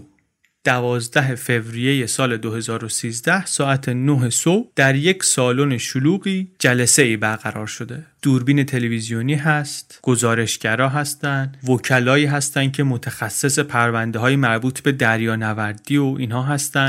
دوازده فوریه سال دو هزار و سیزده ساعت نه صبح در یک سالن شلوغی جلسه ای برقرار شده. دوربین تلویزیونی هست، گزارشگرا هستن، وکلایی هستن که متخصص پرونده های مربوط به دریانوردی و اینها هستن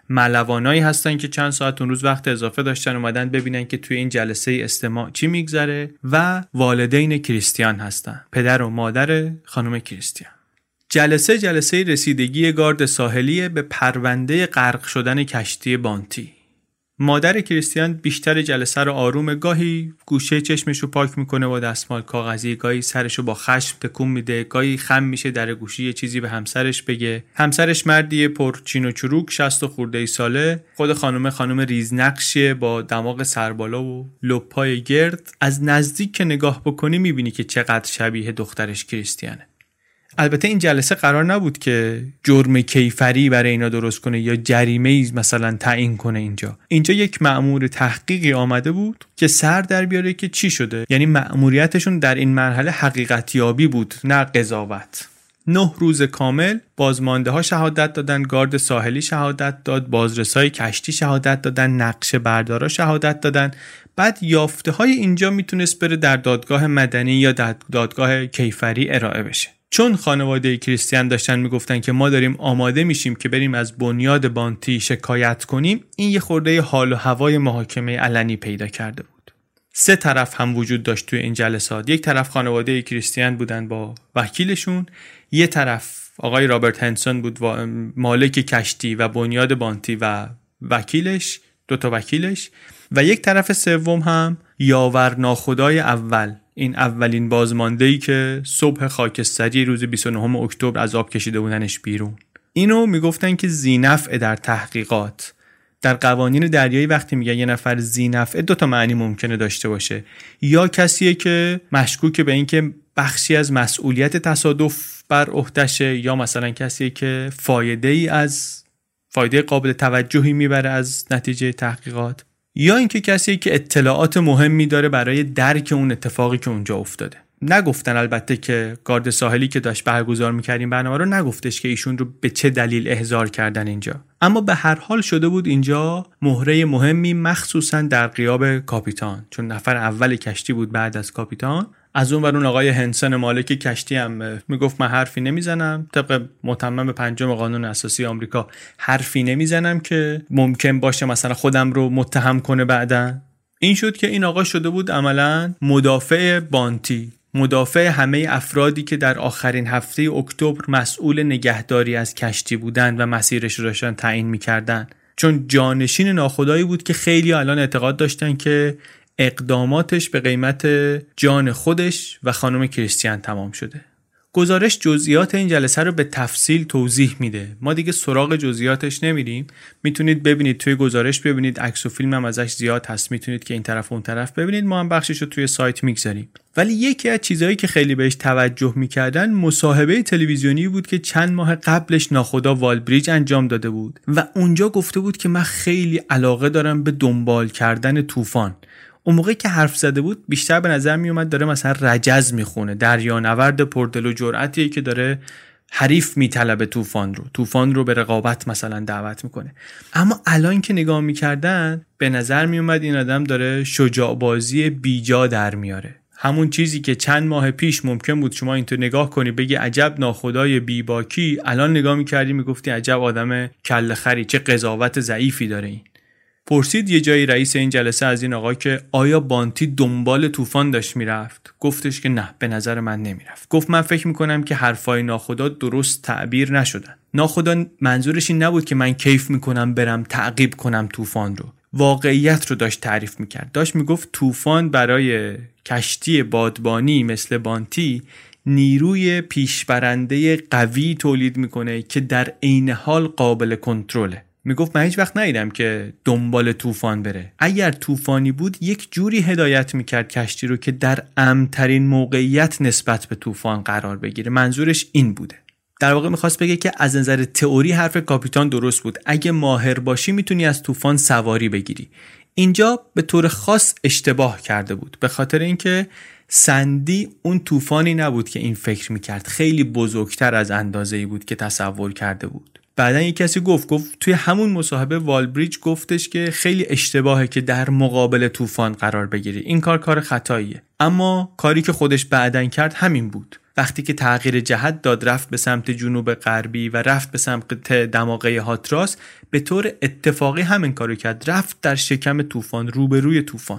ملوانایی هستن که چند ساعت اون روز وقت اضافه داشتن اومدن ببینن که توی این جلسه استماع چی میگذره و والدین کریستیان هستن، پدر و مادر خانم کریستیان. جلسه جلسه رسیدگی گارد ساحلی به پرونده غرق شدن کشتی بانتی. مادر کریستیان بیشتر جلسه رو آروم، گاهی گوشه چشمشو پاک میکنه با دستمال کاغذی، گاهی سرشو با خشم تکون میده، گاهی خم میشه در گوشی یه چیزی به همسرش بگه. همسرش مردیه پر چین و چروک، شصت خورده ای ساله. خود خانم خانم ریزنقشیه با دماغ سربالا و لپای گرد. از نزدیک که نگاه بکنی میبینی که چقدر شبیه دخترش کریستیانه. البته این جلسه قرار نبود که جرم کیفری برای اینا درست کنه یا جریمه‌ای مثلا تعیین کنه. اینجا اینجا یک مأمور تحقیقی آمده بود که سر در بیاره که چی شده. یعنی مأموریتشون در این مرحله حقیقت یابی بود، نه قضاوت. نه روز کامل بازمانده ها شهادت دادن، گارد ساحلی شهادت داد، بازرسای کشتی شهادت دادن، نقشه بردارا شهادت دادن. بعد یافته های اینجا میتونست بره در دادگاه مدنی یا در دادگاه کیفری ارائه بشه. چون خانواده کریستیان داشتن میگفتن که ما داریم آماده میشیم که بریم از بنیاد بانتی شکایت کنیم، این یه خورده حال و هوای محاکمه علنی پیدا کرده بود. سه طرف هم وجود داشت توی این جلسات. یک طرف خانواده کریستیان بودن با وکیلشون، یه طرف آقای رابرت هنسون بود و مالک کشتی و بنیاد بانتی و وکیلش، دو تا وکیلش، و یک طرف سوم هم یاور ناخدای اول، این اولین بازمانده‌ای که صبح خاکستری روز بیست و نهم اکتبر از آب کشیده بودنش بیرون. اینو میگفتن که ذی‌نفع در تحقیقات. در قوانین دریایی وقتی میگن یه نفر ذی‌نفع، دو تا معنی ممکنه داشته باشه. یا کسیه که مشکوک به این که بخشی از مسئولیت تصادف بر عهده‌شه، یا مثلا کسیه که فایده‌ای از فایده قابل توجهی میبره از نتیجه تحقیقات، یا اینکه کسی که اطلاعات مهمی داره برای درک اون اتفاقی که اونجا افتاده. نگفتن البته که گارد ساحلی که داشت برگزار می‌کردیم برنامه رو نگفتش که ایشون رو به چه دلیل احضار کردن اینجا، اما به هر حال شده بود اینجا مهره مهمی، مخصوصا در غیاب کاپیتان، چون نفر اول کشتی بود بعد از کاپیتان. از اون ور اون آقای هنسون مالک کشتی هم میگفت من حرفی نمیزنم، طبق متمم پنجم قانون اساسی آمریکا حرفی نمیزنم که ممکن باشه مثلا خودم رو متهم کنه بعداً. این شد که این آقا شده بود عملاً مدافع بانتی، مدافع همه افرادی که در آخرین هفته اکتبر مسئول نگهداری از کشتی بودن و مسیرش رو داشتن تعیین میکردن، چون جانشین ناخدایی بود که خیلی الان اعتقاد داشتن که اقداماتش به قیمت جان خودش و خانم کریستیان تمام شده. گزارش جزئیات این جلسه رو به تفصیل توضیح میده. ما دیگه سراغ جزئیاتش نمیریم. میتونید ببینید توی گزارش، ببینید عکس و فیلم هم ازش زیاد هست، میتونید که این طرف و اون طرف ببینید. ما هم بخشش رو توی سایت میگذاریم. ولی یکی از چیزایی که خیلی بهش توجه میکردن مصاحبه تلویزیونی بود که چند ماه قبلش ناخدا والبریج انجام داده بود و اونجا گفته بود که من خیلی علاقه دارم به دنبال کردن طوفان. اون موقع که حرف زده بود بیشتر به نظر می اومد داره مثلا رجز میخونه، دریانورد پردل و جرأتیه که داره حریف میطلبه طوفان رو، طوفان رو به رقابت مثلا دعوت میکنه. اما الان که نگاه میکردن به نظر می اومد این آدم داره شجاع بازی بیجا در میاره. همون چیزی که چند ماه پیش ممکن بود شما اینطور نگاه کنی بگی عجب ناخدای بیباکی، الان نگاه میکردی میگفتی عجب آدم کله خری، چه قضاوت ضعیفی داره این. پرسید یه جایی رئیس این جلسه از این آقا که آیا بانتی دنبال طوفان داشت میرفت؟ گفتش که نه، به نظر من نمیرفت. گفت من فکر میکنم که حرفای ناخدا درست تعبیر نشدن. ناخدا منظورش این نبود که من کیف میکنم برم تعقیب کنم طوفان رو. واقعیت رو داشت تعریف میکرد. داشت میگفت طوفان برای کشتی بادبانی مثل بانتی نیروی پیشبرنده قوی تولید میکنه که در عین حال قابل کنترله. میگفت من هیچ وقت ندیدم که دنبال طوفان بره. اگر طوفانی بود یک جوری هدایت میکرد کشتی رو که در امن‌ترین موقعیت نسبت به طوفان قرار بگیره. منظورش این بوده. در واقع میخواست بگه که از نظر تئوری حرف کاپیتان درست بود. اگه ماهر باشی میتونی از طوفان سواری بگیری. اینجا به طور خاص اشتباه کرده بود، به خاطر اینکه سندی اون طوفانی نبود که این فکر میکرد، خیلی بزرگتر از اندازه‌ای بود که تصور کرده بود. بعدن یک کسی گفت گفت توی همون مصاحبه والبریج گفتش که خیلی اشتباهه که در مقابل طوفان قرار بگیری، این کار کار خطاییه. اما کاری که خودش بعدن کرد همین بود. وقتی که تغییر جهت داد، رفت به سمت جنوب غربی و رفت به سمت دماغه هاتراس، به طور اتفاقی همین کارو کرد، رفت در شکم طوفان، روبروی طوفان.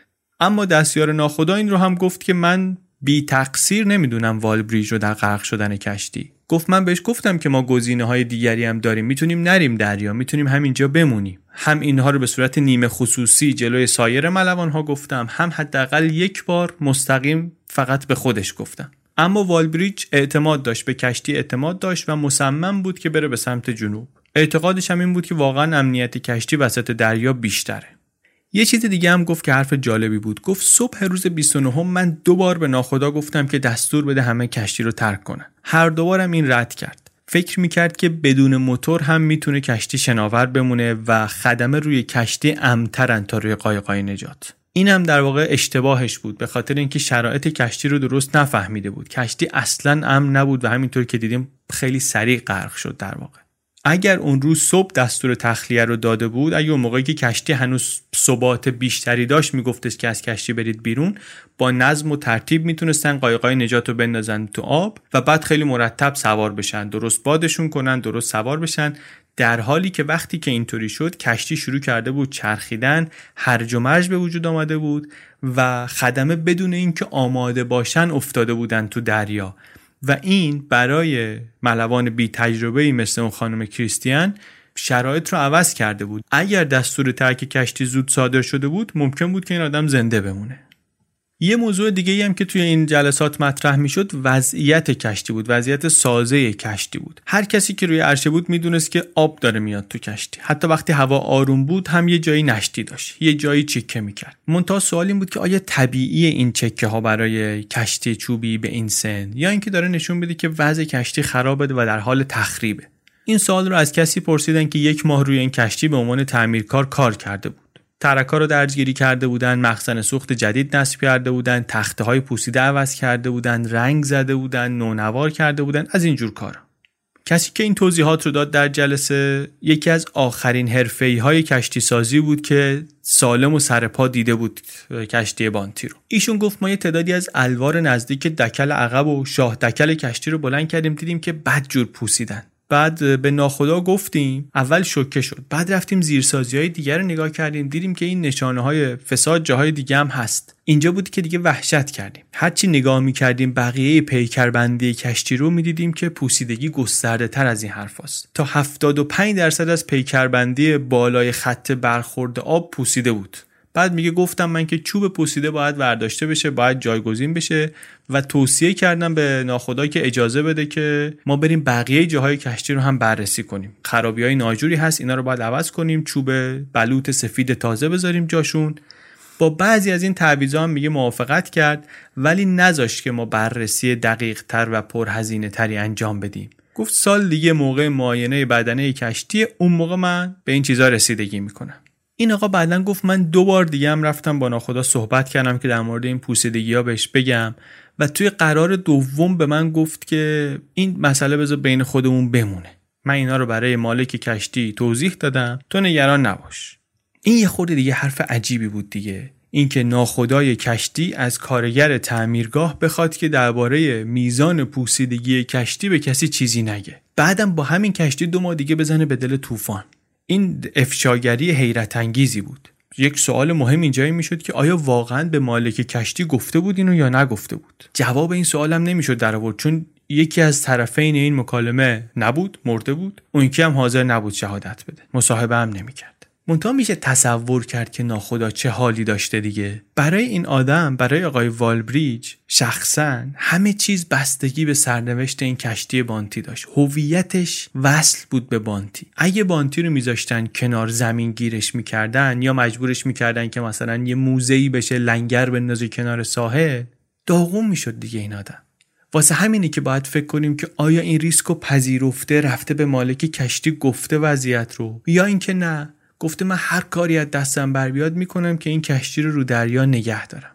اما دستیار ناخدا این رو هم گفت که من بی تقصیر نمیدونم والبریج رو در غرق شدن کشتی. گفت من بهش گفتم که ما گزینه‌های دیگری هم داریم، میتونیم نریم دریا، میتونیم همینجا بمونیم. هم اینها رو به صورت نیمه خصوصی جلوی سایر ملوان‌ها گفتم، هم حداقل یک بار مستقیم فقط به خودش گفتم. اما والبریج اعتماد داشت، به کشتی اعتماد داشت و مصمم بود که بره به سمت جنوب. اعتقادش هم این بود که واقعا امنیت کشتی وسط دریا بیشتره. یه چیز دیگه هم گفت که حرف جالبی بود. گفت صبح روز بیست و نهم من دو بار به ناخدا گفتم که دستور بده همه کشتی رو ترک کنن. هر دو بارم این رد کرد. فکر میکرد که بدون موتور هم میتونه کشتی شناور بمونه و خدمه روی کشتی امن‌ترن تا روی قایقای نجات. این هم در واقع اشتباهش بود، به خاطر اینکه شرایط کشتی رو درست نفهمیده بود. کشتی اصلاً امن نبود و همینطور که دیدیم خیلی سریع غرق شد در واقع. اگر اون روز صبح دستور تخلیه رو داده بود، اگه اون موقعی که کشتی هنوز ثبات بیشتری داشت میگفتش که از کشتی برید بیرون، با نظم و ترتیب میتونستن قایقای نجات رو بندازن تو آب و بعد خیلی مرتب سوار بشن، درست بادشون کنن، درست سوار بشن. در حالی که وقتی که اینطوری شد، کشتی شروع کرده بود چرخیدن، هرج و مرج به وجود آمده بود و خدمه بدون اینکه آماده باشن افتاده بودن تو دریا. و این برای ملوان بی تجربه‌ای مثل اون خانم کریستین شرایط رو عوض کرده بود. اگر دستور ترک کشتی زود صادر شده بود، ممکن بود که این آدم زنده بمونه. یه موضوع دیگه‌ای هم که توی این جلسات مطرح میشد وضعیت کشتی بود، وضعیت سازه کشتی بود. هر کسی که روی عرشه بود میدونست که آب داره میاد تو کشتی. حتی وقتی هوا آروم بود هم یه جایی نشتی داشت، یه جایی چکه میکرد. منتها سوال این بود که آیا طبیعیه این چکه ها برای کشتی چوبی به این سن، یا اینکه داره نشون بده که وضع کشتی خرابه و در حال تخریبه؟ این سوال رو از کسی پرسیدن که یک ماه روی این کشتی به عنوان تعمیرکار کار کرده بود. ترک‌ها رو درجگیری کرده بودن، مخزن سوخت جدید نصب کرده بودن، تخته‌های پوسیده عوض کرده بودن، رنگ زده بودن، نونوار کرده بودن، از این جور کارا. کسی که این توضیحات رو داد در جلسه یکی از آخرین حرفه‌ای‌های کشتی سازی بود که سالم و سرپا دیده بود کشتی بانتی رو. ایشون گفت ما یه تعدادی از الوار نزدیک دکل عقب و شاه دکل کشتی رو بلند کردیم، دیدیم که بدجور پوسیدن. بعد به ناخدا گفتیم، اول شوکه شد، بعد رفتیم زیرسازی‌های دیگر رو نگاه کردیم، دیدیم که این نشانه‌های فساد جاهای دیگه هم هست. اینجا بود که دیگه وحشت کردیم. هرچی نگاه می‌کردیم بقیه پیکربندی کشتی رو می‌دیدیم که پوسیدگی گسترده‌تر از این حرفاست. تا هفتاد و پنج درصد از پیکربندی بالای خط برخورد آب پوسیده بود. بعد میگه گفتم من که چوب پوسیده باید برداشته بشه، باید جایگزین بشه و توصیه کردم به ناخدا که اجازه بده که ما بریم بقیه جاهای کشتی رو هم بررسی کنیم. خرابی‌های ناجوری هست، اینا رو باید عوض کنیم، چوب بلوط سفید تازه بذاریم جاشون. با بعضی از این تعویضا هم میگه موافقت کرد، ولی نذاشت که ما بررسی دقیق‌تر و پرهزینه‌تری انجام بدیم. گفت سال دیگه موقع معاینه بدنه کشتی، اون موقع من به این چیزا رسیدگی میکنم. این آقا بعدن گفت من دو بار دیگه هم رفتم با ناخدا صحبت کردم که در مورد این پوسیدگی‌ها بهش بگم و توی قرار دوم به من گفت که این مسئله بذار بین خودمون بمونه. من اینا رو برای مالک کشتی توضیح دادم، تو نگران نباش. این یه خورده دیگه حرف عجیبی بود دیگه. این که ناخدای کشتی از کارگر تعمیرگاه بخواد که درباره میزان پوسیدگی کشتی به کسی چیزی نگه. بعدم با همین کشتی دو ماه دیگه بزنه به دل طوفان. این افشاگری حیرت انگیزی بود. یک سوال مهم اینجایی میشد که آیا واقعا به مالک کشتی گفته بود اینو یا نگفته بود؟ جواب این سوالم نمیشد در آورد، چون یکی از طرفین این مکالمه نبود، مرده بود، اون یکی هم حاضر نبود شهادت بده، مصاحبه هم نمیکرد. منتها میشه تصور کرد که ناخدا چه حالی داشته دیگه. برای این آدم، برای آقای والبریج شخصا همه چیز بستگی به سرنوشت این کشتی بانتی داشت. هویتش وصل بود به بانتی. اگه بانتی رو میذاشتن کنار زمین گیرش میکردن یا مجبورش میکردن که مثلا یه موزه‌ای بشه، لنگر بندازه کنار ساحل، داغون میشد دیگه این آدم. واسه همینه که باید فکر کنیم که آیا این ریسکو پذیرفته، رفته به مالک کشتی گفته وضعیت رو، یا اینکه نه گفته من هر کاری از دستم بر بیاد میکنم که این کشتی رو رو دریا نگه دارم.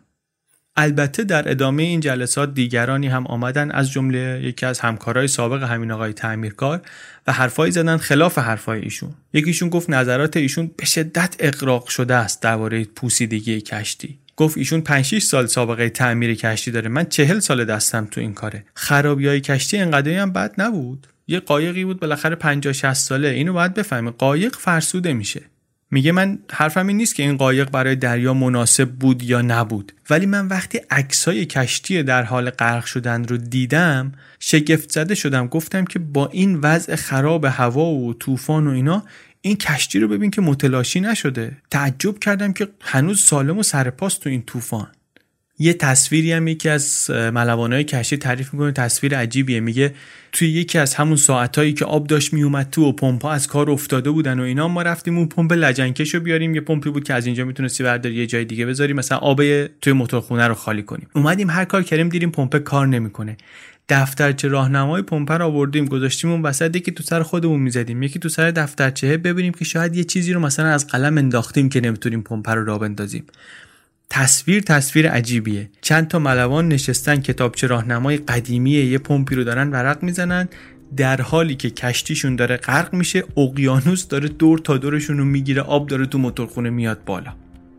البته در ادامه این جلسات دیگرانی هم آمدن، از جمله یکی از همکارای سابق همین آقای تعمیرکار، و حرفایی زدن خلاف حرفای ایشون. یکیشون گفت نظرات ایشون به شدت اغراق شده است درباره پوسیدگی کشتی. گفت ایشون پنج شش سال سابقه تعمیر کشتی داره، من چهل سال دستم تو این کاره. خرابی‌های کشتی اینقدری هم بد نبود، یه قایقی بود بالاخره پنجاه شصت ساله، اینو باید بفهمی، قایق فرسوده میشه. میگه من حرفم این نیست که این قایق برای دریا مناسب بود یا نبود، ولی من وقتی عکسای کشتی در حال غرق شدن رو دیدم شگفت زده شدم. گفتم که با این وضع خراب هوا و طوفان و اینا، این کشتی رو ببین که متلاشی نشده. تعجب کردم که هنوز سالم و سرپاست تو این طوفان. یه تصویری هم یکی از ملوانای کشتی تعریف میکنه، تصویر عجیبیه. میگه توی یکی از همون ساعتایی که آب داشت میومد تو و پمپ‌ها از کار افتاده بودن و اینا، ما رفتیم اون پمپ لجنکشو بیاریم. یه پمپی بود که از اینجا میتونستی برداری یه جای دیگه بذاری، مثلا آب توی موتورخونه رو خالی کنیم. اومدیم هر کار کردیم دیدیم پمپ کار نمیکنه. دفترچه راهنمای پمپ رو آوردیم گذاشتیم اون وسط، یکی تو سر خودمون میزدیم یکی تو سر دفترچه، ببینیم که شاید یه چیزی رو مثلا از قلم انداختیم که نمیتونیم پمپ رو راه بندازیم. تصویر تصویر عجیبیه. چند تا ملوان نشستن کتابچه راهنمای قدیمی یه پمپی رو دارن ورق میزنن، در حالی که کشتیشون داره غرق میشه، اقیانوس داره دور تا دورشون رو میگیره، آب داره تو موتورخونه میاد بالا.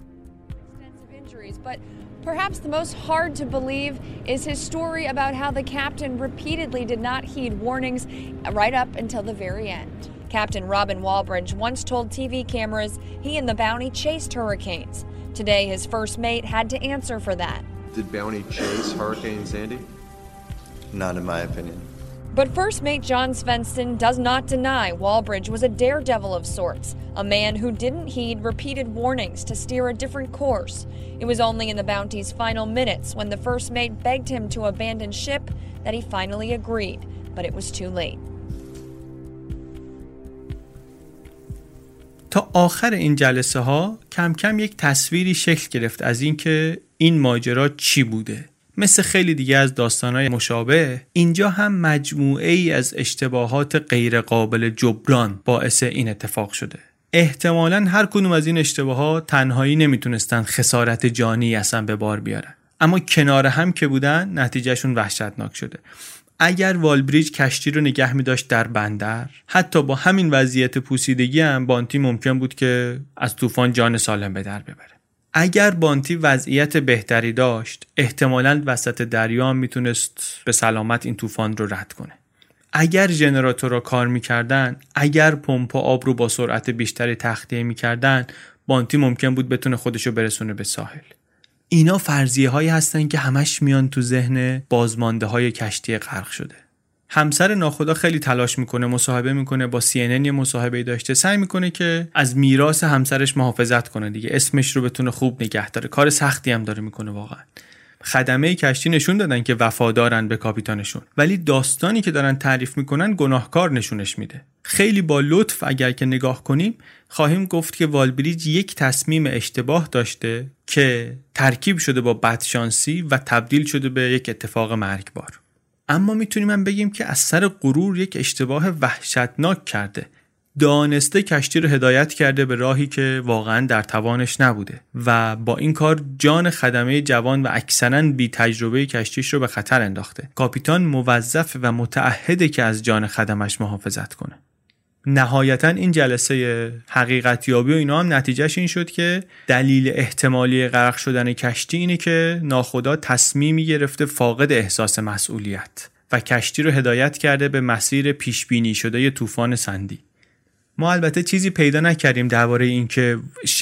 Perhaps the most hard to believe is his story about how the captain repeatedly did not heed warnings right up until the very end. Captain Robin Walbridge once told T V cameras he and the Bounty chased hurricanes. Today, his first mate had to answer for that. Did Bounty chase Hurricane Sandy? Not in my opinion. But First Mate John Svensson does not deny Walbridge was a daredevil of sorts, a man who didn't heed repeated warnings to steer a different course. It was only in the Bounty's final minutes when the First Mate begged him to abandon ship that he finally agreed, but it was too late. تا آخر این جلسه ها کم کم یک تصویری شکل گرفت از این که این ماجرا چی بوده. مثل خیلی دیگه از داستانهای مشابه، اینجا هم مجموعه ای از اشتباهات غیر قابل جبران باعث این اتفاق شده. احتمالاً هر کدوم از این اشتباهات تنهایی نمیتونستن خسارت جانی اصلا به بار بیارن، اما کنار هم که بودن نتیجهشون وحشتناک شده. اگر والبریج کشتی رو نگه می داشت در بندر، حتی با همین وضعیت پوسیدگی هم بانتی ممکن بود که از طوفان جان سالم به در ببره. اگر بانتی وضعیت بهتری داشت، احتمالاً وسط دریا هم میتونست به سلامت این طوفان رو رد کنه. اگر ژنراتورها کار میکردن، اگر پمپ آب رو با سرعت بیشتری تخلیه میکردن، بانتی ممکن بود بتونه خودشو برسونه به ساحل. اینا فرضیه هایی هستن که همش میان تو ذهن بازمانده های کشتی غرق شده. همسر ناخدا خیلی تلاش میکنه، مصاحبه میکنه، با سی ان ان یه مصاحبه داشته، سعی میکنه که از میراث همسرش محافظت کنه دیگه، اسمش رو بتونه خوب نگه داره. کار سختی هم داره میکنه واقعا. خدمه کشتی نشون دادن که وفادارن به کاپیتانشون، ولی داستانی که دارن تعریف میکنن گناهکار نشونش میده. خیلی با لطف اگر که نگاه کنیم خواهیم گفت که والبریج یک تصمیم اشتباه داشته که ترکیب شده با بدشانسی و تبدیل شده به یک اتفاق مرگبار. اما میتونیم هم بگیم که از سر غرور یک اشتباه وحشتناک کرده. دانسته کشتی رو هدایت کرده به راهی که واقعا در توانش نبوده و با این کار جان خدمه جوان و اکثرا بی تجربه کشتیش رو به خطر انداخته. کاپیتان موظف و متعهده که از جان خدمش محافظت کنه. نهایتا این جلسه حقیقت یابی و اینا هم نتیجهش این شد که دلیل احتمالی غرق شدن کشتی اینه که ناخدا تصمیمی گرفته فاقد احساس مسئولیت و کشتی رو هدایت کرده به مسیر پیش بینی شده طوفان سندی. ما البته چیزی پیدا نکردیم درباره این که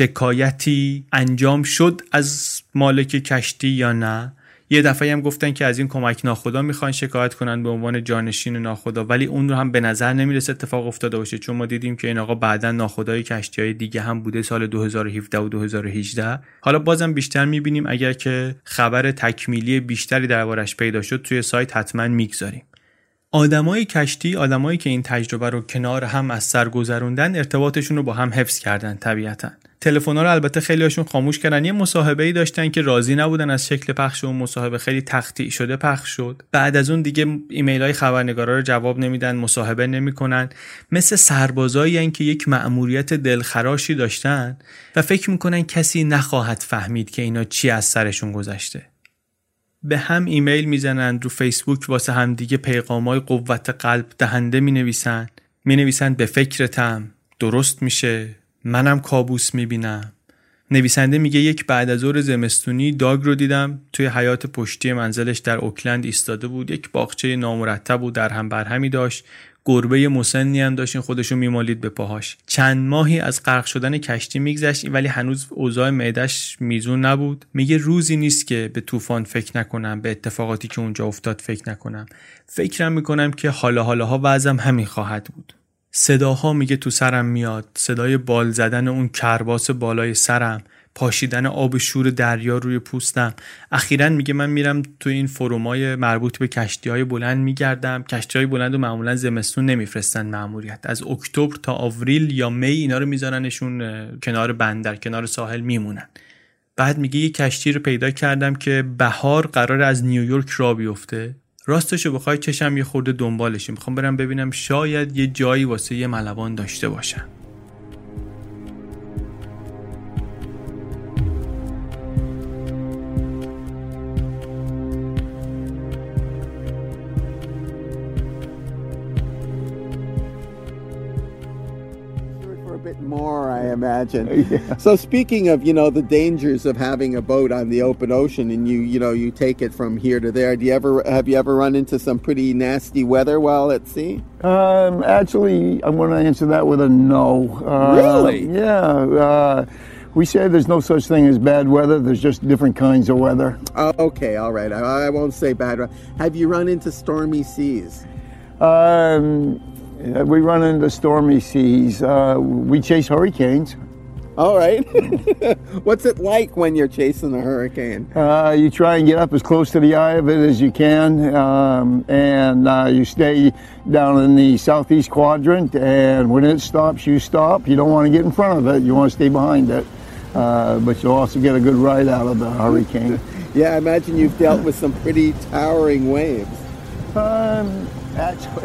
شکایتی انجام شد از مالک کشتی یا نه. یه دفعه هم گفتن که از این کمک ناخدا میخوان شکایت کنن به عنوان جانشین ناخدا، ولی اون رو هم به نظر نمیرسه اتفاق افتاده باشه، چون ما دیدیم که این آقا بعداً ناخدای کشتی‌های دیگه هم بوده سال دو هزار و هفده و دو هزار و هجده. حالا بازم بیشتر میبینیم، اگر که خبر تکمیلی بیشتری دربارش پیدا شد توی سایت حتما میگذاریم. آدمای کشتی، آدمایی که این تجربه رو کنار هم از سر گذروندن، ارتباطشون رو با هم حفظ کردن طبیعتاً. تلفن‌ها رو البته خیلی‌هاشون خاموش کردن. یه مصاحبه‌ای داشتن که راضی نبودن از شکل پخش اون مصاحبه، خیلی تقطیع شده پخش شد. بعد از اون دیگه ایمیل‌های خبرنگارا رو جواب نمیدن، مصاحبه نمی‌کنن. مثل سربازایی ان که یک مأموریت دلخراشی داشتن و فکر می‌کنن کسی نخواهد فهمید که اینا چی از سرشون گذشته. به هم ایمیل میزنن، رو فیسبوک واسه هم دیگه پیغامای قوت قلب دهنده مینویسن. مینویسن به فکرتم، درست میشه، منم کابوس میبینم، نویسنده میگه یک بعد از ظهر زمستونی داگ رو دیدم توی حیاط پشتی منزلش در اوکلند ایستاده بود. یک باغچه نامرتب و در هم بر همی داشت. گربه مسنی هم داشت خودشو میمالید به پاهاش. چند ماهی از غرق شدن کشتی میگذشت ولی هنوز اوضاع معده‌اش میزون نبود. میگه روزی نیست که به طوفان فکر نکنم، به اتفاقاتی که اونجا افتاد فکر نکنم. فکرم میکنم که حالا حالاها وضعم همین خواهد بود. صداها میگه تو سرم میاد، صدای بال زدن اون کرباس بالای سرم، پاشیدن آب شور دریا روی پوستم. اخیراً میگه من میرم تو این فرومای مربوط به کشتی‌های بلند میگردم. کشتی‌های بلند رو معمولاً زمستون نمیفرستن مأموریت، از اکتبر تا آوریل یا می اینا رو میذارنشون کنار بندر، کنار ساحل میمونن. بعد میگه یه کشتی رو پیدا کردم که بهار قرار از نیویورک راه بیفته. راستشو بخوای چشم یه خورده دنبالشه، میخوام برم ببینم شاید یه جایی واسه یه ملوان داشته باشم. More, I imagine. Yeah. So speaking of, you know, the dangers of having a boat on the open ocean and you, you know, you take it from here to there, do you ever, have you ever run into some pretty nasty weather while at sea? Um, actually, I'm going to answer that with a no. Uh, Really? Yeah. Uh, we say there's no such thing as bad weather. There's just different kinds of weather. Oh, okay. All right. I, I won't say bad. Have you run into stormy seas? Um, We run into stormy seas. Uh, we chase hurricanes. All right. What's it like when you're chasing a hurricane? Uh, you try and get up as close to the eye of it as you can, um, and uh, you stay down in the southeast quadrant, and when it stops, you stop. You don't want to get in front of it. You want to stay behind it. Uh, but you'll also get a good ride out of the hurricane. Yeah, I imagine you've dealt with some pretty towering waves. Um, actually...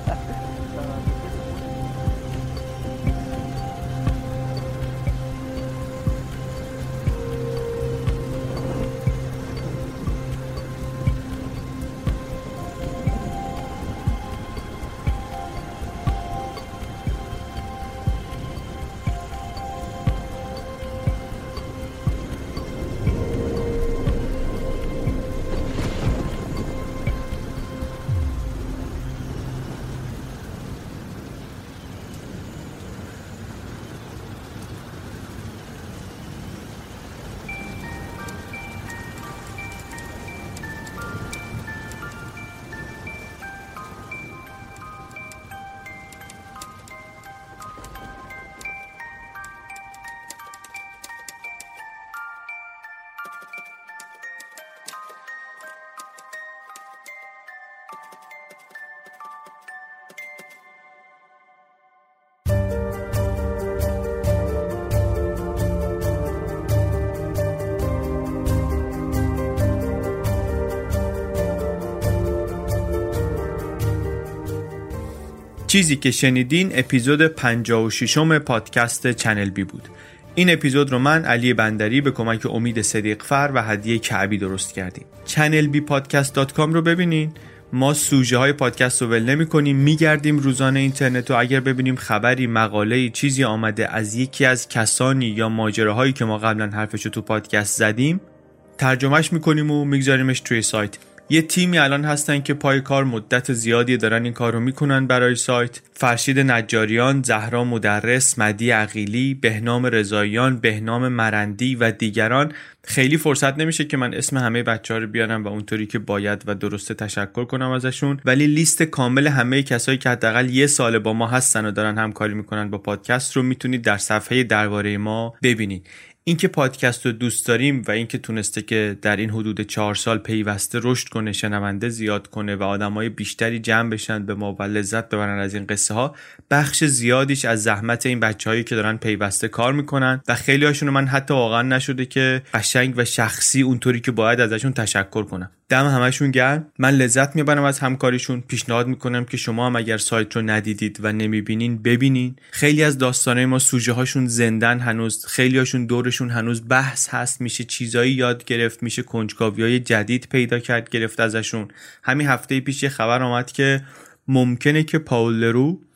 چیزی که شنیدین اپیزود پنجاه و ششم پادکست چنل بی بود. این اپیزود رو من علی بندری به کمک امید صدیقفر و هدیه کعبی درست کردیم. چنل بی پادکست دات کام رو ببینین. ما سوژه های پادکست رو ول نمی کنیم، میگردیم روزانه اینترنت و اگر ببینیم خبری، مقاله‌ای، چیزی آمده از یکی از کسانی یا ماجراهایی که ما قبلا حرفشو تو پادکست زدیم، ترجمهش میکنیم و میگذاریمش توی سایت. یه تیمی الان هستن که پای کار مدت زیادی دارن این کارو میکنن برای سایت. فرشید نجاریان، زهرا مدرس، مدی عقیلی، بهنام رضاییان، بهنام مرندی و دیگران. خیلی فرصت نمیشه که من اسم همه بچه‌ها رو بیارم و اونطوری که باید و درسته تشکر کنم ازشون، ولی لیست کامل همه کسایی که حداقل یه سال با ما هستن و دارن همکاری میکنن با پادکست رو میتونید در صفحه درباره ما ببینید. اینکه پادکست رو دوست داریم و اینکه تونسته که در این حدود چهار سال پیوسته رشد کنه، شنونده زیاد کنه و آدمای بیشتری جمع بشن به ما و لذت ببرن از این قصه ها، بخش زیادیش از زحمت این بچه‌هایی که دارن پیوسته کار میکنن و خیلی هاشون من حتی واقعا نشده که قشنگ و شخصی اونطوری که باید ازشون تشکر کنم. دم همشون گرم. من لذت میبرم از همکاریشون. پیشنهاد میکنم که شما هم اگر سایت رو ندیدید و نمیبینین ببینین. خیلی از داستانای ما سوژه هاشون زندن هنوز، خیلی هاشون دورشون هنوز بحث هست، میشه چیزایی یاد گرفت، میشه کنجکاویای جدید پیدا کرد گرفت ازشون. همین هفته پیش یه خبر اومد که ممکنه که پاول لرو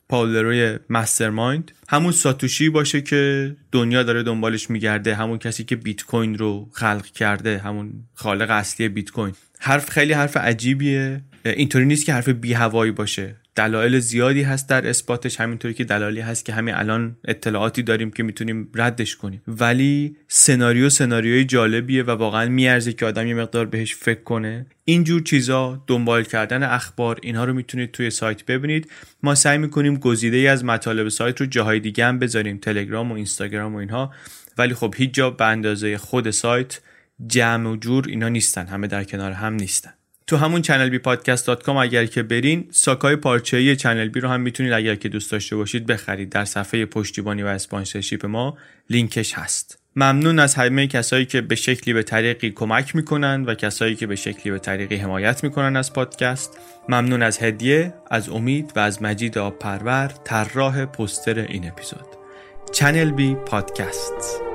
پاولروی مسترمایند همون ساتوشی باشه که دنیا داره دنبالش میگرده، همون کسی که بیت کوین رو خلق کرده، همون خالق اصلی بیت کوین. حرف خیلی حرف عجیبیه، اینطوری نیست که حرف بی هوایی باشه. دلایل زیادی هست در اثباتش، همینطوری که دلایلی هست که همین الان اطلاعاتی داریم که میتونیم ردش کنیم. ولی سناریو سناریوی جالبیه و واقعا میارزه که آدم یه مقدار بهش فکر کنه. اینجور چیزا، دنبال کردن اخبار، اینها رو میتونید توی سایت ببینید. ما سعی میکنیم گزیده‌ای از مطالب سایت رو جاهای دیگه هم بذاریم، تلگرام و اینستاگرام و اینها، ولی خب هیچ جا به اندازه خود سایت جمع و جور اینا نیستن، همه در کنار هم نیستن. تو همون چنل بی پادکست دات کام اگر که برین، ساکای پارچه‌ای چنل بی رو هم میتونید اگر که دوست داشته باشید بخرید. در صفحه پشتیبانی و اسپانسرشیپ ما لینکش هست. ممنون از همه کسایی که به شکلی به طریقی کمک میکنن و کسایی که به شکلی به طریقی حمایت میکنن از پادکست. ممنون از هدیه، از امید و از مجید آبپرور، طراح پوستر این اپیزود. چنل بی پادکست.